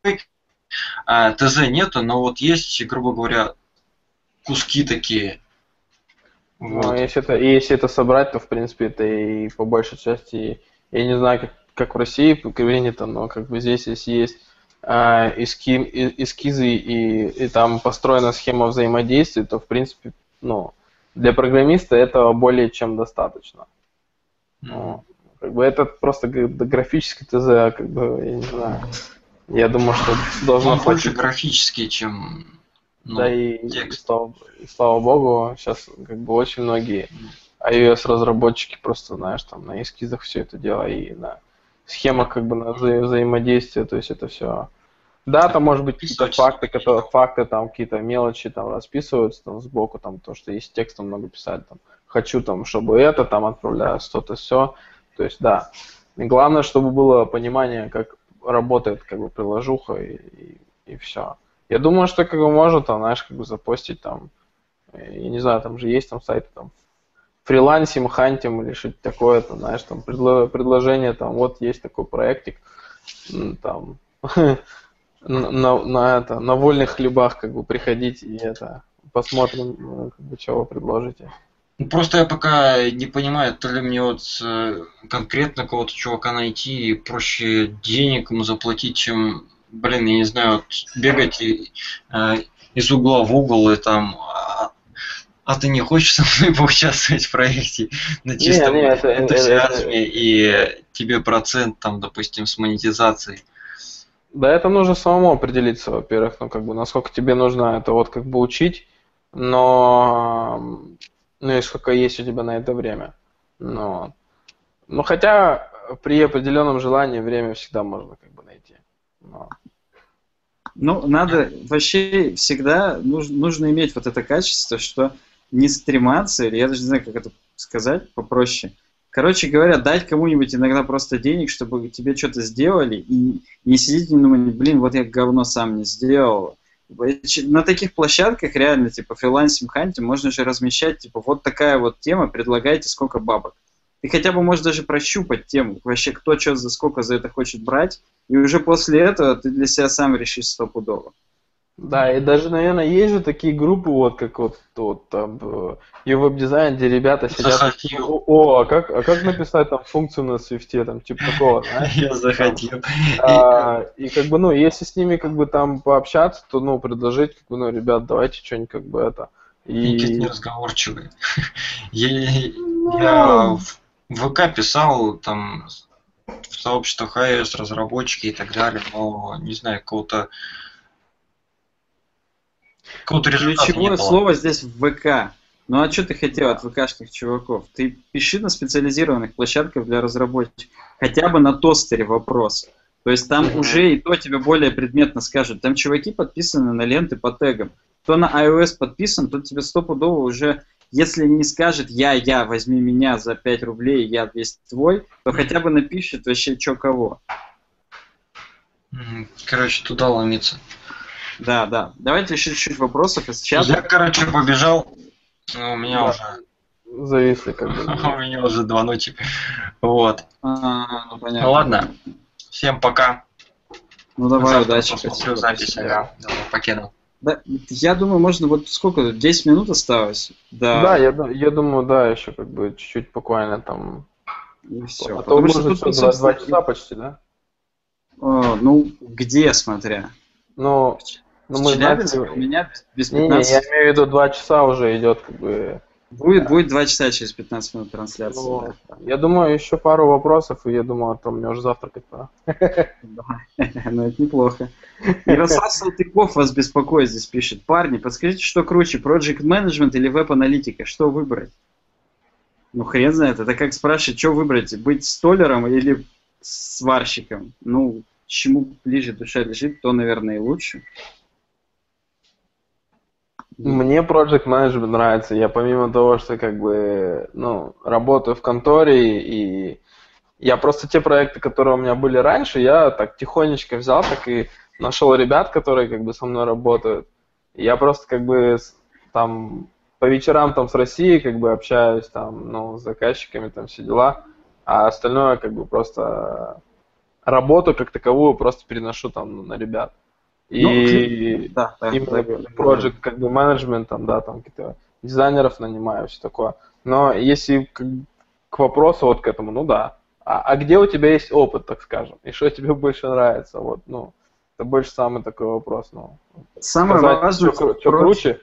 ТЗ нету, но вот есть, грубо говоря, куски такие. Вот. Ну, если это, если это собрать, то, в принципе, это и по большей части, я не знаю, как, как в России принято, но как бы здесь, если есть а, эски, эскизы и, и там построена схема взаимодействия, то, в принципе, ну, для программиста этого более чем достаточно. Mm-hmm. Ну, как бы это просто графический ТЗ, как бы, я не знаю. Я думаю, что должно Он больше графический, чем... Ну, да и, и, слава, и слава богу, сейчас как бы очень многие iOS-разработчики просто, знаешь, там на эскизах все это дело и на схемах как бы на вза- взаимодействие, то есть это все. Да, там может быть какие-то факты, которые, факты там какие-то мелочи там расписываются там сбоку, там то, что есть текстом много писать, там хочу там, чтобы это там отправляю, что-то все, то есть да. И главное, чтобы было понимание, как работает как бы приложуха и, и, и все. Я думаю, что как бы можно там, знаешь, как бы запостить там, я не знаю, там же есть там сайты там фрилансим, хантим или что-то такое, там, знаешь, там предло- предложение, там вот есть такой проектик, там на, на, на это на вольных хлебах как бы приходите и это посмотрим, как бы, что вы предложите. Просто я пока не понимаю, то ли мне вот конкретно какого-то чувака найти и проще денег ему заплатить, чем, блин, я не знаю, вот бегать и, э, из угла в угол и там, а, а ты не хочешь со мной поучаствовать в проекте на чистом не, не, это, энтузиазме это, и тебе процент там, допустим, с монетизацией. Да, это нужно самому определиться, во-первых, ну как бы насколько тебе нужно это вот как бы учить, но ну и сколько есть у тебя на это время. Но, ну хотя при определенном желании время всегда можно как бы найти. Но... Ну, надо вообще всегда нужно, нужно иметь вот это качество, что не стрематься, или я даже не знаю, как это сказать попроще, Короче говоря, дать кому-нибудь иногда просто денег, чтобы тебе что-то сделали, и не сидеть и не думать, блин, вот я говно сам не сделал. На таких площадках реально, типа, фрилансинг ханте можно же размещать, типа, вот такая вот тема, предлагайте сколько бабок. Ты хотя бы можешь даже прощупать тему, вообще кто что за сколько за это хочет брать, и уже после этого ты для себя сам решишь стопудово. Да, и даже, наверное, есть же такие группы, вот как вот, вот там и веб-дизайн, где ребята сидят, Захотел. о, о, а как, а как написать там функцию на свифте, там, типа такого, знаешь? Я захотел. А, и как бы, ну, если с ними как бы там пообщаться, то, ну, предложить, как бы, ну, ребят, давайте что-нибудь как бы это. И какие-то И, неразговорчивые. Я, я в ВК писал там в сообщество ХС, разработчики и так далее, но не знаю, какого-то какого-то результата не Ключевое было. слово здесь в ВК. Ну а что ты хотел от ВКшных чуваков? Ты пиши на специализированных площадках для разработчиков. Хотя бы на тостере вопрос. То есть там Мгм. уже и то тебе более предметно скажут. Там чуваки подписаны на ленты по тегам. Кто на iOS подписан, тот тебе стопудово уже, если не скажет «я, я, возьми меня за пять рублей, я весь твой», то хотя бы напишет вообще чё кого. М, Короче, туда ломиться. Да, да. Давайте еще чуть-чуть вопросов из Я, чата. короче, побежал. но У меня Да. уже зависли как бы. у меня уже два ночи. Вот. А, ну, понятно. Ну ладно. Всем пока. Ну давай, Завтра удачи. посмотрю спасибо, запись. спасибо. Ага. Давай, покину. Да, я думаю, можно вот сколько тут, десять минут осталось? Да, Да, я, ду- я думаю, да, еще как бы чуть-чуть буквально там. и все. А то Потому мы что уже тут, всё, ну, два, два собственно, часа почти, да? э, ну, где, смотря. Ну, ну В мы Челябинске у начали. меня без Не, не, я пятнадцати. имею в виду два часа уже идет как бы. Будет, будет два часа через пятнадцать минут трансляции. Ну, я думаю, еще пару вопросов, и я думаю, а то мне уже завтракать пора. Да. Ну, это неплохо. Ярослав Салтыков вас беспокоит, здесь пишет. Парни, подскажите, что круче, Project Management или веб-аналитика? Что выбрать? Ну, хрен знает. Это как спрашивать, что выбрать, быть столером или сварщиком? Ну, чему ближе душа лежит, то, наверное, и лучше. Мне Project Management нравится. Я помимо того, что как бы, ну, работаю в конторе, и я просто те проекты, которые у меня были раньше, я так тихонечко взял, так и нашел ребят, которые как бы со мной работают. И я просто как бы с- там по вечерам там с Россией как бы общаюсь там, ну, с заказчиками, там все дела, а остальное как бы просто работу как таковую просто переношу там на ребят. Ну, И Да, да, именно да, project как бы менеджмент, там, да, там какие-то дизайнеров нанимаю, все такое. Но если к, к вопросу вот к этому, ну да. А, а где у тебя есть опыт, так скажем? И что тебе больше нравится? Вот, ну, это больше самый такой вопрос. Ну, Самое сказать, важное, что, что про- круче?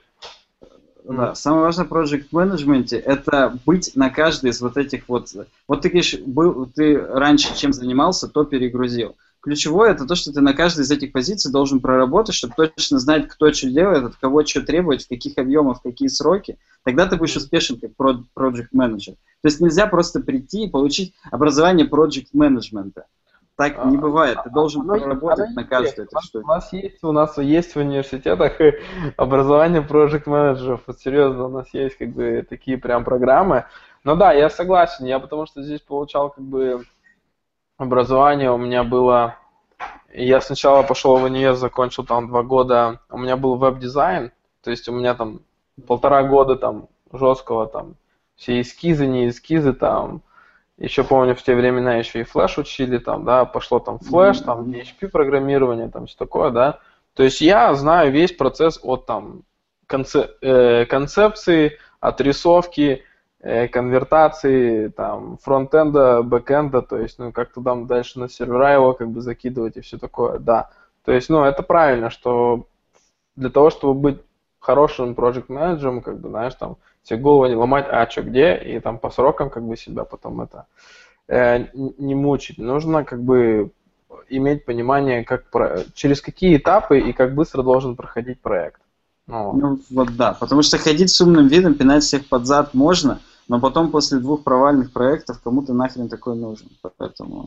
Да, самое важное в project менеджменте это быть на каждой из вот этих вот. Вот ты говоришь, был, ты раньше чем занимался, то перегрузил. Ключевое это то, что ты на каждой из этих позиций должен проработать, чтобы точно знать, кто что делает, от кого что требовать, в каких объемах, в какие сроки. Тогда ты будешь успешен как про- project менеджер. То есть нельзя просто прийти и получить образование project менеджмента. Так не бывает. Ты должен Оно- проработать оно на есть. каждой У этой нас- штуке. У нас есть, у нас есть в университетах образование project менеджеров. Вот серьезно, у нас есть как бы такие прям программы. Но да, я согласен, я потому что здесь получал как бы образование, у меня было. Я сначала пошел в универ, закончил там два года. У меня был веб-дизайн, то есть у меня там полтора года там жесткого там все эскизы, не эскизы там. Еще помню, в те времена еще и флеш учили, там, да, пошло там флеш, там, пи эйч пи программирование, там, все такое, да. То есть я знаю весь процесс от там конце- э, концепции, отрисовки, э, конвертации, там, фронтенда, бэкенда, то есть, ну, как туда дальше на сервера его как бы закидывать и все такое, да. То есть, ну, это правильно, что для того, чтобы быть хорошим project менеджером, как бы, знаешь, там, себе голову не ломать, а что, где, и там по срокам, как бы, себя потом это э, не мучить. Нужно, как бы, иметь понимание, как про... через какие этапы и как быстро должен проходить проект. Ну, Ну, вот да, потому что ходить с умным видом, пинать всех под зад можно, но потом после двух провальных проектов кому-то нахрен такой нужен. Поэтому...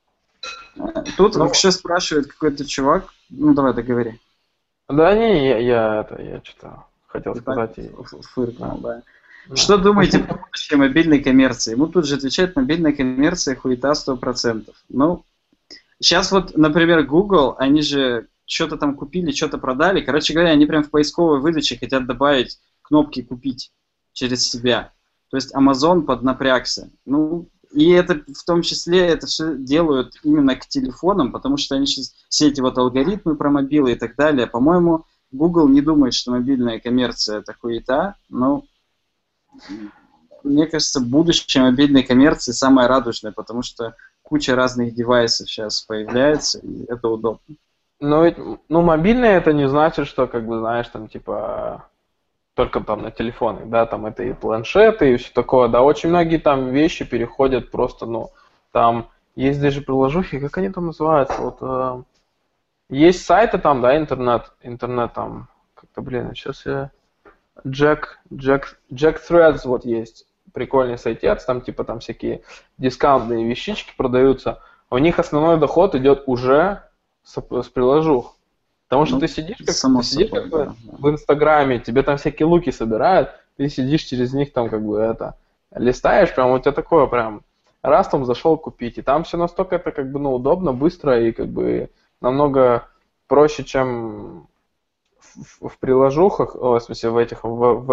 э, Тут Ну, еще спрашивает какой-то чувак, ну давай договори. да не, я, я это, я что-то хотел Ты сказать. так И... ф- фыркнул, да. Что думаете по будущей мобильной коммерции? Ему тут же отвечает: мобильная коммерция хуета сто процентов. Ну, сейчас вот, например, Google, они же что-то там купили, что-то продали. Короче говоря, они прям в поисковой выдаче хотят добавить кнопки «Купить» через себя. То есть Amazon поднапрягся. Ну, и это в том числе это все делают именно к телефонам, потому что они сейчас все эти вот алгоритмы про мобилы и так далее. По-моему, Google не думает, что мобильная коммерция это хуета, но мне кажется, будущее мобильной коммерции самое радужное, потому что куча разных девайсов сейчас появляется, и это удобно. Но ведь, ну, мобильное это не значит, что, как бы, знаешь, там, типа, только там на телефонах, да, там это и планшеты, и все такое, да, очень многие там вещи переходят просто, ну, там есть даже приложухи, как они там называются, вот, э, есть сайты там, да, интернет, интернет там, как-то, блин, сейчас я, Jack, Jack, Jack Threads вот есть, прикольный сайтец, там, типа, там всякие дискаунтные вещички продаются, у них основной доход идет уже с, с приложух. Потому что ну, ты сидишь, как, ты сидишь собой, как да, в, в Инстаграме, тебе там всякие луки собирают, ты сидишь через них там как бы это, листаешь, прям у тебя такое прям, раз там зашел купить, и там все настолько это как бы ну удобно, быстро и как бы намного проще, чем в, в приложухах, о, в смысле в этих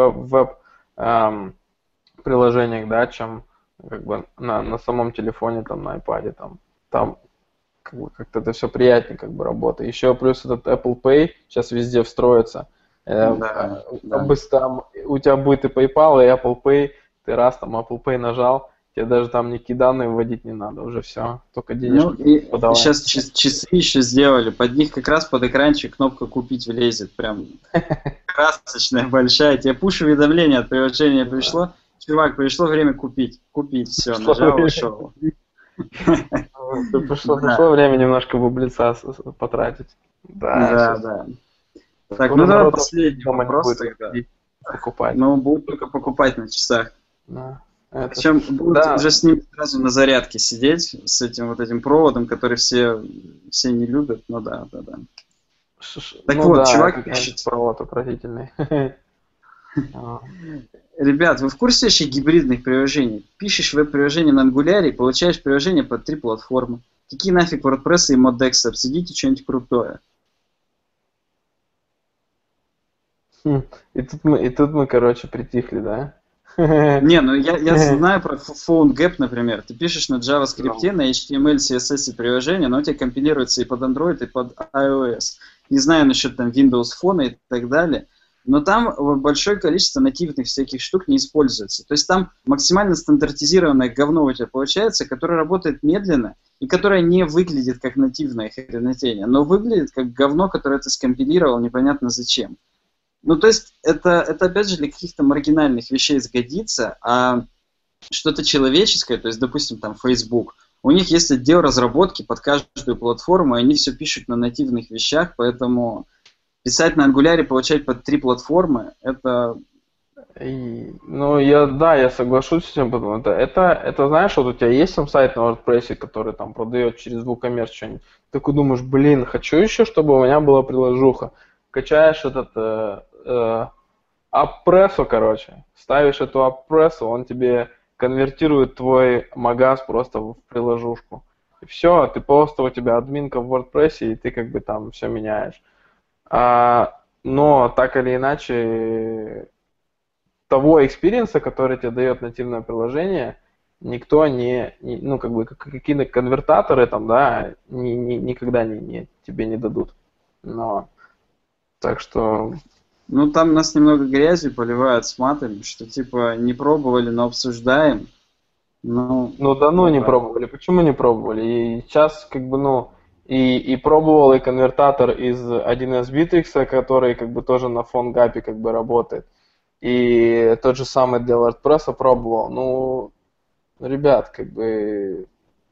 веб-приложениях, да, чем как бы на, на самом телефоне, там на iPad, там, там как бы как-то это все приятнее как бы работает. Еще плюс этот Apple Pay сейчас везде встроится. Да, э, да. Там, у тебя будет и PayPal, и Apple Pay, ты раз там Apple Pay нажал, тебе даже там никакие данные вводить не надо, уже все, только денежку ну, подавай. Сейчас часы еще сделали, под них как раз под экранчик кнопка «Купить» влезет, прям красочная, большая, тебе пуш-уведомление от приложения пришло, чувак, пришло время купить, купить, все, нажал, ушел. Пришло, да. пришло время немножко бублица потратить. Да, да. да. Так, ну давай последний вопрос тогда. Покупать. Ну, будут только покупать на часах. Да. Причем будут да. уже с ним сразу на зарядке сидеть, с этим вот этим проводом, который все, все не любят. Ну да, да, да. Ш-ш- так ну, вот, да, чувак пишет. Провод отвратительный. Ребят, вы в курсе вообще гибридных приложений? Пишешь веб-приложение на Angular и получаешь приложение под три платформы. Какие нафиг WordPress и Modex? Обсудите что-нибудь крутое. И тут мы, и тут мы, короче, притихли, да? Не, ну я, я знаю про PhoneGap, например. Ты пишешь на JavaScript, на эйч ти эм эль, си эс эс и приложение, но у тебя компилируется и под Android, и под iOS. Не знаю насчет там Windows Phone и так далее. Но там большое количество нативных всяких штук не используется. То есть там максимально стандартизированное говно у тебя получается, которое работает медленно и которое не выглядит как нативное хренотение, но выглядит как говно, которое ты скомпилировал непонятно зачем. Ну, то есть это, это опять же для каких-то маргинальных вещей сгодится, а что-то человеческое, то есть, допустим, там Facebook, у них есть отдел разработки под каждую платформу, и они все пишут на нативных вещах, поэтому писать на Angular, получать под три платформы, это... И, ну, я, да, я соглашусь с этим, потому что это, это, знаешь, вот у тебя есть там сайт на WordPress, который там продает через WooCommerce что-нибудь, ты такой думаешь, блин, хочу еще, чтобы у меня была приложуха. Качаешь этот э, э, аппрессу, короче, ставишь эту аппрессу, он тебе конвертирует твой магаз просто в приложушку. И все, ты просто, у тебя админка в WordPress, и ты как бы там все меняешь. А, но так или иначе, того экспириенса, который тебе дает нативное приложение, никто не, не ну как бы какие-то конвертаторы там, да, ни, ни, никогда не, не, тебе не дадут. Но так что... Ну, там нас немного грязью поливают с матами, что типа не пробовали, но обсуждаем. Ну, ну да ну не пробовали. Почему не пробовали? И сейчас как бы, ну, и, и пробовал и конвертатор из один эс Bittrex, который как бы тоже на PhoneGap как бы работает. И тот же самый для WordPress пробовал. Ну, ребят, как бы...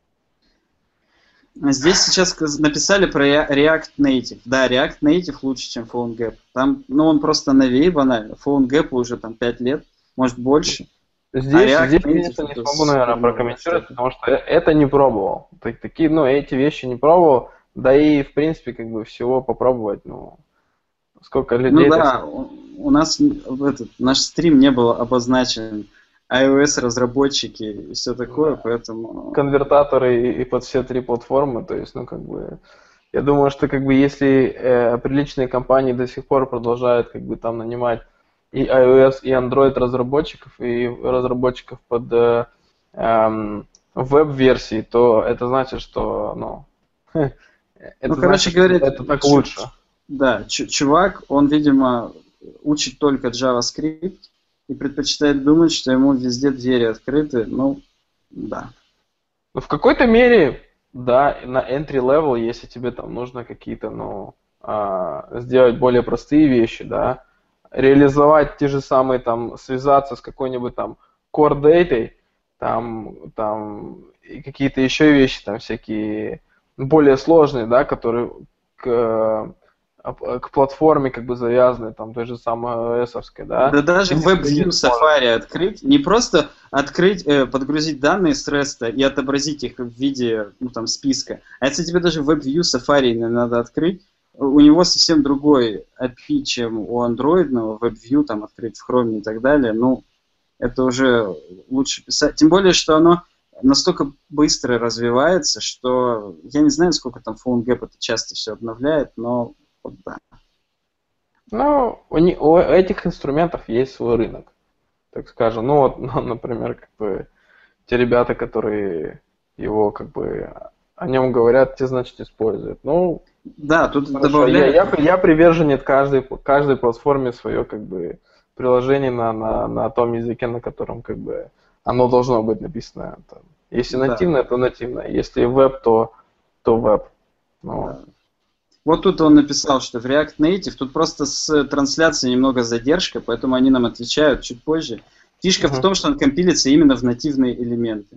Здесь сейчас написали про React Native. Да, React Native лучше, чем PhoneGap. Там, ну, он просто новее банально. PhoneGap уже там пять лет, может больше. Здесь, а здесь конечно, не смогу, наверное, прокомментировать, потому что это не пробовал. Такие, ну, эти вещи не пробовал. Да и, в принципе, как бы всего попробовать, ну, сколько людей... Ну да, у нас в этот, наш стрим не был обозначен iOS-разработчики и все такое, Да. поэтому... Конвертаторы и, и под все три платформы, то есть, ну, как бы, я думаю, что, как бы, если э, приличные компании до сих пор продолжают, как бы, там нанимать и iOS, и Android разработчиков, и разработчиков под э, эм, веб-версии, то это значит, что, ну, это Ну, короче значит, говоря, что это так чу- лучше. Да, чу- чувак, он, видимо, учит только JavaScript и предпочитает думать, что ему везде двери открыты. Ну, да. Ну, в какой-то мере, да, на entry level, если тебе там нужно какие-то, ну, а, сделать более простые вещи, да, реализовать те же самые, там, связаться с какой-нибудь там core data, там, там, и какие-то еще вещи, там, всякие более сложные, да, которые к, к платформе как бы завязаны, там, той же самой iOS-овской, да. Да даже Ты WebView не сможешь. Safari открыть, не просто открыть, э, подгрузить данные с REST и отобразить их в виде, ну, там, списка, а если тебе даже WebView Safari не надо открыть, у него совсем другой эй пи ай, чем у андроидного, WebView там открыть в Chrome и так далее, ну, это уже лучше писать. Тем более, что оно настолько быстро развивается, что я не знаю, сколько там PhoneGap это часто все обновляет, но вот да. Ну, у, не- у этих инструментов есть свой рынок, так скажем. Ну, вот, ну, например, как бы те ребята, которые его как бы о нем говорят, те, значит, используют. Ну, Да, тут хорошо, я, добавляют... я, я приверженец каждой, каждой платформе свое как бы приложение на, на, на том языке, на котором как бы оно должно быть написано. Там. Если Да. нативное, то нативное. Если веб, то, то веб. Ну, Да. Вот тут он написал, что в React Native тут просто с трансляцией немного задержка, поэтому они нам отвечают чуть позже. Фишка Мгм. в том, что он компилится именно в нативные элементы.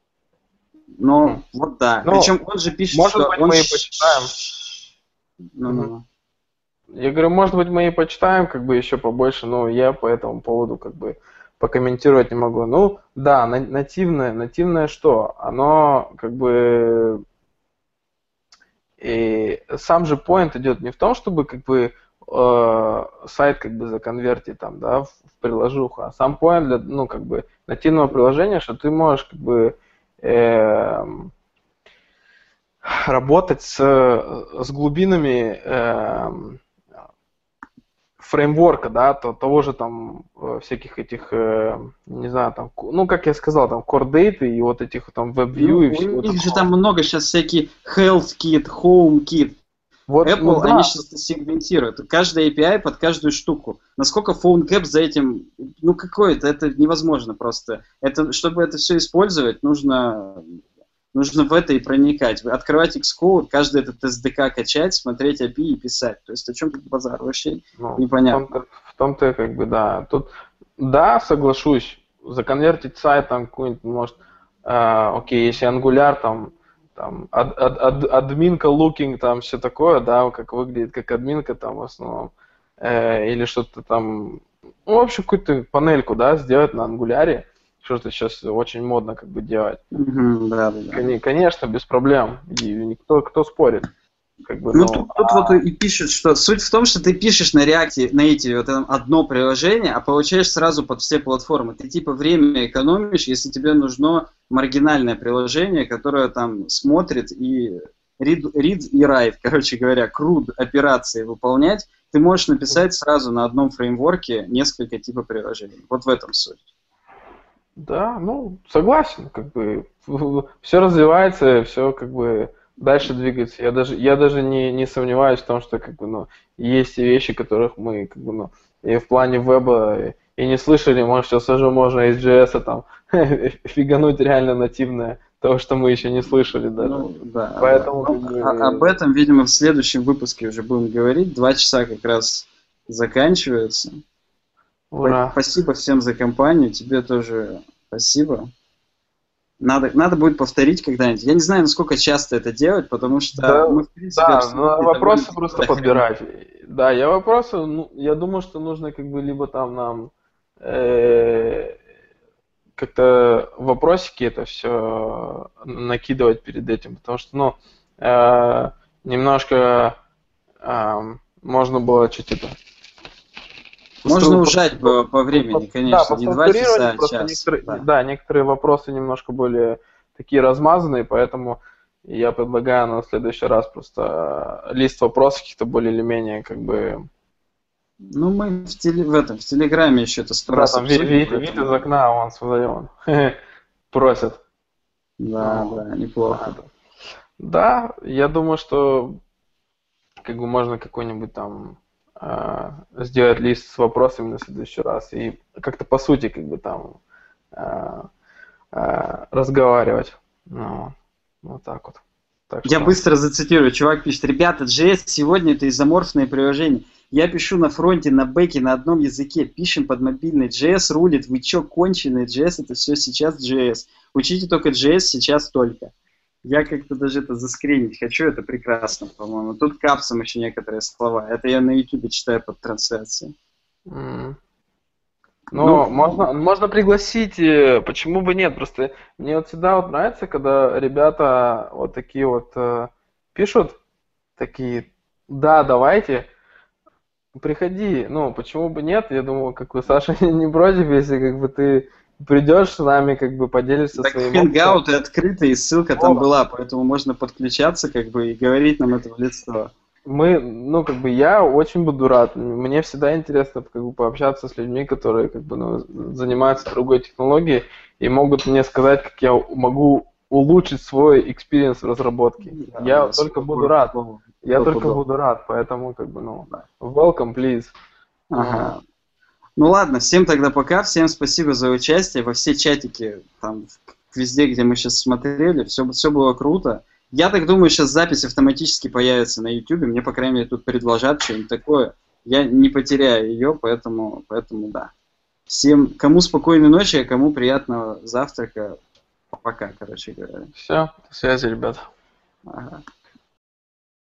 Но Мгм. вот да. Ну, Причем он же пишет, может что быть, он... мы и щ- почитаем. Ну, ну, ну. Я говорю, может быть, мы и почитаем как бы еще побольше, но я по этому поводу как бы покомментировать не могу. Ну, да, на- нативное, нативное что? Оно как бы и сам же point идет не в том, чтобы как бы э, сайт как бы законвертить там, да, в, в приложуху, а сам point для, ну, как бы нативного приложения, что ты можешь как бы эм, работать с, с глубинами эм, фреймворка, да, то, того же там э, всяких этих, э, не знаю, там, ку- ну, как я сказал, там, core data и вот этих там WebView Ну, и у всего них же такого. там много сейчас всякие Health Kit, Home Kit. Вот, Apple, ну, да. они сейчас сегментируют. Каждый эй пи ай под каждую штуку. Насколько PhoneGap за этим... Ну, какое-то, это невозможно просто. Это, чтобы это все использовать, нужно, нужно в это и проникать. Открывать Xcode, каждый этот эс ди кей качать, смотреть эй пи ай и писать. То есть о чем тут базар? Вообще Ну, непонятно. В том-то, в том-то, как бы, да. Тут, да, соглашусь, законвертить сайт, там, какой-нибудь, может, а, окей, если Angular, там, там, ад, ад, ад- админка looking, там, все такое, да, как выглядит, как админка, там, в основном, э, или что-то там, ну, в общем, какую-то панельку, да, сделать на Angular, что-то сейчас очень модно, как бы, делать. Мгм, да, да, да. Кони- Конечно, без проблем, и никто, кто спорит, как бы, Ну, ну, тут, тут вот и пишут, что суть в том, что ты пишешь на React, на эти вот там одно приложение, а получаешь сразу под все платформы. Ты типа время экономишь, если тебе нужно маргинальное приложение, которое там смотрит и read, read и write, короче говоря, крud операции выполнять, ты можешь написать сразу на одном фреймворке несколько типов приложений. Вот в этом суть. Да, ну, согласен, как бы все развивается, все как бы дальше двигается. Я даже, я даже не, не сомневаюсь в том, что как бы, ну, есть и вещи, которых мы как бы, ну, и в плане веба и, и не слышали, может, сейчас уже можно из джей эс там фигануть реально нативное, того, что мы еще не слышали даже. Ну, да, Поэтому да. как Ну, бы... а- об этом, видимо, в следующем выпуске уже будем говорить. Два часа как раз заканчиваются. Ура. Спасибо всем за компанию, тебе тоже спасибо. Надо, надо будет повторить когда-нибудь. Я не знаю, насколько часто это делать, потому что Да, мы, в принципе, да, обсудили но вопросы довольно-таки просто дохрена. подбирать. Да, я вопросы, ну, я думаю, что нужно как бы либо там нам э, как-то вопросики это все накидывать перед этим, потому что, ну, э, немножко э, можно было чуть это Можно Постру- ужать по, по времени, Да, конечно, не два поструктурировать, часа, а просто час. некоторые, Да. да, некоторые вопросы немножко более такие размазанные, поэтому я предлагаю на следующий раз просто э, лист вопросов каких-то более или менее как бы... Ну, мы в, теле, в этом, в Телеграме еще это сто Да, раз там вид, обсудим, вид, вид поэтому- из окна, он свой, просит. Да, Ну, да, неплохо. Да, я думаю, что как бы можно какой-нибудь там э, сделать лист с вопросами на следующий раз и как-то по сути как бы там э, э, разговаривать. Ну, вот так вот. Так Я что- быстро зацитирую. Чувак пишет: ребята, джей эс сегодня это изоморфное приложение. Я пишу на фронте, на бэке, на одном языке. Пишем под мобильный. джей эс рулит. Вы чё, конченые? джей эс это все сейчас джей эс. Учите только джей эс сейчас только. Я как-то даже это заскринить хочу. Это прекрасно, по-моему. Тут капсом еще некоторые слова. Это я на ютубе читаю под трансляцией. М. Ну, Но можно, можно пригласить, э, почему бы нет? Просто мне вот всегда вот нравится, когда ребята вот такие вот э, пишут, такие, да, давайте, приходи. Ну, почему бы нет? Я думаю, как бы Саша не против, если как бы ты придешь с нами, как бы поделишься Так своим хэнγκауты открыты, и ссылка там О. была, поэтому можно подключаться как бы и говорить нам это в лицо. Мы, ну, как бы я очень буду рад. Мне всегда интересно как бы пообщаться с людьми, которые как бы ну, занимаются другой технологией и могут мне сказать, как я могу улучшить свой экспириенс в разработке. Да, я да, только сто буду рад. пудов. Я Сто только пудов. буду рад, поэтому как бы ну welcome, please. Ага. Ну ладно, всем тогда пока, всем спасибо за участие во все чатики, там, везде, где мы сейчас смотрели, все, все было круто. Я так думаю, сейчас запись автоматически появится на YouTube, мне, по крайней мере, тут предложат что-нибудь такое. Я не потеряю ее, поэтому, поэтому да. Всем, кому спокойной ночи, а кому приятного завтрака. Пока, короче говоря. Все, до связи, ребята. Ага.